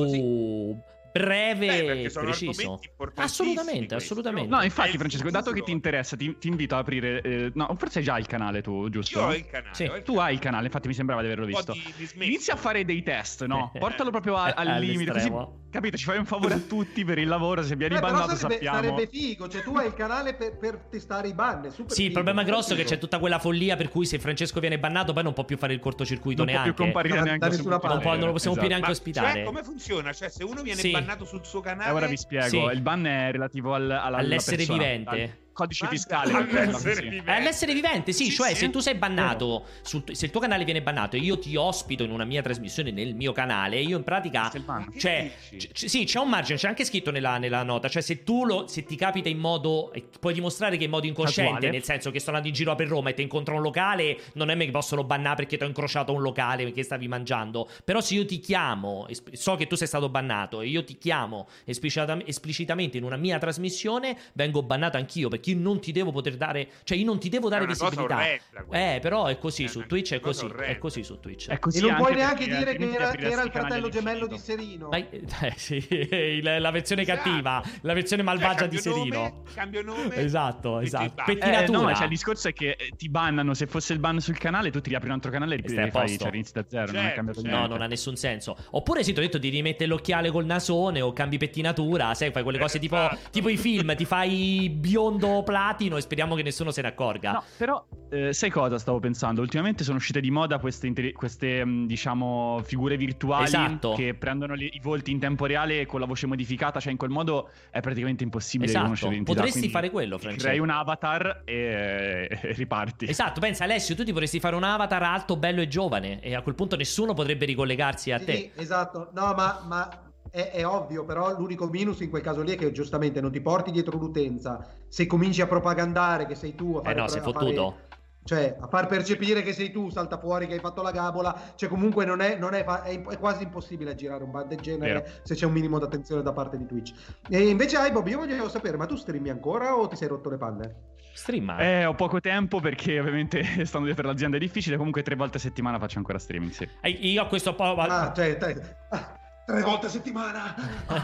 più breve Beh, e sono preciso. importantissimi Assolutamente, questi. assolutamente. No, infatti Francesco, dato che ti interessa, ti, ti invito a aprire... Eh, no, forse hai già il canale tu, giusto? Io ho il canale. Sì. ho il Tu hai il canale, infatti mi sembrava di averlo Un po' visto. di- di smesso. Inizia a fare dei test, no? Portalo proprio a- al limite, così, All'estremo. capito? Ci fai un favore a tutti per il lavoro, se vieni Eh, però bannato sarebbe, sappiamo. sarebbe figo, cioè tu hai il canale per, per testare i ban, è super Sì, il figo, problema super grosso è che figo. c'è tutta quella follia per cui se Francesco viene bannato poi non può più fare il cortocircuito Non può neanche. più comparire Da- neanche da su nessuna Wikipedia. Non, può- non lo possiamo più Esatto. neanche Ma ospitare. cioè, come funziona? Cioè, se uno viene Sì. bannato sul suo canale, Eh, ora vi spiego, Sì. il ban è relativo al, alla, All'essere alla persona, vivente. al codice Ma- fiscale. all'essere sì. vivente. È all'essere vivente, sì, Sì, cioè sì. se tu sei bannato, sul- se il tuo canale viene bannato e io ti ospito in una mia trasmissione nel mio canale, io in pratica, C'è il ban. cioè, dici? c- c- sì, c'è un margine, c'è anche scritto nella, nella nota, cioè se tu lo, se ti capita in modo, eh, puoi dimostrare che in modo incosciente, Casuale. nel senso che sto andando in giro per Roma e ti incontro un locale, non è me che possono bannare perché ti ho incrociato a un locale perché stavi mangiando, però se io ti chiamo, esp- so che tu sei stato bannato e io ti chiamo esplicita- esplicitamente in una mia trasmissione, vengo bannato anch'io perché io non ti devo poter dare, cioè io non ti devo dare È una cosa visibilità. orrenda, questa. Eh, però è così, È su una Twitch è cosa così, è orrenda. così su Twitch. È così E non anche puoi neanche perché dire che altrimenti era, che apriresti era il il canale fratello gemello all'infinito. di Serino. Dai, eh, sì, il- la versione Esatto. cattiva, la versione malvagia Cioè, di cambio Serino. nome, cambio nome, Esatto, metti esatto. il ban. Eh, Pettinatura. no, cioè il discorso è che eh, ti bannano. Se fosse il ban sul canale, tu ti riapri un altro canale e E stai a rifai, posto. cioè inizi da zero. non è Certo, cambiato certo. No, niente. non ha nessun senso. Oppure sì, ti ho detto di rimettere l'occhiale col nasone o cambi pettinatura, sai, fai quelle cose tipo, Esatto. tipo i film, ti fai biondo platino e speriamo che nessuno se ne accorga. No, però eh, sai cosa stavo pensando? Ultimamente sono uscite di moda queste, intelli- queste mh, diciamo, figure virtuali Esatto. che prendono le- i volti in tempo reale con la voce modificata. Cioè, in quel modo è praticamente impossibile Esatto. riconoscere l'identità. Potresti quindi fare quello, ti Francesco. crei un avatar e, e riparti. Esatto, pensa Alessio, tu ti vorresti fare un avatar alto, bello e giovane e a quel punto nessuno potrebbe ricollegarsi a te. Sì, esatto. No, ma, ma è, è ovvio, però l'unico minus in quel caso lì è che giustamente non ti porti dietro l'utenza. Se cominci a propagandare che sei tu a Eh fare, no, sei a fare- fottuto. cioè a far percepire che sei tu, salta fuori che hai fatto la gabola, cioè comunque non è, non è, fa- è, è quasi impossibile girare un ban del genere Vero. se c'è un minimo d'attenzione da parte di Twitch. E invece hai Bob, io voglio sapere, ma tu streami ancora o ti sei rotto le palle? Streama. Eh, ho poco tempo perché ovviamente stando dietro l'azienda è difficile. Comunque tre volte a settimana faccio ancora streaming, sì. Eh, Io ho questo po'. Ah, cioè, te- ah, tre volte a settimana.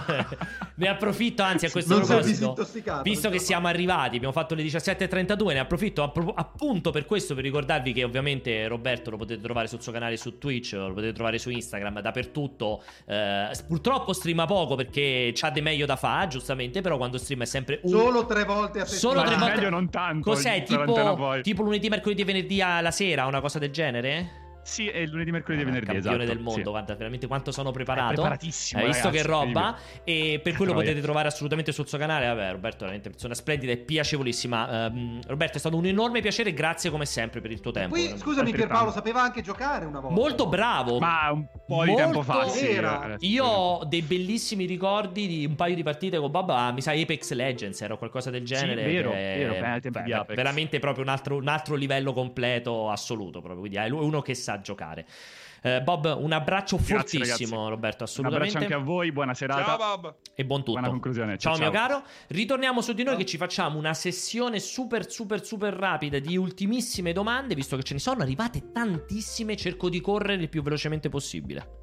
Ne approfitto, anzi, a questo Non sei proposito, disintossicato, visto non che so siamo arrivati, abbiamo fatto le diciassette e trentadue, ne approfitto appro- appunto per questo, per ricordarvi che ovviamente Roberto lo potete trovare sul suo canale su Twitch, lo potete trovare su Instagram, dappertutto. Eh, purtroppo streama poco perché c'ha di meglio da fare, giustamente, però quando streama è sempre un... Solo tre volte a Solo settimana. tre Ma volte. meglio non tanto, Cos'è? in quarantena Tipo, poi. tipo lunedì, mercoledì e venerdì alla sera, una cosa del genere? Sì, è lunedì, mercoledì e Ah, venerdì, campione esatto. del mondo, sì. guarda veramente quanto sono preparato. È preparatissimo, Hai visto ragazzi, che roba? E per quello Troia. potete trovare assolutamente sul suo canale. Vabbè, Roberto è veramente persona splendida e piacevolissima. Ehm, Roberto, è stato un enorme piacere, grazie come sempre per il tuo tempo. Poi, scusami, Pierpaolo sapeva anche giocare una volta. Molto bravo. Ma un po' di Molto tempo fa, sì, era. eh, Io ho dei bellissimi ricordi di un paio di partite con Bob, ah, mi sa Apex Legends, era qualcosa del genere. vero, che- vero, beh, ai tempi beh, di Apex. veramente proprio un altro, un altro livello completo assoluto, proprio, quindi è uno che sa giocare. Eh, Bob, un abbraccio Grazie, fortissimo, ragazzi. Roberto, Un assolutamente. abbraccio anche a voi, buona serata. Ciao Bob. E buon tutto. Buona conclusione. Ciao, Ciao, mio ciao. caro. Ritorniamo su di noi che ci facciamo una sessione super super super rapida di ultimissime domande, visto che ce ne sono arrivate tantissime, cerco di correre il più velocemente possibile.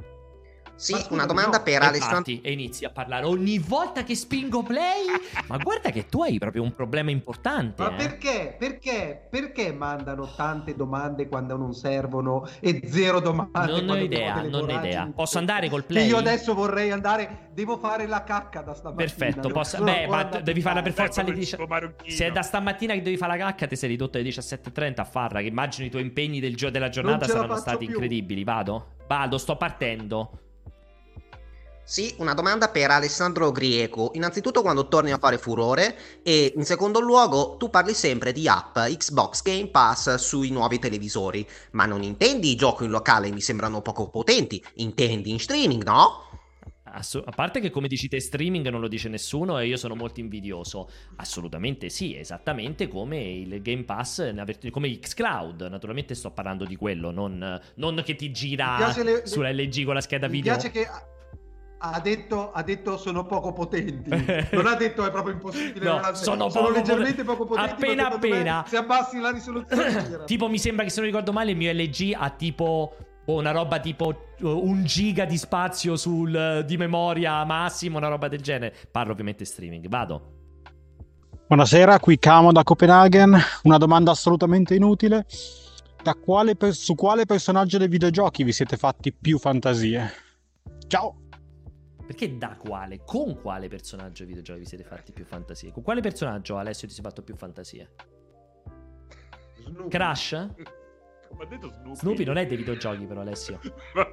Sì, Ma scusami, una domanda no. per E Alessandro. parti e inizi a parlare ogni volta che spingo play. Ma guarda che tu hai proprio un problema importante. Ma eh. perché? Perché? Perché mandano tante domande quando non servono e zero domande Non quando ho abbiamo idea, delle non ho voragini? idea. Posso andare col Che play? io adesso vorrei andare, devo fare la cacca da stamattina. Perfetto, non posso... sono Beh, ancora ma andato devi in farla per bagno. forza alle Ecco, dieci. il suo marocchino. Se è da stamattina che devi fare la cacca, ti sei ridotto alle diciassette e trenta a farla. Che immagino i tuoi impegni del gio- della giornata ce la saranno faccio stati più. incredibili. Vado? Vado, sto partendo. Sì, una domanda per Alessandro Grieco. Innanzitutto, quando torni a fare furore, e in secondo luogo, tu parli sempre di app Xbox Game Pass sui nuovi televisori, ma non intendi i giochi in locale, mi sembrano poco potenti, intendi in streaming, no? Assu- a parte che come dici te streaming non lo dice nessuno e io sono molto invidioso. Assolutamente sì, esattamente come il Game Pass, come Xcloud. Naturalmente sto parlando di quello, non, non che ti gira le, sulla L G con la scheda mi video. Mi piace che ha detto, ha detto sono poco potenti, non ha detto è proprio impossibile. No, non sono, sono poco leggermente poco potenti. Appena appena. Se abbassi la risoluzione tipo mi sembra che, se non ricordo male, il mio L G ha tipo una roba tipo un giga di spazio sul, di memoria massimo, una roba del genere. Parlo ovviamente streaming, vado. Buonasera, qui Camo da Copenaghen. Una domanda assolutamente inutile. Da quale per- su quale personaggio dei videogiochi vi siete fatti più fantasie? Ciao! Perché da quale? Con quale personaggio dei videogiochi vi siete fatti più fantasie? Con quale personaggio, Alessio, ti sei fatto più fantasie? Snoopy. Crash? Ho detto Snoopy. Snoopy non è dei videogiochi, però, Alessio.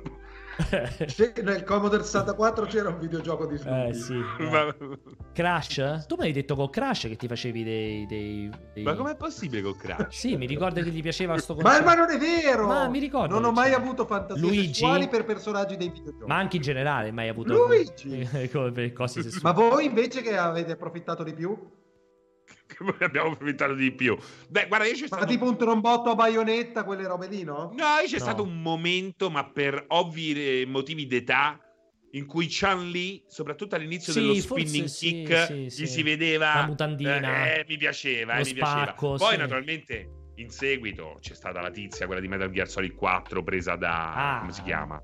Nel Commodore sessantaquattro c'era un videogioco di Snoopy. Eh sì. Ma... Crash? Tu mi hai detto con Crash che ti facevi dei... dei, dei... Ma com'è possibile con Crash? Sì, mi ricordo che gli piaceva sto ma, ma non è vero! Ma mi ricordo. Non ho mai avuto fantasie Luigi? sessuali per personaggi dei videogiochi. Ma anche in generale mai avuto... Luigi! Come cose sessuali. Ma voi invece che avete approfittato di più? Che noi abbiamo approfittato di più. Beh, guarda, io c'è stato... Ma tipo un trombotto a baionetta, quelle robe lì, no? No, c'è no. stato un momento, ma per ovvi motivi d'età, in cui Chun-Li, soprattutto all'inizio sì, dello spinning sì, kick, sì, gli sì. si vedeva... La mutandina. Eh, mi piaceva, eh, mi spacco, piaceva. Poi, sì. naturalmente, in seguito c'è stata la tizia, quella di Metal Gear Solid quattro, presa da... Ah. come si chiama?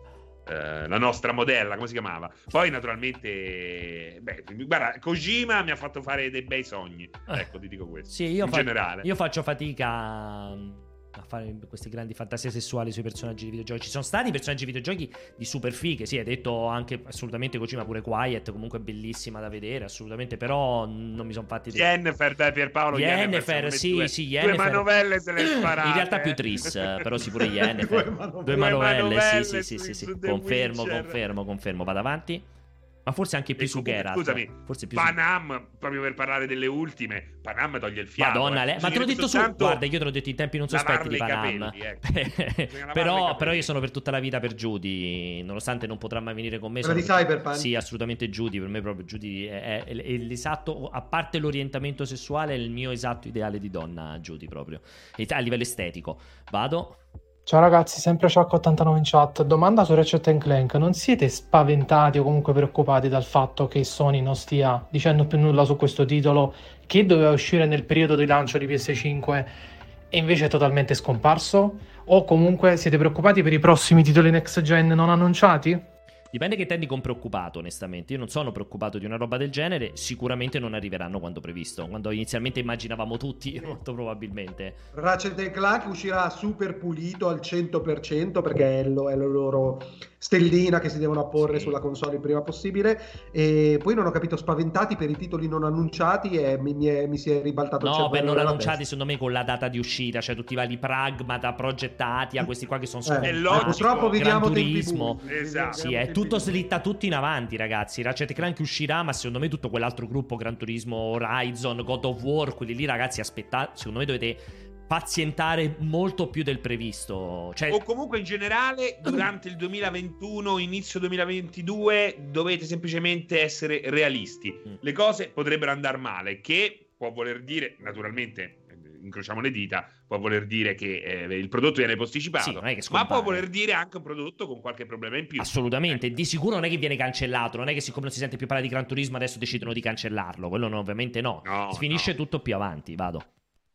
Uh, la nostra modella, come si chiamava? Poi naturalmente, beh, guarda, Kojima mi ha fatto fare dei bei sogni. Ecco, ti dico questo. Sì, io in fa- generale. Io faccio fatica a, a fare queste grandi fantasie sessuali sui personaggi di videogiochi. Ci sono stati personaggi di videogiochi di super fighe, sì, hai detto anche assolutamente Kojima, pure Quiet, comunque bellissima da vedere, assolutamente, però non mi sono fatti... Yennefer, dai, Pierpaolo, Yennefer, sì, due, sì, Yennefer. Due manovelle se le sparate. In realtà più Tris, però sì, pure Yennefer. due, manovelle. due manovelle, sì, sì, sì, sì, sì. Confermo, confermo, confermo, vado avanti. Ma forse anche più e su Geralt. Scusami, forse più Panam, su... proprio per parlare delle ultime, Panam toglie il fiato. Madonna, eh. lei... ma te l'ho detto su. Guarda, io te l'ho detto in tempi non sospetti di Panam. Capelli, ecco. però, però io sono per tutta la vita per Judy. Nonostante non potrà mai venire con me. Quella di Cyberpunk? Sì, assolutamente Judy. Per me proprio Judy è, è, è l'esatto. A parte l'orientamento sessuale, è il mio esatto ideale di donna, Judy proprio. A livello estetico. Vado. Ciao ragazzi, sempre Chuck ottantanove in chat. Domanda su Ratchet and Clank. Non siete spaventati o comunque preoccupati dal fatto che Sony non stia dicendo più nulla su questo titolo, che doveva uscire nel periodo di lancio di P S cinque e invece è totalmente scomparso? O comunque siete preoccupati per i prossimi titoli next gen non annunciati? Dipende che intendi con preoccupato, onestamente. Io non sono preoccupato di una roba del genere. Sicuramente non arriveranno quando previsto, quando inizialmente immaginavamo tutti, molto probabilmente. Ratchet and Clank uscirà super pulito al cento per cento perché è, lo, è la loro stellina che si devono apporre sì. sulla console il prima possibile. E poi non ho capito, spaventati per i titoli non annunciati e mi, mi, è, mi si è ribaltato no, il cervello. No, per non annunciati testa. secondo me con la data di uscita, cioè tutti i vari Pragmata, Progettati, a questi qua che sono scontati. Eh, purtroppo vediamo Gran Turismo. Esatto. Sì, è tutto slitta tutti in avanti, ragazzi. Ratchet and Clank uscirà, ma secondo me tutto quell'altro gruppo, Gran Turismo, Horizon, God of War, quelli lì, ragazzi, aspettate, secondo me dovete pazientare molto più del previsto. Cioè... O comunque in generale durante il duemilaventuno, inizio duemilaventidue dovete semplicemente essere realisti. Le cose potrebbero andare male, che può voler dire, naturalmente incrociamo le dita, può voler dire che eh, il prodotto viene posticipato, sì, non è che ma può voler dire anche un prodotto con qualche problema in più. Assolutamente, di sicuro non è che viene cancellato, non è che siccome non si sente più parlare di Gran Turismo adesso decidono di cancellarlo, quello no, ovviamente no, no si finisce no. tutto più avanti, vado.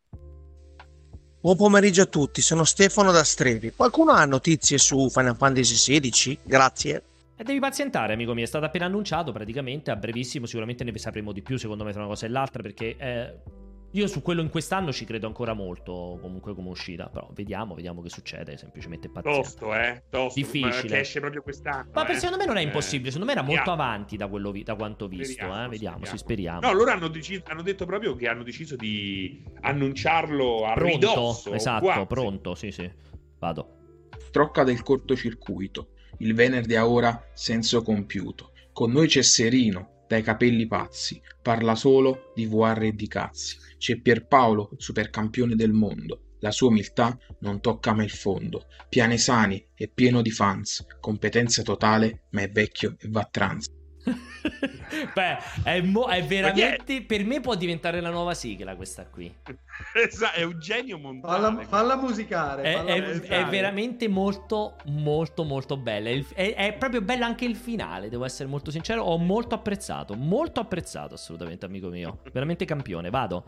Buon pomeriggio a tutti, sono Stefano da Strevi. Qualcuno ha notizie su Final Fantasy sedici? Grazie. E devi pazientare, amico mio, è stato appena annunciato praticamente, a brevissimo sicuramente ne sapremo di più secondo me tra una cosa e l'altra, perché eh, io su quello in quest'anno ci credo ancora molto, comunque come uscita, però vediamo, vediamo che succede, semplicemente pazienza. Tosto, eh, tosto, difficile. Che esce proprio quest'anno. Ma eh. secondo me non è impossibile, secondo me era molto speriamo. avanti da, quello vi- da quanto ho visto, speriamo, eh, vediamo, speriamo. si speriamo. No, loro hanno, deciso, hanno detto proprio che hanno deciso di annunciarlo a pronto, ridosso. esatto, quasi. pronto, sì sì, vado. Trocca del cortocircuito. Il venerdì ha ora senso compiuto. Con noi c'è Serino, dai capelli pazzi, parla solo di V R e di cazzi. C'è Pierpaolo, supercampione del mondo. La sua umiltà non tocca mai il fondo. Pianesani è pieno di fans, competenza totale, ma è vecchio e va trans. Beh, è, mo- è veramente, per me può diventare la nuova sigla questa qui. È un genio mondiale. Falla, falla musicare. È, falla è- musicare. è veramente molto, molto, molto bella. Il- È, è proprio bello anche il finale, devo essere molto sincero. Ho molto apprezzato, molto apprezzato assolutamente, amico mio. Veramente campione, vado.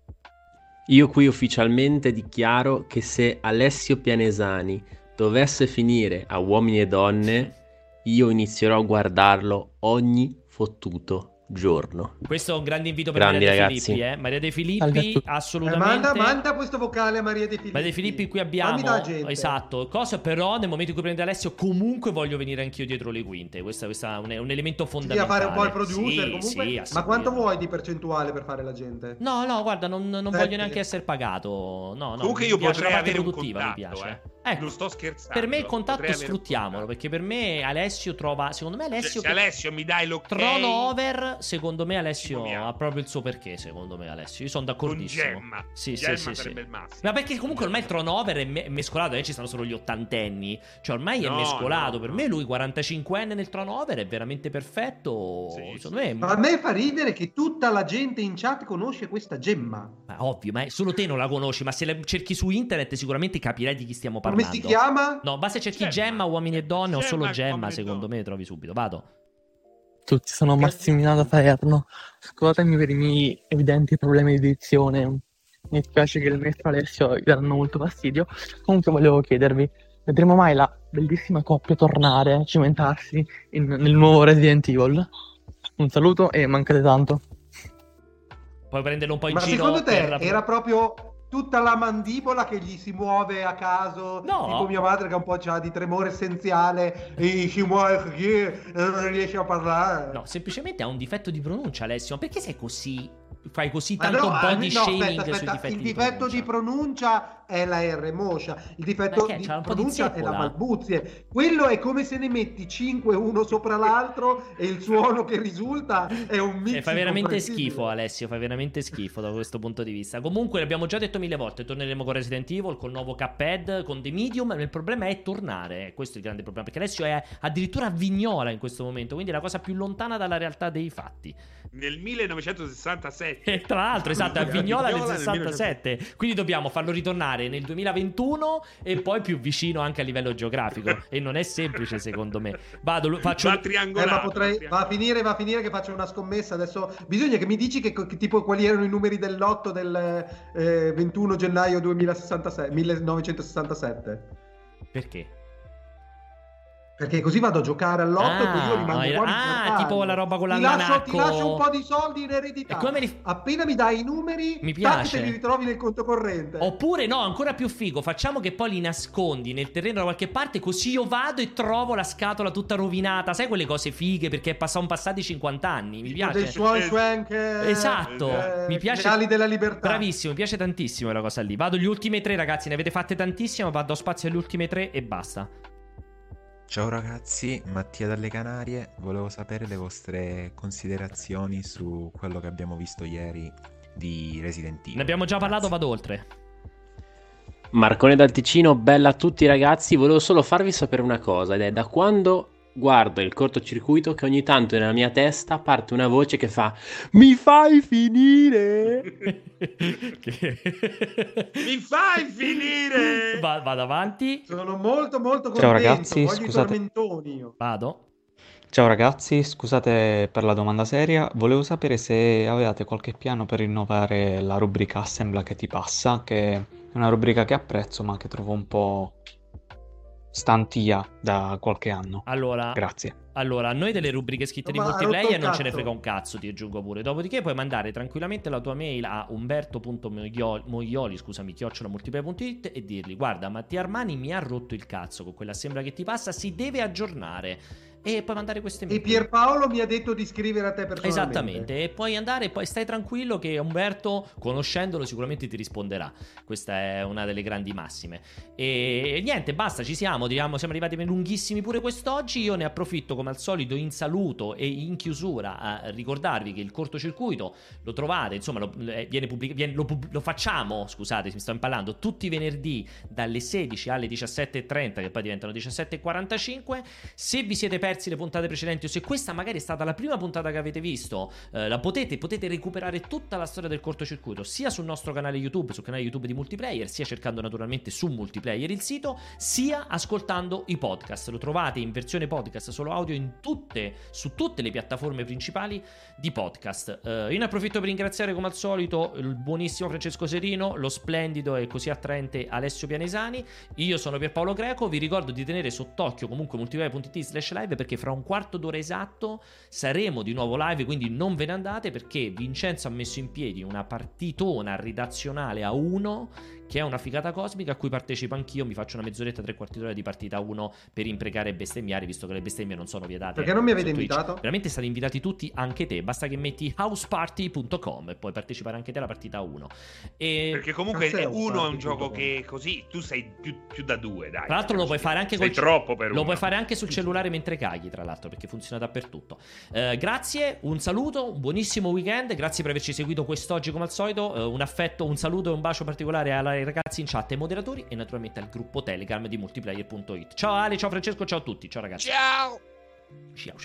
Io qui ufficialmente dichiaro che se Alessio Pianesani dovesse finire a Uomini e Donne, io inizierò a guardarlo ogni fottuto giorno. Questo è un grande invito per Grandi Maria De ragazzi. Filippi, eh? Maria De Salve Filippi, a tutti. assolutamente. Eh, manda, manda questo vocale a Maria De Filippi. Maria De Filippi, qui abbiamo Fammi da gente. esatto. Cosa però nel momento in cui prende Alessio, comunque voglio venire anch'io dietro le quinte. Questo, questo è un, è un elemento Sì, fondamentale. a fare un po' il producer Sì, comunque. sì, Ma assolutamente. quanto vuoi di percentuale per fare la gente? No, no, guarda, non, non Sette. voglio neanche essere pagato. No, no. Comunque mi io piace potrei la parte avere un produttiva, mi contatto, piace. eh. Ecco, Non sto scherzando. per me il contatto Potrei avere un sfruttiamolo, perché per me Alessio trova, secondo me Alessio Se Alessio mi dai l'ok, Trono Over, secondo me Alessio Ci ha proprio il suo perché, secondo me Alessio. Io sono con d'accordissimo. Gemma. Sì, Gemma sì, sì, sarebbe sì. il massimo. Ma perché comunque ormai il Trono Over è me- mescolato, eh, ci stanno solo gli ottantenni. Cioè ormai è No, mescolato. no, per no. me lui quarantacinquenne nel Trono Over è veramente perfetto. Secondo me Ma a me fa ridere che tutta la gente in chat conosce questa Gemma. Ma ovvio, ma è- solo te non la conosci, ma se la cerchi su internet sicuramente capirai di chi stiamo Come parlando. si chiama? No, basta cerchi Gemma. Gemma, uomini e donne o solo Gemma, Gemma, uomini e secondo me trovi subito. Vado. Tutti, sono Massimiliano da Salerno. Scusatemi per i miei evidenti problemi di dizione. Mi spiace che il maestro Alessio gli daranno molto fastidio. Comunque volevo chiedervi, vedremo mai la bellissima coppia tornare, cimentarsi in- nel nuovo Resident Evil? Un saluto e mancate tanto. Puoi prenderlo un po' in Ma giro. secondo te per- era proprio tutta la mandibola che gli si muove a caso? No. Tipo mia madre che un po' c'ha di tremore essenziale e si muove così e non riesce a parlare. No, semplicemente ha un difetto di pronuncia, Alessio. Ma perché sei così? Fai così Ma tanto no, body eh, no, shaming aspetta, sui aspetta. difetti Il di difetto di pronuncia è la R moscia, il difetto Ma che, di c'ha un po' di pronuncia è la zeppola? balbuzie. Quello è come se ne metti cinque uno sopra l'altro e il suono che risulta è un mix. E fai veramente incomprensibile. schifo, Alessio. Fai veramente schifo da questo punto di vista. Comunque, l'abbiamo già detto mille volte. Torneremo con Resident Evil, col nuovo Cuphead, con The Medium. Ma il problema è tornare. Questo è il grande problema. Perché Alessio è addirittura a Vignola in questo momento. Quindi è la cosa più lontana dalla realtà dei fatti. Nel millenovecentosessantasette. E tra l'altro, esatto, a Vignola nel Vignola nel sessantasette. Quindi dobbiamo farlo ritornare nel duemilaventuno e poi più vicino anche a livello geografico. E non è semplice, secondo me. Vado, lo- faccio. Eh, ma potrei, va a finire, va a finire che faccio una scommessa adesso. Bisogna che mi dici che, che tipo quali erano i numeri del lotto del eh, ventuno gennaio duemilasessantasette, millenovecentosessantasette. Perché? Perché così vado a giocare all'otto e poi io Ah, rimango era- fuori. ah, smercato. tipo la roba con ti lascio, l'almanacco. ti lascio un po' di soldi in eredità. E come me li- Appena mi dai i numeri, Mi tac, piace. te li ritrovi nel conto corrente. Oppure no, ancora più figo, facciamo che poi li nascondi nel terreno da qualche parte, così io vado e trovo la scatola tutta rovinata. Sai quelle cose fighe perché pa- sono passati cinquanta anni, mi piace. Dei suoi swank, eh, Esatto, eh, mi piace. le ali della libertà. Bravissimo, mi piace tantissimo quella cosa lì. Vado gli ultime tre, ragazzi, ne avete fatte tantissime, ma do spazio alle ultime tre e basta. Ciao ragazzi, Mattia dalle Canarie, volevo sapere le vostre considerazioni su quello che abbiamo visto ieri di Resident Evil. Ne abbiamo già parlato, vado oltre. Marcone dal Ticino, bella a tutti ragazzi, volevo solo farvi sapere una cosa ed è da quando guardo il cortocircuito che ogni tanto nella mia testa parte una voce che fa "Mi fai finire?" Mi fai finire? Va- vado avanti. Sono molto molto contento. Ciao, ragazzi, voglio scusate. i tormentoni io. Vado. Ciao ragazzi, scusate per la domanda seria, volevo sapere se avevate qualche piano per rinnovare la rubrica Assembla che ti passa, che è una rubrica che apprezzo ma che trovo un po' stantia da qualche anno. Allora, Grazie. Allora, a noi delle rubriche scritte di Ma ha rotto multiplayer il non ce ne cazzo. frega un cazzo, ti aggiungo pure. Dopodiché puoi mandare tranquillamente la tua mail a umberto.moioli, scusami, chiocciolamultiplayer punto it e dirgli: guarda, Mattia Armani mi ha rotto il cazzo con quella sembra che ti passa, si deve aggiornare. e puoi mandare queste mail. E Pierpaolo mi ha detto di scrivere a te personalmente. Esattamente, e puoi andare e poi stai tranquillo che Umberto, conoscendolo, sicuramente ti risponderà. Questa è una delle grandi massime. E niente, basta, ci siamo, diciamo, siamo arrivati lunghissimi pure quest'oggi. Io ne approfitto come al solito in saluto e in chiusura a ricordarvi che il cortocircuito lo trovate, insomma, lo, viene pubblic- viene, lo, lo facciamo, scusate, mi sto impallando, tutti i venerdì dalle sedici alle diciassette e trenta, che poi diventano diciassette e quarantacinque. Se vi siete persi le puntate precedenti o se questa magari è stata la prima puntata che avete visto, eh, la potete, potete recuperare tutta la storia del cortocircuito sia sul nostro canale YouTube, sul canale YouTube di Multiplayer, sia cercando naturalmente su Multiplayer il sito, sia ascoltando i podcast. Lo trovate in versione podcast solo audio in tutte, su tutte le piattaforme principali di podcast. Eh, io ne approfitto per ringraziare come al solito il buonissimo Francesco Serino, lo splendido e così attraente Alessio Pianesani. Io sono Pierpaolo Greco, vi ricordo di tenere sott'occhio comunque multiplayer punto it slash live, perché fra un quarto d'ora esatto saremo di nuovo live, quindi non ve ne andate, perché Vincenzo ha messo in piedi una partitona redazionale a uno che è una figata cosmica, a cui partecipo anch'io. Mi faccio una mezz'oretta, tre quarti d'ora di partita a uno per imprecare e bestemmiare, visto che le bestemmie non sono vietate. Perché non mi avete invitato? Veramente state invitati tutti, anche te. Basta che metti houseparty punto com e puoi partecipare anche te alla partita a uno. E... perché comunque è uno è un gioco che così tu sei più, più da due, dai. Tra l'altro lo puoi fare anche sei col... troppo per lo uno. puoi fare anche sul cellulare mentre caghi, tra l'altro, perché funziona dappertutto. Eh, grazie, un saluto, un buonissimo weekend. Grazie per averci seguito quest'oggi come al solito. Eh, un affetto, un saluto e un bacio particolare ai ragazzi in chat e moderatori, e naturalmente al gruppo Telegram di multiplayer punto it. Ciao Ale, ciao Francesco, ciao a tutti, ciao ragazzi. Ciao. Ciao.